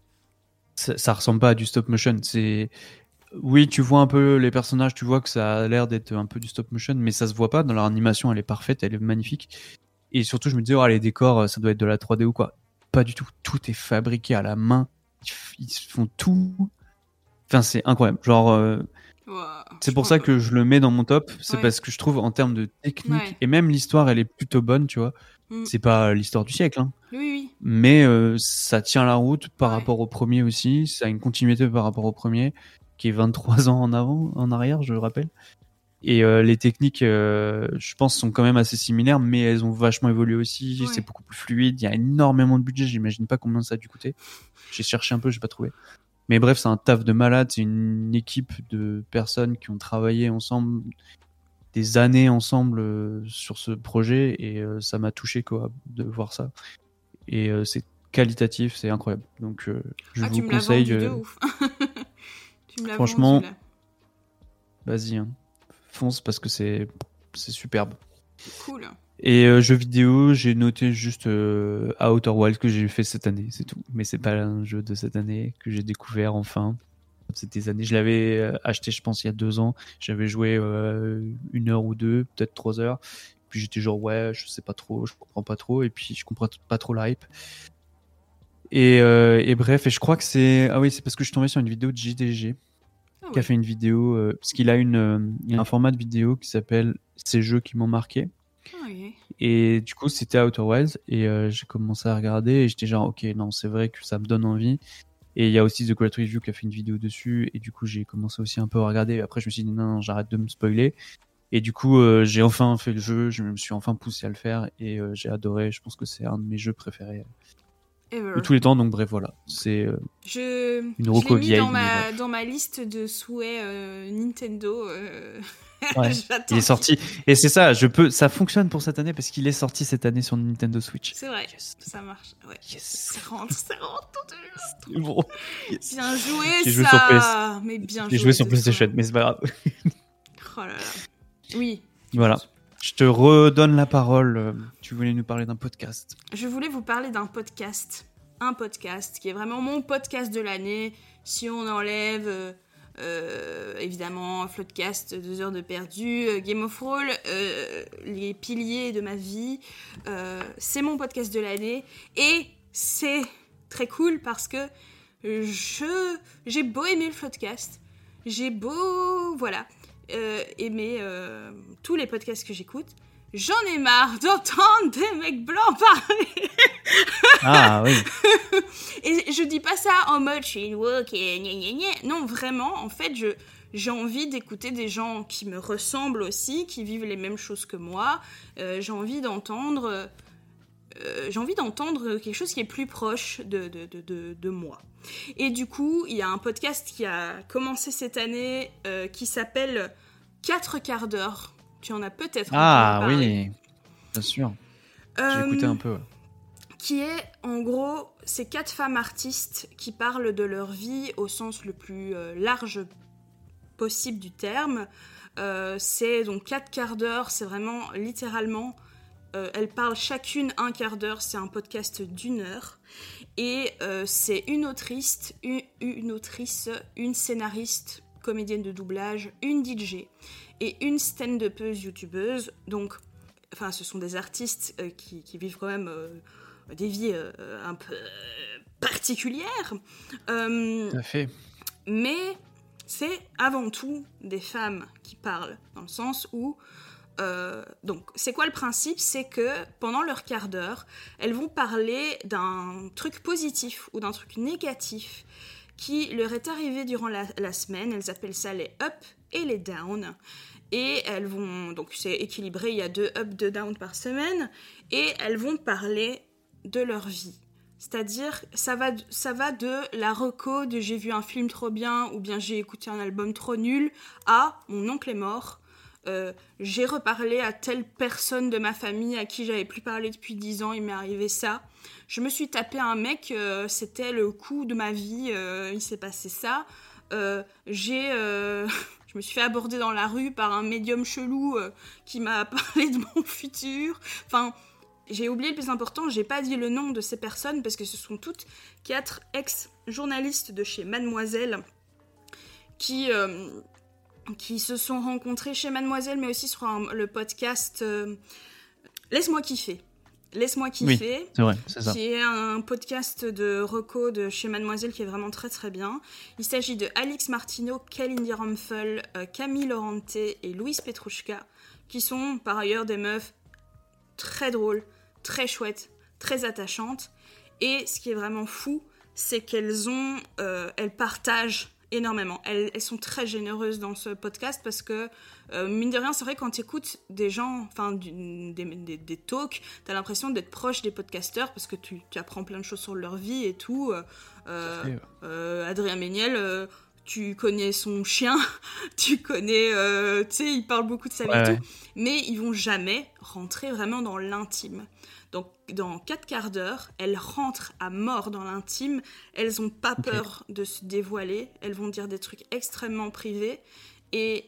ça, ça ressemble pas à du stop motion. C'est, oui, tu vois un peu les personnages, tu vois que ça a l'air d'être un peu du stop motion, mais ça se voit pas. Dans leur animation, elle est parfaite, elle est magnifique. Et surtout, je me disais, oh, les décors, ça doit être de la trois D ou quoi. Pas du tout. Tout est fabriqué à la main. Ils font tout. Enfin, c'est incroyable. Genre, euh, Wow. c'est Je pour pense- ça que je le mets dans mon top. C'est Ouais. parce que je trouve, en termes de technique, Ouais. et même l'histoire, elle est plutôt bonne, tu vois. Mm. C'est pas l'histoire du siècle, hein. Oui, oui. Mais euh, ça tient la route par Ouais. rapport au premier aussi. Ça a une continuité par rapport au premier, qui est vingt-trois ans en avant, en arrière, je le rappelle. Et euh, les techniques, euh, je pense, sont quand même assez similaires, mais elles ont vachement évolué aussi. Ouais. C'est beaucoup plus fluide. Il y a énormément de budget. J'imagine pas combien ça a dû coûter. J'ai cherché un peu, j'ai pas trouvé. Mais bref, c'est un taf de malade. C'est une équipe de personnes qui ont travaillé ensemble des années ensemble euh, sur ce projet, et euh, ça m'a touché, quoi, de voir ça. Et euh, c'est qualitatif, c'est incroyable. Donc, euh, je Ah, vous tu me l'as conseille. vendu de euh, ouf. Tu me l'as franchement, vendu, là. Vas-y, hein. Fonce parce que c'est c'est superbe. Cool. Et euh, jeux vidéo, j'ai noté juste euh, Outer Wilds que j'ai fait cette année, c'est tout. Mais c'est pas un jeu de cette année que j'ai découvert enfin. C'était des années. Je l'avais euh, acheté, je pense, il y a deux ans. J'avais joué euh, une heure ou deux, peut-être trois heures. Puis j'étais genre ouais, je sais pas trop, je comprends pas trop. Et puis je comprends pas trop la hype. Et, euh, et bref, et je crois que c'est ah oui, c'est parce que je suis tombé sur une vidéo de J D G Ah qui a ouais. fait une vidéo euh, parce qu'il a une euh, il a un format de vidéo qui s'appelle Ces jeux qui m'ont marqué. Ah, ok. Et du coup, c'était Outer Wilds et euh, j'ai commencé à regarder et j'étais genre ok, non, c'est vrai que ça me donne envie. Et il y a aussi The Great Review qui a fait une vidéo dessus et du coup, j'ai commencé aussi un peu à regarder. Après, je me suis dit non, non, j'arrête de me spoiler. Et du coup, euh, j'ai enfin fait le jeu, je me suis enfin poussé à le faire et euh, j'ai adoré. Je pense que c'est un de mes jeux préférés Ever. de tous les temps. Donc bref, voilà, c'est euh, Je, Une je reco l'ai mis vieille, dans mais ma, bref. dans ma liste de souhaits euh, Nintendo. euh, Ouais. J'attends. Il est sorti et c'est ça. Je peux, ça fonctionne pour cette année parce qu'il est sorti cette année sur Nintendo Switch. C'est vrai, Yes. ça marche. Ouais. Yes. Ça rentre, ça rentre. tout de- Bon. Yes. Bien joué, J'ai joué ça. Mais bien J'ai joué. joué sur de PlayStation, toi. mais c'est pas grave. Oh là là. Oui. Voilà. Je te redonne la parole. euh, Tu voulais nous parler d'un podcast. Je voulais vous parler d'un podcast. Un podcast qui est vraiment mon podcast de l'année. Si on enlève euh, Euh, évidemment, Floodcast, deux heures de perdu, euh, Game of Thrones, euh, les piliers de ma vie. Euh, c'est mon podcast de l'année. Et c'est très cool parce que je, j'ai beau aimer le Floodcast, j'ai beau, voilà, euh, aimer euh, tous les podcasts que j'écoute, j'en ai marre d'entendre des mecs blancs parler. Ah oui. Et je dis pas ça en mode je suis une woke et gna gna gna. Non, vraiment, en fait, je, j'ai envie d'écouter des gens qui me ressemblent aussi, qui vivent les mêmes choses que moi. Euh, j'ai envie d'entendre... Euh, j'ai envie d'entendre quelque chose qui est plus proche de, de, de, de, de moi. Et du coup, il y a un podcast qui a commencé cette année euh, qui s'appelle quatre quarts d'heure. Tu en as peut-être Ah entendu parler. oui, bien sûr. Euh, J'ai écouté un peu. Ouais. Qui est, en gros, ces quatre femmes artistes qui parlent de leur vie au sens le plus euh, large possible du terme. Euh, c'est donc quatre quarts d'heure, c'est vraiment littéralement... Euh, elles parlent chacune un quart d'heure, c'est un podcast d'une heure. Et euh, c'est une autrice, une, une autrice, une scénariste, comédienne de doublage, une D J et une stand-upeuse youtubeuse. Donc, enfin, ce sont des artistes euh, qui, qui vivent quand même euh, des vies euh, un peu euh, particulières. Euh, Tout à fait. mais c'est avant tout des femmes qui parlent, dans le sens où... Euh, donc, c'est quoi le principe ? C'est que pendant leur quart d'heure, elles vont parler d'un truc positif ou d'un truc négatif qui leur est arrivé durant la, la semaine. Elles appellent ça les up et les down. Et elles vont, donc c'est équilibré, il y a deux up, deux down par semaine. Et elles vont parler de leur vie. C'est-à-dire, ça va, ça va de la reco de j'ai vu un film trop bien ou bien j'ai écouté un album trop nul à mon oncle est mort. Euh, j'ai reparlé à telle personne de ma famille à qui j'avais plus parlé depuis dix ans, il m'est arrivé ça. Je me suis tapé un mec, euh, c'était le coup de ma vie, euh, il s'est passé ça. Euh, j'ai, euh, je me suis fait aborder dans la rue par un médium chelou euh, qui m'a parlé de mon futur. Enfin, j'ai oublié le plus important, j'ai pas dit le nom de ces personnes parce que ce sont toutes quatre ex-journalistes de chez Mademoiselle qui... Euh, qui se sont rencontrés chez Mademoiselle, mais aussi sur un, le podcast euh, Laisse-moi kiffer. Laisse-moi kiffer, oui, c'est vrai, c'est ça. Qui est un podcast de reco de chez Mademoiselle qui est vraiment très très bien. Il s'agit de Alix Martineau, Kalindi Rumpel, euh, Camille Laurente et Louise Petrouchka, qui sont par ailleurs des meufs très drôles, très chouettes, très attachantes. Et ce qui est vraiment fou, c'est qu'elles ont, euh, elles partagent énormément. Elles, elles sont très généreuses dans ce podcast parce que, euh, mine de rien, c'est vrai, quand tu écoutes des gens, enfin, des, des, des talks, t'as l'impression d'être proche des podcasteurs parce que tu, tu apprends plein de choses sur leur vie et tout. Euh, fait, ouais. euh, Adrien Méniel, euh, tu connais son chien, tu connais, euh, tu sais, il parle beaucoup de sa vie ouais, et tout, ouais. Mais ils vont jamais rentrer vraiment dans l'intime. Donc, dans quatre quarts d'heure, elles rentrent à mort dans l'intime. Elles n'ont pas okay. peur de se dévoiler. Elles vont dire des trucs extrêmement privés. Et,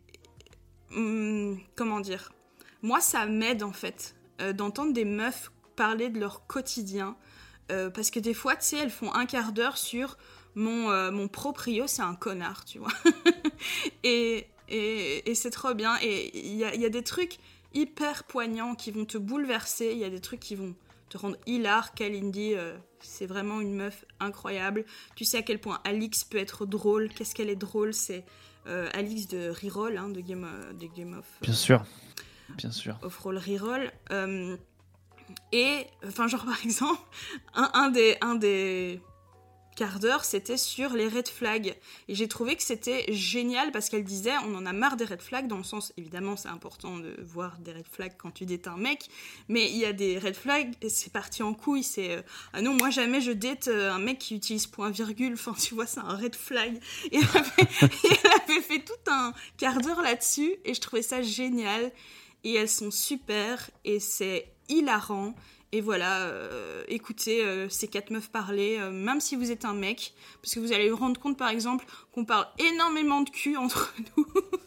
hum, comment dire ? Moi, ça m'aide, en fait, euh, d'entendre des meufs parler de leur quotidien. Euh, parce que des fois, tu sais, elles font un quart d'heure sur mon, euh, mon proprio, c'est un connard, tu vois. et, et, et c'est trop bien. Et il y a, y a des trucs... hyper poignants qui vont te bouleverser. Il y a des trucs qui vont te rendre hilar. Kalindi, euh, c'est vraiment une meuf incroyable. Tu sais à quel point Alix peut être drôle. Qu'est-ce qu'elle est drôle, c'est euh, Alix de Reroll, hein, de, Game, euh, de Game of... Euh, bien sûr, bien sûr. Of Roll Reroll. Euh, et, enfin, genre par exemple, un, un des... Un des quart d'heure, c'était sur les red flags. Et j'ai trouvé que c'était génial parce qu'elle disait, on en a marre des red flags, dans le sens, évidemment, c'est important de voir des red flags quand tu dates un mec, mais il y a des red flags, et c'est parti en couille, c'est, euh, ah non, moi jamais je date un mec qui utilise point-virgule, enfin, tu vois, c'est un red flag. Et elle avait, elle avait fait tout un quart d'heure là-dessus, et je trouvais ça génial. Et elles sont super, et c'est hilarant. Et voilà, euh, écoutez euh, ces quatre meufs parler, euh, même si vous êtes un mec, parce que vous allez vous rendre compte, par exemple, qu'on parle énormément de cul entre nous.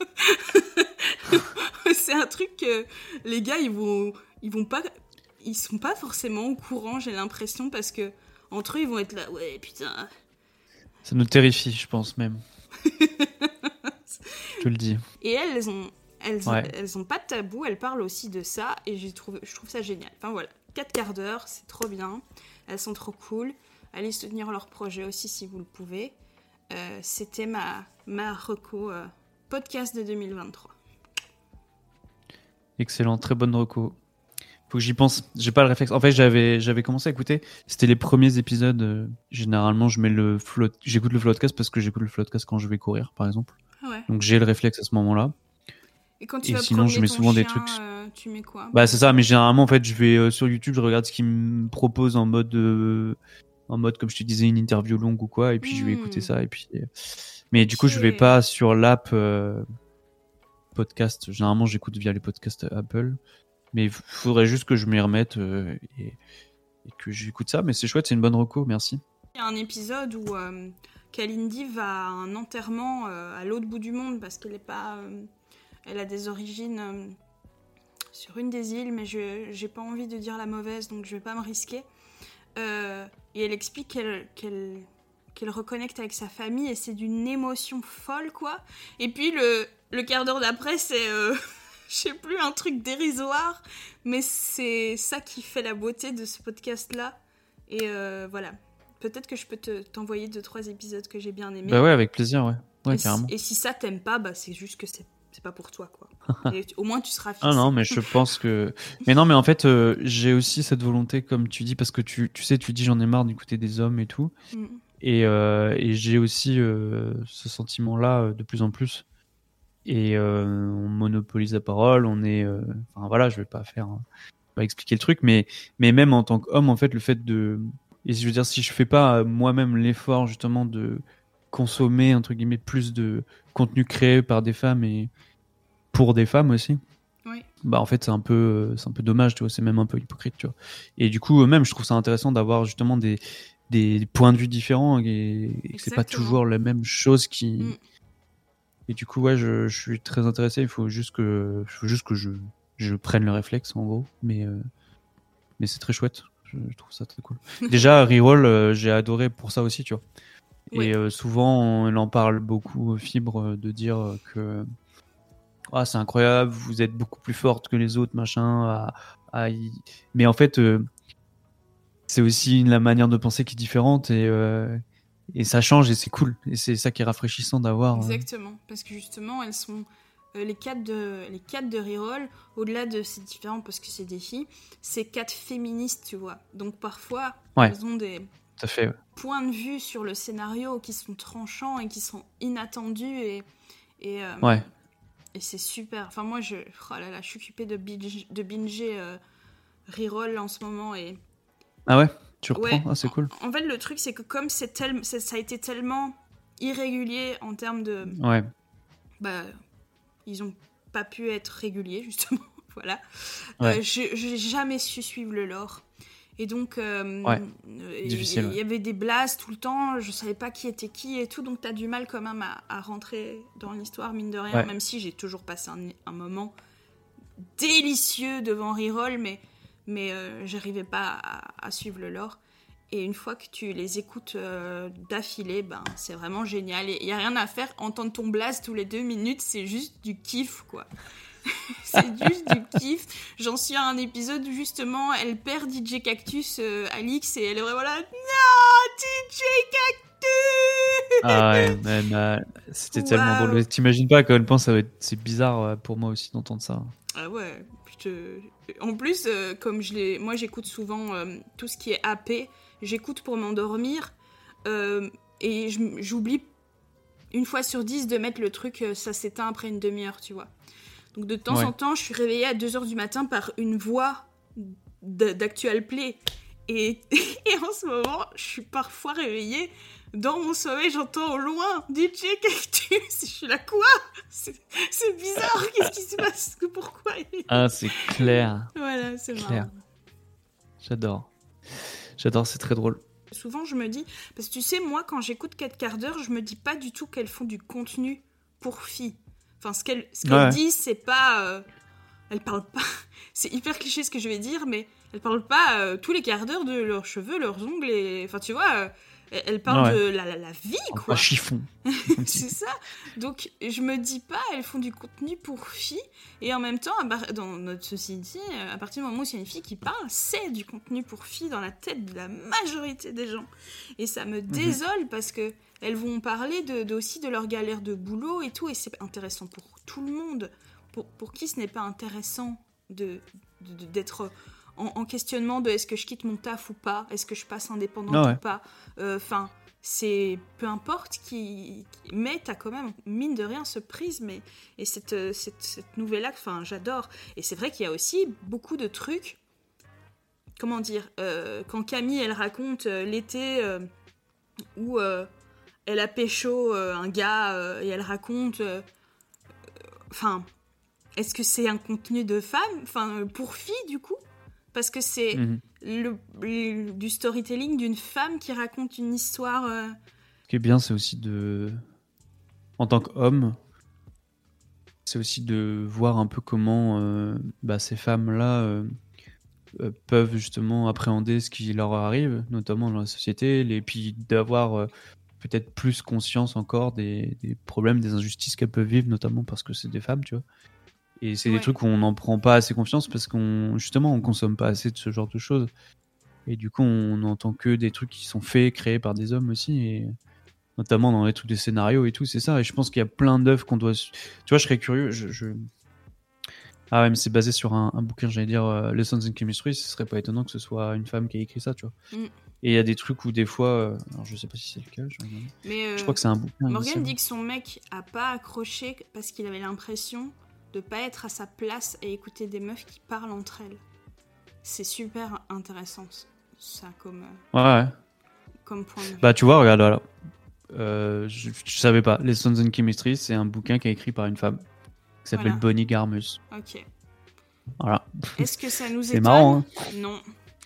C'est un truc que les gars, ils vont, ils vont pas, ils sont pas forcément au courant, j'ai l'impression, parce que entre eux, ils vont être là, ouais, putain. Ça nous terrifie, je pense même. Je te le dis. Et elles, elles ont, elles, Ouais. elles ont pas de tabou, elles parlent aussi de ça, et j'ai trouvé, je trouve ça génial. Enfin voilà, quatre quarts d'heure, c'est trop bien, elles sont trop cool. Allez soutenir leur projet aussi si vous le pouvez. Euh, c'était ma, ma reco euh, podcast de deux mille vingt-trois. Excellent, très bonne reco. Faut que j'y pense. J'ai pas le réflexe. En fait, j'avais j'avais commencé à écouter. C'était les premiers épisodes. Euh, généralement, je mets le float. J'écoute le floatcast parce que j'écoute le floatcast quand je vais courir, par exemple. Ouais. Donc j'ai le réflexe à ce moment-là. Et quand tu Et vas sinon, je promener mets ton souvent des chien, trucs- euh, tu mets quoi? Bah c'est ça. Mais généralement, en fait, je vais euh, sur YouTube, je regarde ce qu'ils me proposent en mode, euh, en mode comme je te disais, une interview longue ou quoi. Et puis je vais Hmm. écouter ça. Et puis. euh, Mais du coup, je vais Ok. pas sur l'app euh, podcast. Généralement, j'écoute via les podcasts Apple. Mais il faudrait juste que je m'y remette euh, et, et que j'écoute ça. Mais c'est chouette, c'est une bonne reco, merci. Il y a un épisode où euh, Kalindi va à un enterrement euh, à l'autre bout du monde parce qu'elle est pas, euh, elle a des origines euh, sur une des îles, mais je j'ai pas envie de dire la mauvaise, donc je vais pas me risquer. Euh, et elle explique qu'elle qu'elle qu'elle reconnecte avec sa famille et c'est d'une émotion folle quoi. Et puis le le quart d'heure d'après c'est euh, je sais plus, un truc dérisoire, mais c'est ça qui fait la beauté de ce podcast-là. Et euh, voilà. Peut-être que je peux te, t'envoyer deux, trois épisodes que j'ai bien aimés. Bah ouais, avec plaisir, ouais. Ouais, et, carrément. si, et si ça t'aime pas, bah c'est juste que c'est, c'est pas pour toi, quoi. Et au moins, tu seras fixé. Ah non, mais je pense que. Mais non, mais en fait, euh, j'ai aussi cette volonté, comme tu dis, parce que tu, tu sais, tu dis j'en ai marre d'écouter des hommes et tout. Mm. Et, euh, et j'ai aussi euh, ce sentiment-là euh, de plus en plus. Et euh, on monopolise la parole, on est. euh, Enfin voilà, je vais pas faire. hein, pas expliquer le truc, mais, mais même en tant qu'homme, en fait, le fait de. Et je veux dire, si je fais pas euh, moi-même l'effort, justement, de consommer, entre guillemets, plus de contenu créé par des femmes et pour des femmes aussi. Oui. Bah en fait c'est un peu euh, c'est un peu dommage, tu vois, c'est même un peu hypocrite, tu vois. Et du coup euh, même je trouve ça intéressant d'avoir justement des des points de vue différents et, et que c'est pas Exactement. toujours la même chose qui Mm. et du coup ouais je, je suis très intéressé, il faut juste que il faut juste que je je prenne le réflexe en gros, mais euh, mais c'est très chouette, je, je trouve ça très cool. Déjà Reroll euh, j'ai adoré pour ça aussi, tu vois. Ouais. Et euh, souvent on en parle beaucoup, Fibre, euh, de dire euh, que ah, c'est incroyable, vous êtes beaucoup plus forte que les autres, machin. À, à y... Mais en fait, euh, c'est aussi la manière de penser qui est différente et, euh, et ça change et c'est cool. Et c'est ça qui est rafraîchissant d'avoir. euh. Exactement. Parce que justement, elles sont. euh, les quatre de, les quatre de Reroll, au-delà de c'est différent parce que c'est des filles, c'est quatre féministes, tu vois. Donc parfois, Ouais. elles ont des Tout à fait. Ouais. points de vue sur le scénario qui sont tranchants et qui sont inattendus et. et euh, Ouais. Et c'est super. Enfin, moi, je, oh là là, je suis occupée de, binge, de binger euh, Reroll en ce moment. Et... Ah ouais, tu reprends. Ouais. Ah, c'est cool. En, en fait, le truc, c'est que comme c'est tel, c'est, ça a été tellement irrégulier en termes de... Ouais. Bah, ils ont pas pu être réguliers, justement. Voilà. Ouais. Euh, je j'ai jamais su suivre le lore. Et donc, euh, Ouais. il Difficile, y, y ouais. avait des blasts tout le temps, je savais pas qui était qui et tout, donc t'as du mal quand même à, à rentrer dans l'histoire, mine de rien, Ouais. même si j'ai toujours passé un, un moment délicieux devant Reroll, mais, mais euh, j'arrivais pas à, à suivre le lore. Et une fois que tu les écoutes euh, d'affilée, ben, c'est vraiment génial. Il n'y a rien à faire, entendre ton blast tous les deux minutes, c'est juste du kiff, quoi. C'est juste du kiff. J'en suis à un épisode où justement elle perd D J Cactus, euh, Alix, et elle est vraiment là. Non, D J Cactus. Ah ouais, mais, bah, c'était tellement Waouh. drôle. T'imagines pas à quel point ça va être... c'est bizarre euh, pour moi aussi d'entendre ça. Ah ouais. Je te... En plus, euh, comme je l'ai, moi j'écoute souvent euh, tout ce qui est A P. J'écoute pour m'endormir euh, et je- j'oublie une fois sur dix de mettre le truc. euh, Ça s'éteint après une demi-heure, tu vois. Donc de temps Ouais. en temps, je suis réveillée à deux heures du matin par une voix d- d'Actual Play. Et, et en ce moment, je suis parfois réveillée. Dans mon sommeil, j'entends au loin D J Cactus. Je suis là, quoi ? C'est, c'est bizarre, qu'est-ce qui se passe ? Pourquoi ? Ah, c'est clair. Voilà, c'est Clair. marrant. J'adore. J'adore, c'est très drôle. Souvent, je me dis... Parce que tu sais, moi, quand j'écoute quatre quarts d'heure, je me dis pas du tout qu'elles font du contenu pour filles. Enfin, ce qu'elles, ce qu'elles Ouais. disent, c'est pas... euh, elles parlent pas. C'est hyper cliché ce que je vais dire, mais elles parlent pas euh, tous les quarts d'heure de leurs cheveux, leurs ongles, et... Enfin, tu vois, euh, elles parlent Ah ouais. de la, la, la vie, Un quoi. chiffon. C'est ça. Donc, je me dis pas, elles font du contenu pour filles, et en même temps, à bar- dans notre société, à partir du moment où il y a une fille qui parle, c'est du contenu pour filles dans la tête de la majorité des gens. Et ça me désole, parce que elles vont parler de, de, aussi de leur galère de boulot et tout, et c'est intéressant pour tout le monde. Pour, pour qui ce n'est pas intéressant de, de, de, d'être en, en questionnement de est-ce que je quitte mon taf ou pas, est-ce que je passe indépendante Ah ouais. ou pas, enfin... Euh, c'est peu importe qui, mais t'as quand même mine de rien ce prisme et, et cette, cette, cette nouvelle acte, enfin j'adore. Et c'est vrai qu'il y a aussi beaucoup de trucs, comment dire, euh, quand Camille elle raconte euh, l'été euh, où euh, elle a pécho euh, un gars euh, et elle raconte, enfin, euh, est-ce que c'est un contenu de femme, enfin pour filles du coup, parce que c'est mmh. Le, le, du storytelling d'une femme qui raconte une histoire. Euh... Ce qui est bien, c'est aussi de, en tant qu'homme, c'est aussi de voir un peu comment euh, bah, ces femmes-là euh, euh, peuvent justement appréhender ce qui leur arrive, notamment dans la société, et puis d'avoir euh, peut-être plus conscience encore des, des problèmes, des injustices qu'elles peuvent vivre, notamment parce que c'est des femmes, tu vois. Et c'est ouais. des trucs où on n'en prend pas assez confiance parce qu'on justement on consomme pas assez de ce genre de choses. Et du coup, on n'entend que des trucs qui sont faits, créés par des hommes aussi, et notamment dans les trucs des scénarios et tout, c'est ça. Et je pense qu'il y a plein d'œuvres qu'on doit... Tu vois, je serais curieux. Je, je... Ah ouais, mais c'est basé sur un, un bouquin, j'allais dire euh, Lessons in Chemistry. Ce serait pas étonnant que ce soit une femme qui a écrit ça, tu vois. Mm. Et il y a des trucs où des fois... Euh... Alors, je sais pas si c'est le cas. Je, mais euh, je crois que c'est un bouquin. Morgane dit que son mec a pas accroché parce qu'il avait l'impression de pas être à sa place et écouter des meufs qui parlent entre elles. C'est super intéressant, ça, comme, ouais. comme point de vue. Bah, tu vois, regarde, voilà. Euh, je, je savais pas. Lessons in Chemistry, c'est un bouquin qui est écrit par une femme qui s'appelle voilà. Bonnie Garmus. Ok. Voilà. Est-ce que ça nous étonne ? C'est marrant, hein. Non.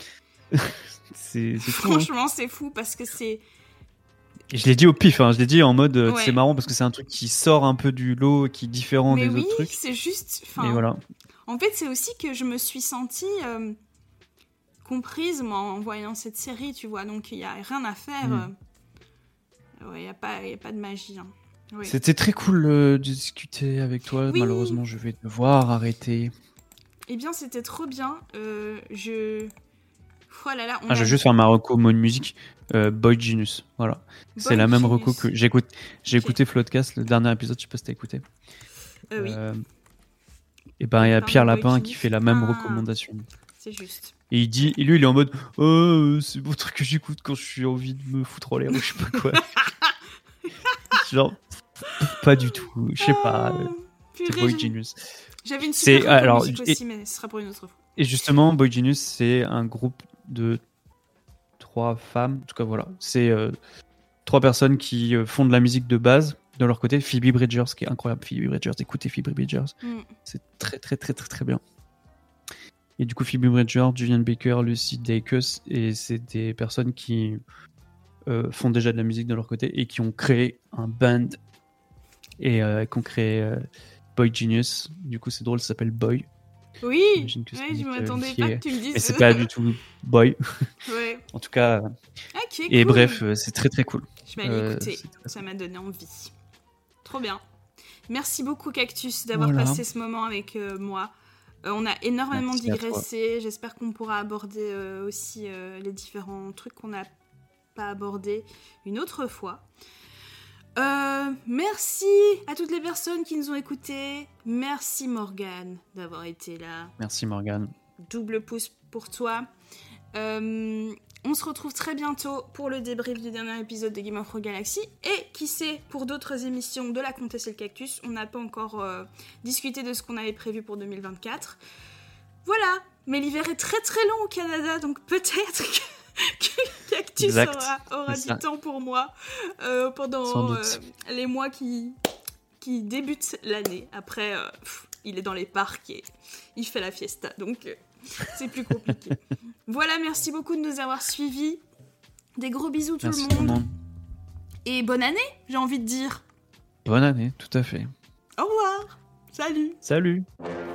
c'est, c'est fou, Franchement, hein. c'est fou parce que c'est... Et je l'ai dit au pif, hein. Je l'ai dit en mode euh, ouais. c'est marrant parce que c'est un truc qui sort un peu du lot, qui est différent Mais des oui, autres trucs. C'est juste... Et voilà. En fait, c'est aussi que je me suis sentie euh, comprise, moi, en voyant cette série, tu vois. Donc, il n'y a rien à faire. Mm. Il euh, n'y a, a pas de magie. Hein. Oui. C'était très cool euh, de discuter avec toi. Oui. Malheureusement, je vais devoir arrêter. Eh bien, c'était trop bien. Euh, je... Oh là là, on ah, a... Je vais juste faire ma reco mode musique. Euh, Boy Genius. Voilà. Boy c'est la même Genius. Reco que... J'ai, écoute... J'ai okay. écouté Floodcast, le dernier épisode. Je sais pas si t'as écouté. Euh, oui. Euh... Et ben il y a Pierre Lapin qui fait la même ah, recommandation. C'est juste. Et il dit, et lui il est en mode, oh, c'est beau truc que j'écoute quand je suis envie de me foutre en l'air ou je sais pas quoi. Genre, pas du tout. Je sais pas. Euh, c'est Boy Genius. J'avais une super c'est, alors, musique et, aussi, mais ce sera pour une autre fois. Et justement, Boy Genius, c'est un groupe de trois femmes. En tout cas, voilà, c'est euh, trois personnes qui euh, font de la musique de base. De leur côté, Phoebe Bridgers, qui est incroyable. Phoebe Bridgers, écoutez Phoebe Bridgers. Mm. C'est très, très, très, très, très bien. Et du coup, Phoebe Bridgers, Julian Baker, Lucy Dacus, et c'est des personnes qui euh, font déjà de la musique de leur côté et qui ont créé un band et euh, qui ont créé euh, Boy Genius. Du coup, c'est drôle, ça s'appelle Boy. Oui, ouais, je m'attendais pas que tu me dises. Mais c'est pas du tout Boy. Ouais. En tout cas. Okay, et cool. bref, c'est très, très cool. Je vais aller euh, écouter, ça m'a donné envie. Trop bien. Merci beaucoup Cactus d'avoir voilà. passé ce moment avec euh, moi. Euh, on a énormément Merci digressé. J'espère qu'on pourra aborder euh, aussi euh, les différents trucs qu'on n'a pas abordés une autre fois. Euh, merci à toutes les personnes qui nous ont écoutés. Merci Morgane d'avoir été là. Merci Morgane. Double pouce pour toi. Euh, On se retrouve très bientôt pour le débrief du dernier épisode de Game of Thrones Galaxy et qui sait pour d'autres émissions de La Comtesse et le Cactus. On n'a pas encore euh, discuté de ce qu'on avait prévu pour deux mille vingt-quatre. Voilà, mais l'hiver est très très long au Canada, donc peut-être que, que Cactus exact. aura, aura du temps pour moi euh, pendant euh, les mois qui, qui débutent l'année. Après, euh, pff, il est dans les parcs et il fait la fiesta, donc... Euh, c'est plus compliqué. Voilà, merci beaucoup de nous avoir suivis. Des gros bisous tout merci le monde. Tout le monde. Et bonne année, j'ai envie de dire. Bonne année, tout à fait. Au revoir. Salut. Salut.